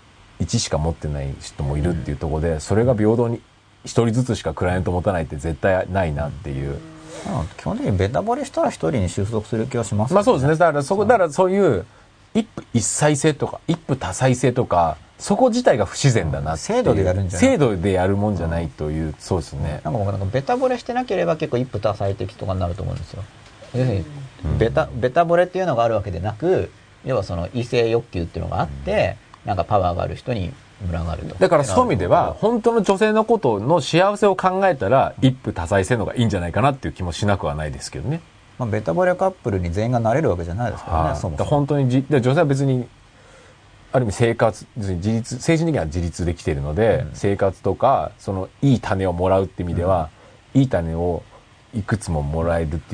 Speaker 3: 1しか持ってない人もいるっていうところで、それが平等に1人ずつしかクライアント持たないって絶対ないなっていう。
Speaker 2: 基本的にベタ惚れしたら1人に収束する気はしますね。
Speaker 3: そうですね。だからそういう一夫一妻制とか一夫多妻制とか、そこ自体が不自然だなっていう。
Speaker 2: 制度でやるんじゃない、
Speaker 3: 制度でやるもんじゃないという。そうですね。
Speaker 2: なんかベタ惚れしてなければ結構一夫多妻的とかになると思うんですよ。要するにベタ惚れっていうのがあるわけでなく、要はその異性欲求っていうのがあって、なんかパワーがある人に群がると。
Speaker 3: だからそういう意味では本当の女性のことの幸せを考えたら一夫多妻制の方がいいんじゃないかなっていう気もしなくはないですけどね。
Speaker 2: ベタ惚れカップルに全員がなれるわけじゃないですからね。そもそも
Speaker 3: 本当に女性は別にある意味精神的には自立できているので、生活とかそのいい種をもらうって意味では、いい種をいくつももらえるっていう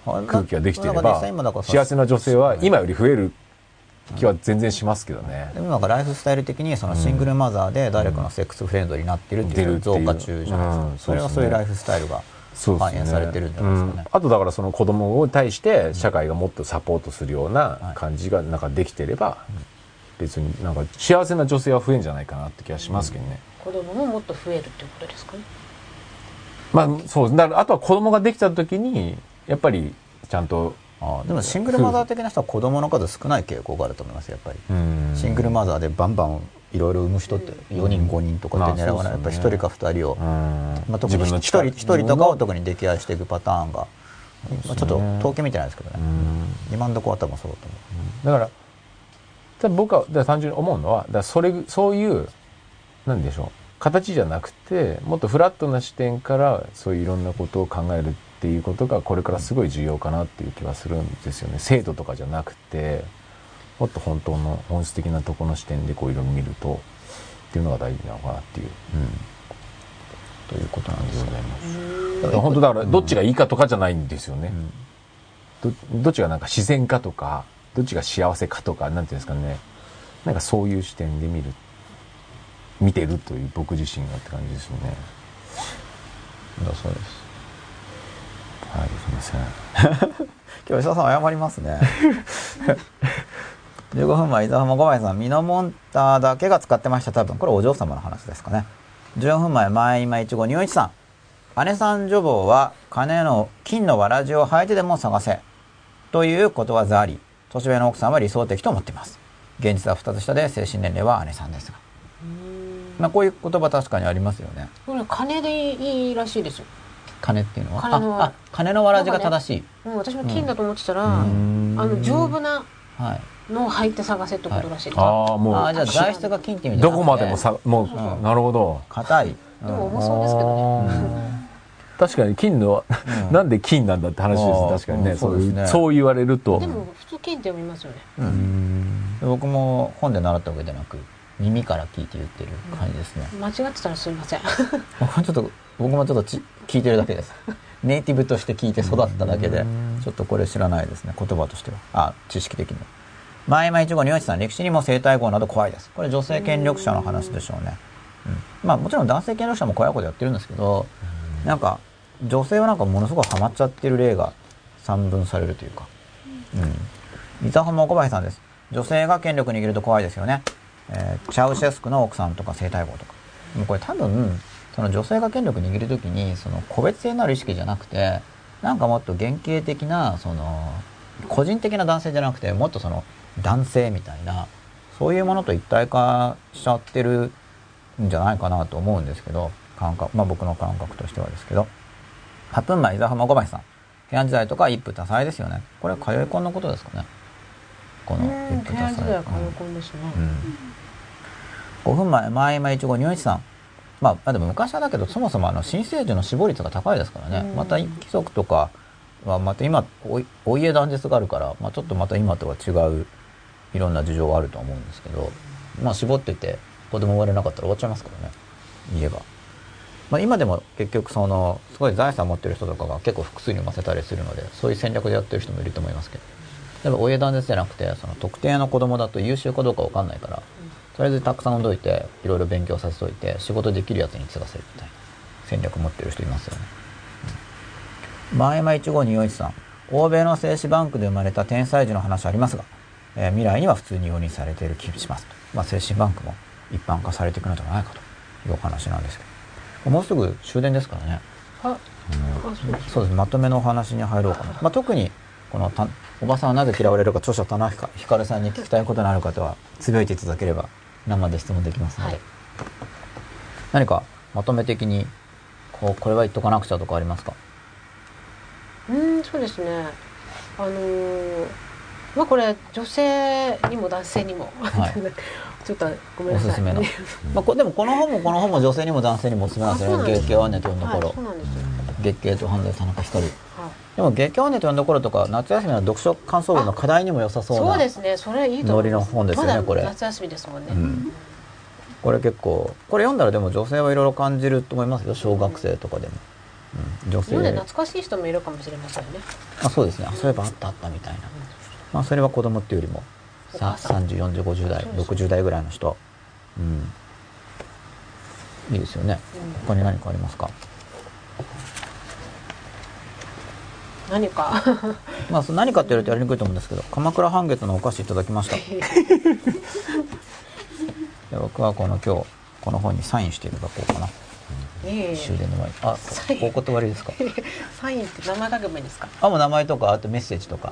Speaker 3: 空気ができていれば幸せな女性は今より増える気は全然しますけどね。
Speaker 2: でもなんかライフスタイル的にそのシングルマザーで誰かのセックスフレンドになってるっていう増加中じゃないですか。それはそういうライフスタイルが反映されてるんじゃないですかね。
Speaker 3: あとだからその子供に対して社会がもっとサポートするような感じがなんかできてれば別になんか幸せな女性は増えるんじゃないかなって気がしますけどね。
Speaker 1: 子供ももっと増えるっていうことですかね。
Speaker 3: まあそうだから、あとは子供ができた時にやっぱりちゃんと
Speaker 2: でもシングルマザー的な人は子供の数少ない傾向があると思いますやっぱり。シングルマザーでバンバンいろいろ産む人って4人5人とかって狙わない、やっぱり1人か2人を、特に1人とかを特に溺愛していくパターンが、ちょっと統計見てないですけどね、今のところは多分そうだと思う。
Speaker 3: だから僕は単純に思うのはそういう何でしょう形じゃなくてもっとフラットな視点からそういういろんなことを考えるっていうことがこれからすごい重要かなっていう気はするんですよね。制度とかじゃなくてもっと本当の本質的なところの視点でこういろいろ見るとっていうのが大事なのかなっていう、
Speaker 2: ということなんですよね。
Speaker 3: だから本当だからどっちがいいかとかじゃないんですよね。どっちがなんか自然かとかどっちが幸せかとかなんていうんですかね、なんかそういう視点で見てるという僕自身がって感じですよね。
Speaker 2: だそうです。
Speaker 3: はい、すみません。
Speaker 2: 今日吉田さん謝りますね。15分前、伊沢浜5枚さん、ミノモンタだけが使ってました。多分これお嬢様の話ですかね。14分前、前今15241さん、姉さん女房は金のわらじを履いてでも探せということわざあり、年上の奥さんは理想的と思っています。現実は2つ下で精神年齢は姉さんですが、こういう言葉確かにありますよね。
Speaker 1: これ金でいいらしいですよ。
Speaker 2: 金っていうのは金のわらじが正しい。
Speaker 1: 私も金だと思ってたら、丈夫なのを履いて探せってことらしいです。じ
Speaker 2: ゃあ材質が金って意味じゃなくて
Speaker 3: どこまでもなるほど。
Speaker 2: 硬い。
Speaker 1: でも重そうですけどね。
Speaker 3: 確かに金のなんで金なんだって話です。確かにね、そう言われると。
Speaker 1: でも普通金って読みますよね。
Speaker 2: 僕も本で習ったわけでなく耳から聞いて言ってる感じですね。
Speaker 1: 間違ってたらすみません。
Speaker 2: 僕もちょっと聞いてるだけです。ネイティブとして聞いて育っただけでちょっとこれ知らないですね、言葉としては。知識的には。前々15241さん、歴史にも生体号など怖いです。これ女性権力者の話でしょうね。もちろん男性権力者も怖いことやってるんですけど、なんか女性はなんかものすごくハマっちゃってる例が散文されるというか。伊沢浜小林さんです。女性が権力握ると怖いですよね。チャウシェスクの奥さんとか生体号とか。これ多分その女性が権力握るときにその個別性のある意識じゃなくて、なんかもっと原型的なその個人的な男性じゃなくて、もっとその男性みたいなそういうものと一体化しちゃってるんじゃないかなと思うんですけど、僕の感覚としてはですけど。8分前、伊沢浜小林さん、平安時代とか一夫多妻ですよね。これは通い婚のことですかね。この一夫多妻。
Speaker 1: 平安時代は通い婚ですね。
Speaker 2: 5分前、前今15241さん、でも昔はだけどそもそも新生児の死亡率が高いですからね。また貴族とかはまた今お家断絶があるから、ちょっとまた今とは違ういろんな事情があると思うんですけど、絞ってて子供生まれなかったら終わっちゃいますからね、言えば。今でも結局すごい財産を持ってる人とかが結構複数に産ませたりするので、そういう戦略でやってる人もいると思いますけど、例えば親断絶じゃなくて特定の子供だと優秀かどうか分かんないから、とりあえずたくさん産んどいていろいろ勉強させといて仕事できるやつに継がせるみたいな戦略を持ってる人いますよね。前山15241さん、欧米の精子バンクで生まれた天才児の話ありますが、未来には普通に容認されている気がしますと。精子バンクも一般化されていくのではないかというお話なんですけど、もうすぐ終電ですからね。そうです。まとめのお話に入ろうかな。特にこのおばさんはなぜ嫌われるか、著者田中光さんに聞きたいことのある方はつぶやいていただければ生で質問できますので、何かまとめ的にこれは言っとかなくちゃとかありますか？
Speaker 1: そうですね。これ女性にも男性にも、ちょっとごめんなさい。
Speaker 2: おすすめの。でもこの本も女性にも男性にもおすすめなんですよね。月経アンネと呼んだ頃。月経と犯罪田中光。でも月経アンネと呼んだ頃とか夏休みの読書感想文の課題にも良さそうな。
Speaker 1: そうですね。それいいと思います。ノリの
Speaker 2: 本ですよね、これ。
Speaker 1: 夏休みですもんね。
Speaker 2: これ結構これ読んだらでも女性はいろいろ感じると思いますよ。小学生とかでも。 女性
Speaker 1: で懐かしい人もいるかもしれませんね。
Speaker 2: そうですね。そういえばあったみたいな。それは子供っていうよりも30、40、50代、60代ぐらいの人。いいですよね。他に何かありますか？
Speaker 1: 何か
Speaker 2: 何かって言われてやりにくいと思うんですけど、鎌倉半月のお菓子いただきました。僕は今日この本にサインしていただこうかな。終電の前にお断りですか？
Speaker 1: サインって名前書けばいいんですか？
Speaker 2: もう名前とかあとメッセージとか。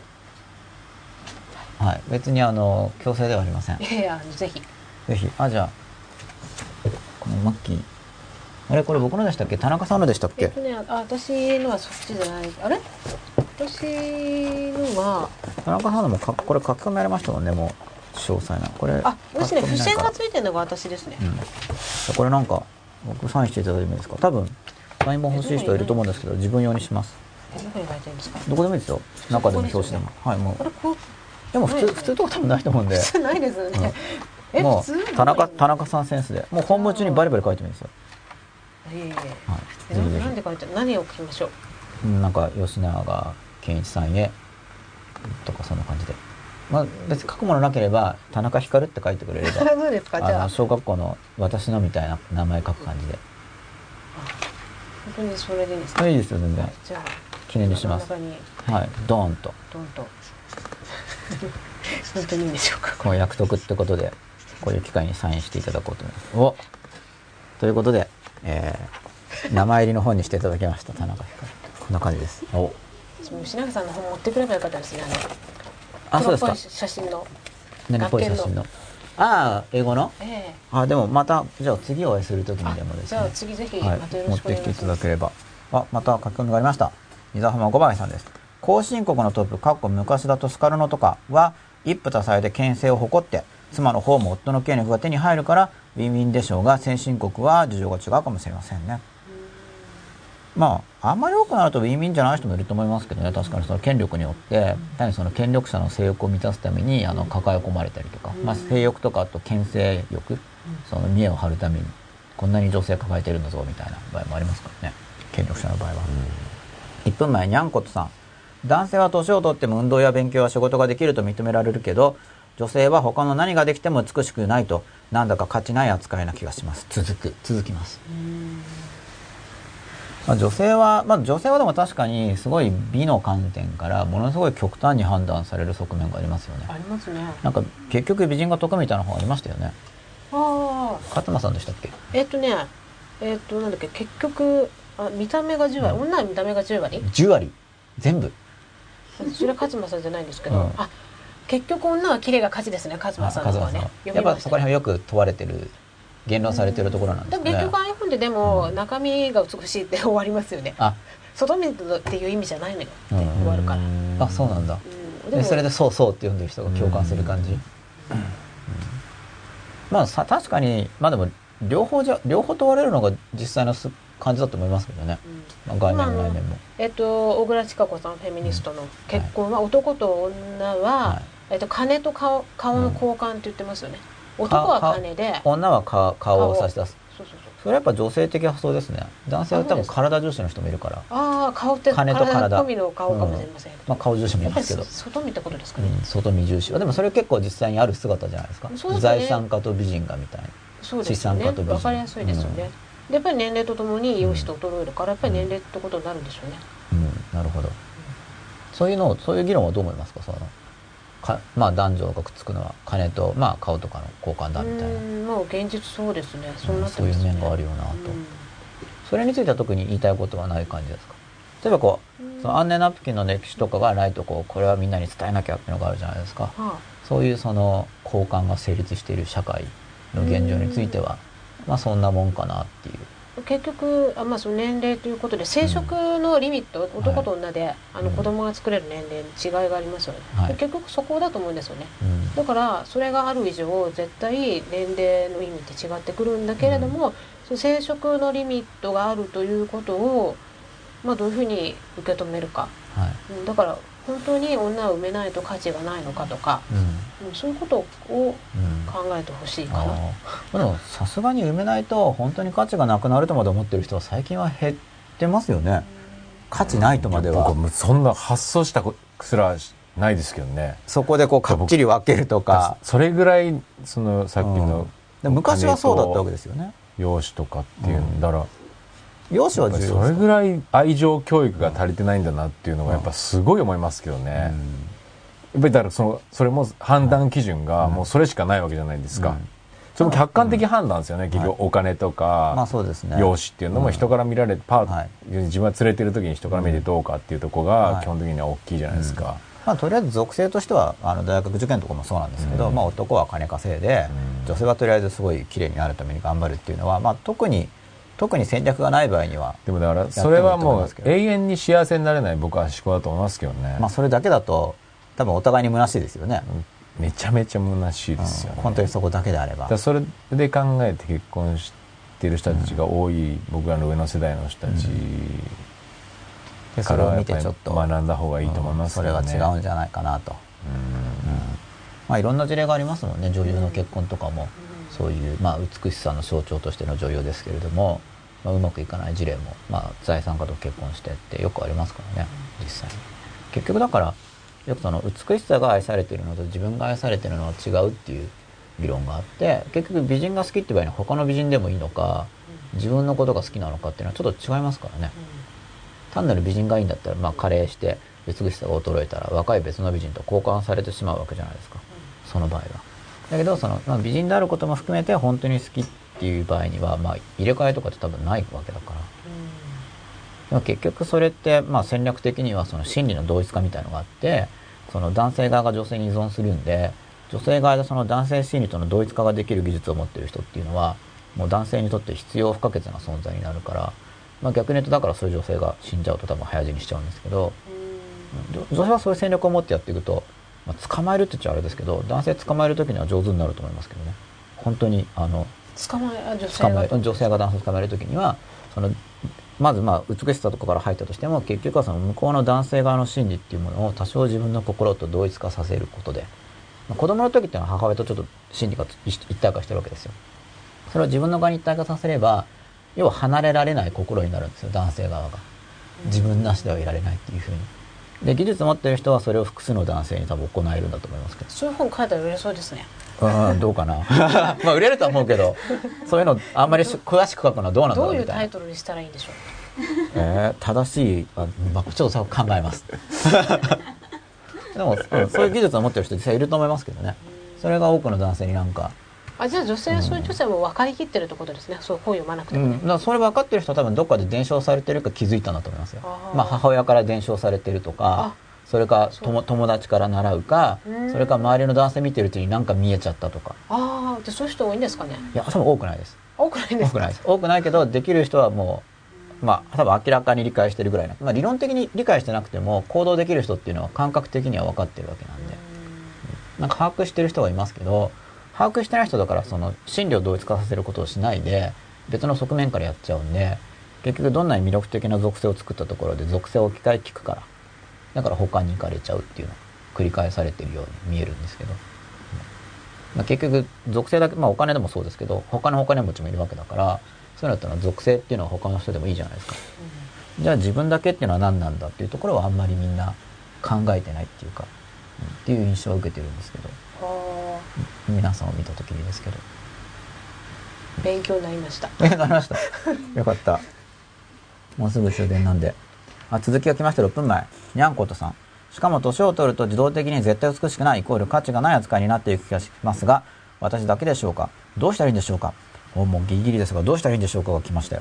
Speaker 2: 別に強制ではありません。
Speaker 1: いやぜひ
Speaker 2: じゃあこのマッキー、これ僕のでしたっけ？田中さんのでしたっけ？
Speaker 1: 私のはそっちじゃない。あれ？私のは
Speaker 2: 田中さんのもこれ書き込みありましたもんね。もう詳細なこれ。
Speaker 1: 私ね、付箋がついてるのが私ですね。
Speaker 2: これなんか僕サインしていただいてもいいですか？多分サイン本欲しい人いると思うんですけど、自分用にします。
Speaker 1: どこに書いてるんですか？
Speaker 2: どこでもいいですよ。中でも表紙でも。もうでも普通とか多分ないと思うんで。
Speaker 1: 普通ないですよね。
Speaker 2: もう田中さんセンスで、もう本文中にバリバリ書いてもいいですよ。
Speaker 1: なんで書いて何を書きましょう？
Speaker 2: なんか吉永健一さんへとかそんな感じで。別に書くものなければ田中光って書いてくれれば
Speaker 1: そうですか？じゃあ
Speaker 2: 小学校の私のみたいな名前書く感じで。
Speaker 1: 本当にそれでいいですか？
Speaker 2: いいですよ全然。
Speaker 1: じゃあ
Speaker 2: 記念にします。ドーンと
Speaker 1: 本当にいいんでしょうか？
Speaker 2: この約束ってことでこういう機会にサインしていただこうと思います。ということで、名前入りの本にしていただきました田中光。こんな感じです。
Speaker 1: 吉永さんの本持ってくればよかったですね。
Speaker 2: そうですか？
Speaker 1: 写真の
Speaker 2: 何っぽい写真の英語の？でもまたじゃあ次お会いする時にでもですね。
Speaker 1: じゃあ次ぜひまたよろしくお願いします。
Speaker 2: 持ってきていただければ。また書き込みがありました。水浜五番さんです。後進国のトップ昔だとスカルノとかは一夫多妻で権勢を誇って妻の方も夫の権力が手に入るからウィンウィンでしょうが、先進国は事情が違うかもしれませんね。あんまり多くなるとウィンウィンじゃない人もいると思いますけどね。確かにその権力によってその権力者の性欲を満たすために抱え込まれたりとか、性欲とかあと権勢欲、その見栄を張るためにこんなに女性抱えてるんだぞみたいな場合もありますからね、権力者の場合は。1分前にゃんことさん、男性は年をとっても運動や勉強や仕事ができると認められるけど、女性は他の何ができても美しくないとなんだか価値ない扱いな気がします。続きます。女性はでも確かにすごい美の観点からものすごい極端に判断される側面がありますよね。
Speaker 1: ありますね。
Speaker 2: なんか結局美人が得みたいな本ありましたよね。勝間さんでしたっけ？
Speaker 1: なんだっけ、結局見た目が10割、女は見た目が10割
Speaker 2: 10割全部。
Speaker 1: それは勝間さんじゃないんですけど、結局女は綺麗が勝ちですね。勝間さんの方はね。
Speaker 2: やっぱそこら辺はよく問われてる、言論されてるところなんですね。
Speaker 1: 結局iPhone ででも中身が美しいって終わりますよね。外見っていう意味じゃないのよって終わるから。
Speaker 2: そうなんだ。それでそうって読んでる人が共感する感じ。確かにでも両方問われるのが実際の感じだと思いますけどね。概念も内面も。
Speaker 1: 小倉千佳子さん、フェミニストの結婚は男と女は金と顔の交換って言ってますよね。男は金で
Speaker 2: 女は顔を差し出す。それはやっぱ女性的発想ですね。男性は多分体重視の人もいるから。
Speaker 1: 顔って
Speaker 2: 金と体
Speaker 1: 込みの顔かもしれません。
Speaker 2: 顔重視もいますけど、
Speaker 1: 外見ってことですかね。
Speaker 2: 外見重視はでもそれ結構実際にある姿じゃないですか。財産家と美人がみたいな。資産家と美人。
Speaker 1: 分かりやすいですよね。でやっぱり年齢とともに容姿って衰えるから、やっぱり年齢ってことになるんでしょうね。
Speaker 2: なるほど。そういう議論はどう思いますか？男女がくっつくのは金と顔とかの交換だみたいな。
Speaker 1: もう現実そうですね。そう
Speaker 2: いう面があるよなと。それについては特に言いたいことはない感じですか？例えばそのアンネナプキンの歴史とかがないとこれはみんなに伝えなきゃっていうのがあるじゃないですか。そういうその交換が成立している社会の現状についてはそんなもんかなっていう。
Speaker 1: 結局その年齢ということで生殖のリミット、男と女で子供が作れる年齢に違いがありますよね。結局そこだと思うんですよね。だからそれがある以上絶対年齢の意味って違ってくるんだけれども、その生殖のリミットがあるということをどういうふうに受け止めるか。だから本当に女は産めないと価値がないのかとか、そういうことを考えてほしいかな。
Speaker 2: でもさすがに産めないと本当に価値がなくなるとまで思ってる人は最近は減っってますよね。価値ないとまでは。
Speaker 3: 僕はそんな発想したすらないですけどね。
Speaker 2: そこでこうかっちり分けるとか。
Speaker 3: それぐらいそのさっきの、
Speaker 2: で昔はそうだったわけですよね。
Speaker 3: 容姿とかっていうんだら、
Speaker 2: 容姿は重要ですか。
Speaker 3: それぐらい愛情教育が足りてないんだなっていうのがやっぱすごい思いますけどね。やっぱりだからそれも判断基準がもうそれしかないわけじゃないですか。それも客観的判断ですよね。結局お金とか、容姿っていうのも人から見られて、自分が連れてる時に人から見てどうかっていうところが基本的には大きいじゃないですか。
Speaker 2: とりあえず属性としては大学受験とかもそうなんですけど、男は金稼いで、女性はとりあえずすごい綺麗になるために頑張るっていうのは、特に戦略がない場合には。
Speaker 3: でもだからそれはもう永遠に幸せになれない僕は思考だと思いますけどね。
Speaker 2: それだけだと多分お互いに虚しいですよね。
Speaker 3: めちゃめちゃ虚しいですよね。
Speaker 2: 本当にそこだけであれば。
Speaker 3: それで考えて結婚してる人たちが多い、僕らの上の世代の人たちからやっぱり学んだ方がいいと思いますけどね。
Speaker 2: それが違うんじゃないかなと。いろんな事例がありますもんね。女優の結婚とかもそういう美しさの象徴としての女優ですけれども、うまくいかない事例も財産家と結婚してってよくありますからね、実際に。結局だからよくその美しさが愛されているのと自分が愛されているのは違うっていう議論があって、結局美人が好きって場合に他の美人でもいいのか、自分のことが好きなのかっていうのはちょっと違いますからね。単なる美人がいいんだったら加齢して美しさが衰えたら若い別の美人と交換されてしまうわけじゃないですか、その場合は。だけど美人であることも含めて本当に好きっていう場合には入れ替えとかって多分ないわけだから。でも結局それって戦略的にはその心理の同一化みたいのがあって、その男性側が女性に依存するんで、女性側でその男性心理との同一化ができる技術を持っている人っていうのはもう男性にとって必要不可欠な存在になるから、逆に言うとだからそういう女性が死んじゃうと多分早死にしちゃうんですけど、女性はそういう戦略を持ってやっていくと、捕まえるって言っちゃあれですけど、男性捕まえる時には上手になると思いますけどね。本当に女性が男性を捕まえる時にはまず美しさとかから入ったとしても、結局はその向こうの男性側の心理っていうものを多少自分の心と同一化させることで、子供の時っていうのは母親とちょっと心理が一体化してるわけですよ。それを自分の側に一体化させれば、要は離れられない心になるんですよ、男性側が。自分なしではいられないっていうふうに。で技術を持っている人はそれを複数の男性に多分行えるんだと思いますけど。
Speaker 1: そういう本書いたら売れそうですね。
Speaker 2: どうかな。売れるとは思うけど、そういうのあんまり詳しく書くのはどうなんだろうみたいな。
Speaker 1: どういうタイトルにしたらいいんでしょう。
Speaker 2: 正しいちょっとそう考えます。でもそういう技術を持っている人実際いると思いますけどね。それが多くの男性に
Speaker 1: じゃあそういう女性も分かりきってるってことですね。そう本読まなくてもね。
Speaker 2: だからそれ分かってる人は多分どっかで伝承されてるか気づいたんだと思いますよ。母親から伝承されてるとか、それか友達から習うか、それか周りの男性見てるうちに何か見えちゃったとか。
Speaker 1: じゃあそういう人多いんですかね。
Speaker 2: いや多分多くないです。
Speaker 1: 多くないですか。
Speaker 2: 多くないけど、できる人はもう多分明らかに理解してるぐらいな。理論的に理解してなくても行動できる人っていうのは感覚的には分かってるわけなんで、把握してる人がいますけど、把握してない人だからその心理を同一化させることをしないで別の側面からやっちゃうんで、結局どんなに魅力的な属性を作ったところで属性を置き換え聞くから、だから他に行かれちゃうっていうのが繰り返されているように見えるんですけど、結局属性だけ、お金でもそうですけど、他の持ちもいるわけだから、そういうのってのは属性っていうのは他の人でもいいじゃないですか。じゃあ自分だけっていうのは何なんだっていうところはあんまりみんな考えてないっていうか、っていう印象を受けてるんですけど、皆さんを見た時にですけど。
Speaker 1: 勉強になりました。
Speaker 2: なりました。よかった。もうすぐ終電なんで。続きが来ました。6分前。にゃんことさん。しかも年を取ると自動的に絶対美しくないイコール価値がない扱いになっていく気がしますが、私だけでしょうか。どうしたらいいんでしょうか。もうギリギリですが、どうしたらいいんでしょうかが来ましたよ。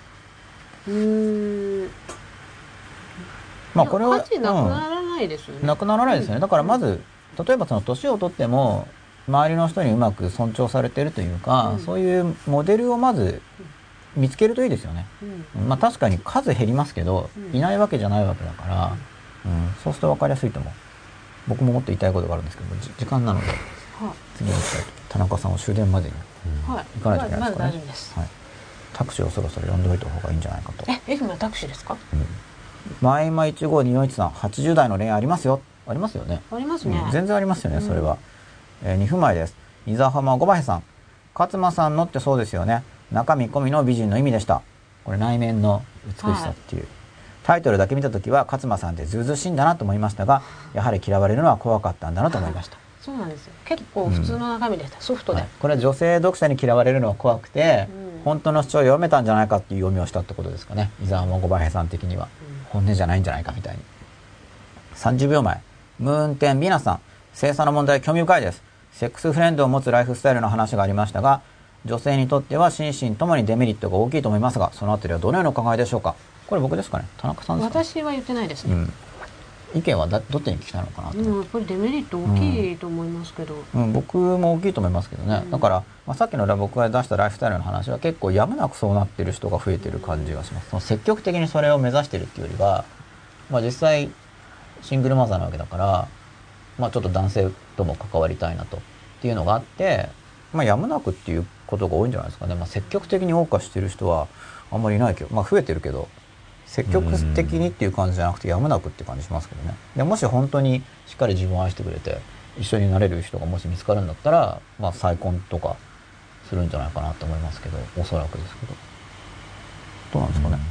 Speaker 1: これは価値なくならないですよね。
Speaker 2: なくならないですよね。だからまず例えばその年を取っても周りの人にうまく尊重されているというか、そういうモデルをまず見つけるといいですよね。確かに数減りますけど、いないわけじゃないわけだから、そうすると分かりやすいと思う。僕ももっと言いたいことがあるんですけど、時間なので、次の機会田中さんを終電までに行かないといけないですかね。タクシーをそろそろ呼んでおいた方がいいんじゃないかと。
Speaker 1: 今タクシーですか。
Speaker 2: マイマ15241さん、80代の恋愛ありますよ。ありますよね。
Speaker 1: ありますね。
Speaker 2: 全然ありますよね、それは。2分前です。伊沢浜5番さん。勝間さんのってそうですよね。中身込みの美人の意味でした。 これ内面の美しさっていう、タイトルだけ見た時は勝間さんってずうずうしいんだなと思いましたが、やはり嫌われるのは怖かったんだなと思いました。
Speaker 1: そうなんですよ。結構普通の中身でした、ソフトで、
Speaker 2: これは女性読者に嫌われるのは怖くて、本当の主張を読めたんじゃないかっていう読みをしたってことですかね、伊沢もごばへさん的には、本音じゃないんじゃないかみたいに。30秒前、ムーンテンミナさん、性差の問題興味深いです。セックスフレンドを持つライフスタイルの話がありましたが、女性にとっては心身ともにデメリットが大きいと思いますが、そのあたりはどのようなお考えでしょうか。これ僕ですかね、田中さんですか。
Speaker 1: 私は言ってないですね、
Speaker 2: 意見はどっちに聞きたいのかなと。
Speaker 1: やっぱりデメリット大きいと思いますけど、
Speaker 2: 僕も大きいと思いますけどね、だから、さっきの僕が出したライフスタイルの話は結構やむなくそうなってる人が増えてる感じがします。その積極的にそれを目指してるっていうよりは、実際シングルマザーなわけだから、ちょっと男性とも関わりたいなとっていうのがあって、やむなくっていうことが多いんじゃないですかね。積極的に謳歌してる人はあんまりいないけど、増えてるけど積極的にっていう感じじゃなくてやむなくっていう感じしますけどね。でもし本当にしっかり自分を愛してくれて一緒になれる人がもし見つかるんだったら、再婚とかするんじゃないかなと思いますけど、おそらくですけど、どうなんですかね。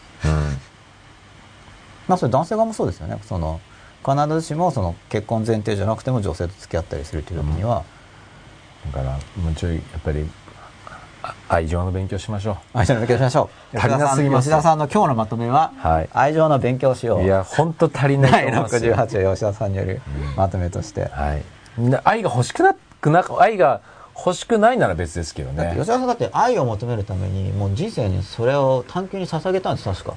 Speaker 2: それ男性側もそうですよね。その必ずしもその結婚前提じゃなくても女性と付き合ったりするという時には、
Speaker 3: だからもうちょいやっぱり愛情の勉強しましょう。
Speaker 2: 愛情の勉強しましょう。
Speaker 3: 足りなすぎます。
Speaker 2: 吉田さんの今日のまとめは、愛情の勉強をしよう。
Speaker 3: いや本当足りないと思いますよ。
Speaker 2: 第68話吉田さんによるまとめとして、
Speaker 3: 愛が欲しくないなら別ですけどね。
Speaker 2: 吉田さんだって愛を求めるためにもう人生にそれを探求に捧げたんです。確か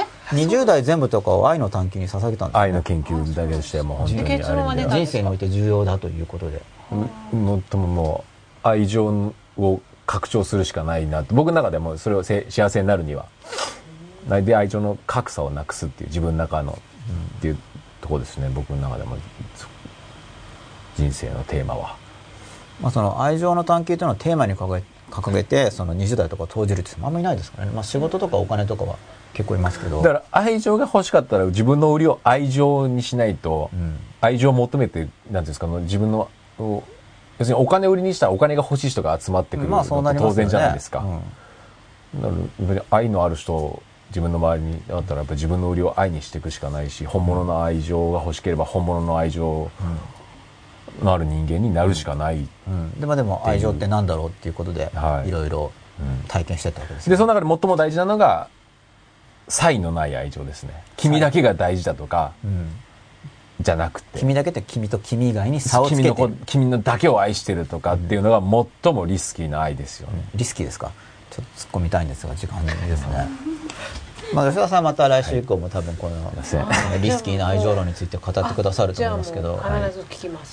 Speaker 2: 20代全部とかを愛の探求に捧げたんです、
Speaker 3: 愛の研究だけでしても本当に
Speaker 2: 人生において重要だということで、
Speaker 3: もう愛情を拡張するしかないなと僕の中でも、それを幸せになるにはで愛情の格差をなくすっていう自分の中の、っていうところですね。僕の中でも人生のテーマは、
Speaker 2: その愛情の探求というのをテーマに掲げてその20代とか投じるってあんまりないですからね。仕事とかお金とかは結構いますけど、
Speaker 3: だから愛情が欲しかったら自分の売りを愛情にしないと、愛情を求めてなんていうんですか、自分の要するにお金売りにしたらお金が欲しい人が集まってくるのって当然じゃないですか。愛のある人自分の周りにだったらやっぱ自分の売りを愛にしていくしかないし、本物の愛情が欲しければ本物の愛情のある人間になるしかない。
Speaker 2: でも愛情ってなんだろうっていうことでいろいろ体験してったわけですね。
Speaker 3: でその中で最も大事なのが差異のない愛情ですね。君だけが大事だとか、じゃなくて、
Speaker 2: 君だけって君と君以外に差をつけて
Speaker 3: 君のだけを愛してるとかっていうのが最もリスキーな愛ですよね。
Speaker 2: リスキーですか。ちょっと突っ込みたいんですが時間ですね。吉田さんまた来週以降も多分このリスキーな愛情論について語ってくださると思いますけど、
Speaker 1: 必ず聞きます。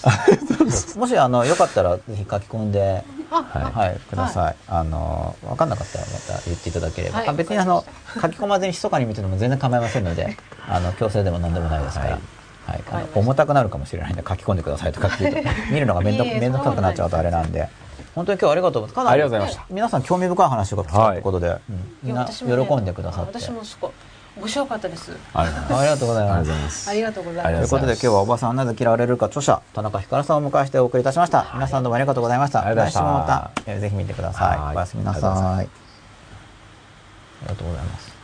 Speaker 2: もしよかったらぜひ書き込んでください。分かんなかったらまた言っていただければ、別に書き込まずに密かに見てても全然構いませんので、強制でも何でもないですから、重たくなるかもしれないんで書き込んでくださいとかって言うと見るのが面倒くさくなっちゃうとあれなんで、本当に今日はありがとうございました。
Speaker 3: ありがとうございました。
Speaker 2: 皆さん興味深い話が聞けたということで、みんな喜んでくださって、
Speaker 1: 私もすごい面白かったです。
Speaker 2: ありがとうございます。
Speaker 1: ありがとうございます。
Speaker 2: ということで今日はおばさんなぜ嫌われるか著者田中ひかるさんをお迎えしてお送りいたしました。皆さんどうもありがとうございました。来週もまたぜひ見てください。おやすみなさい。ありがとうございます。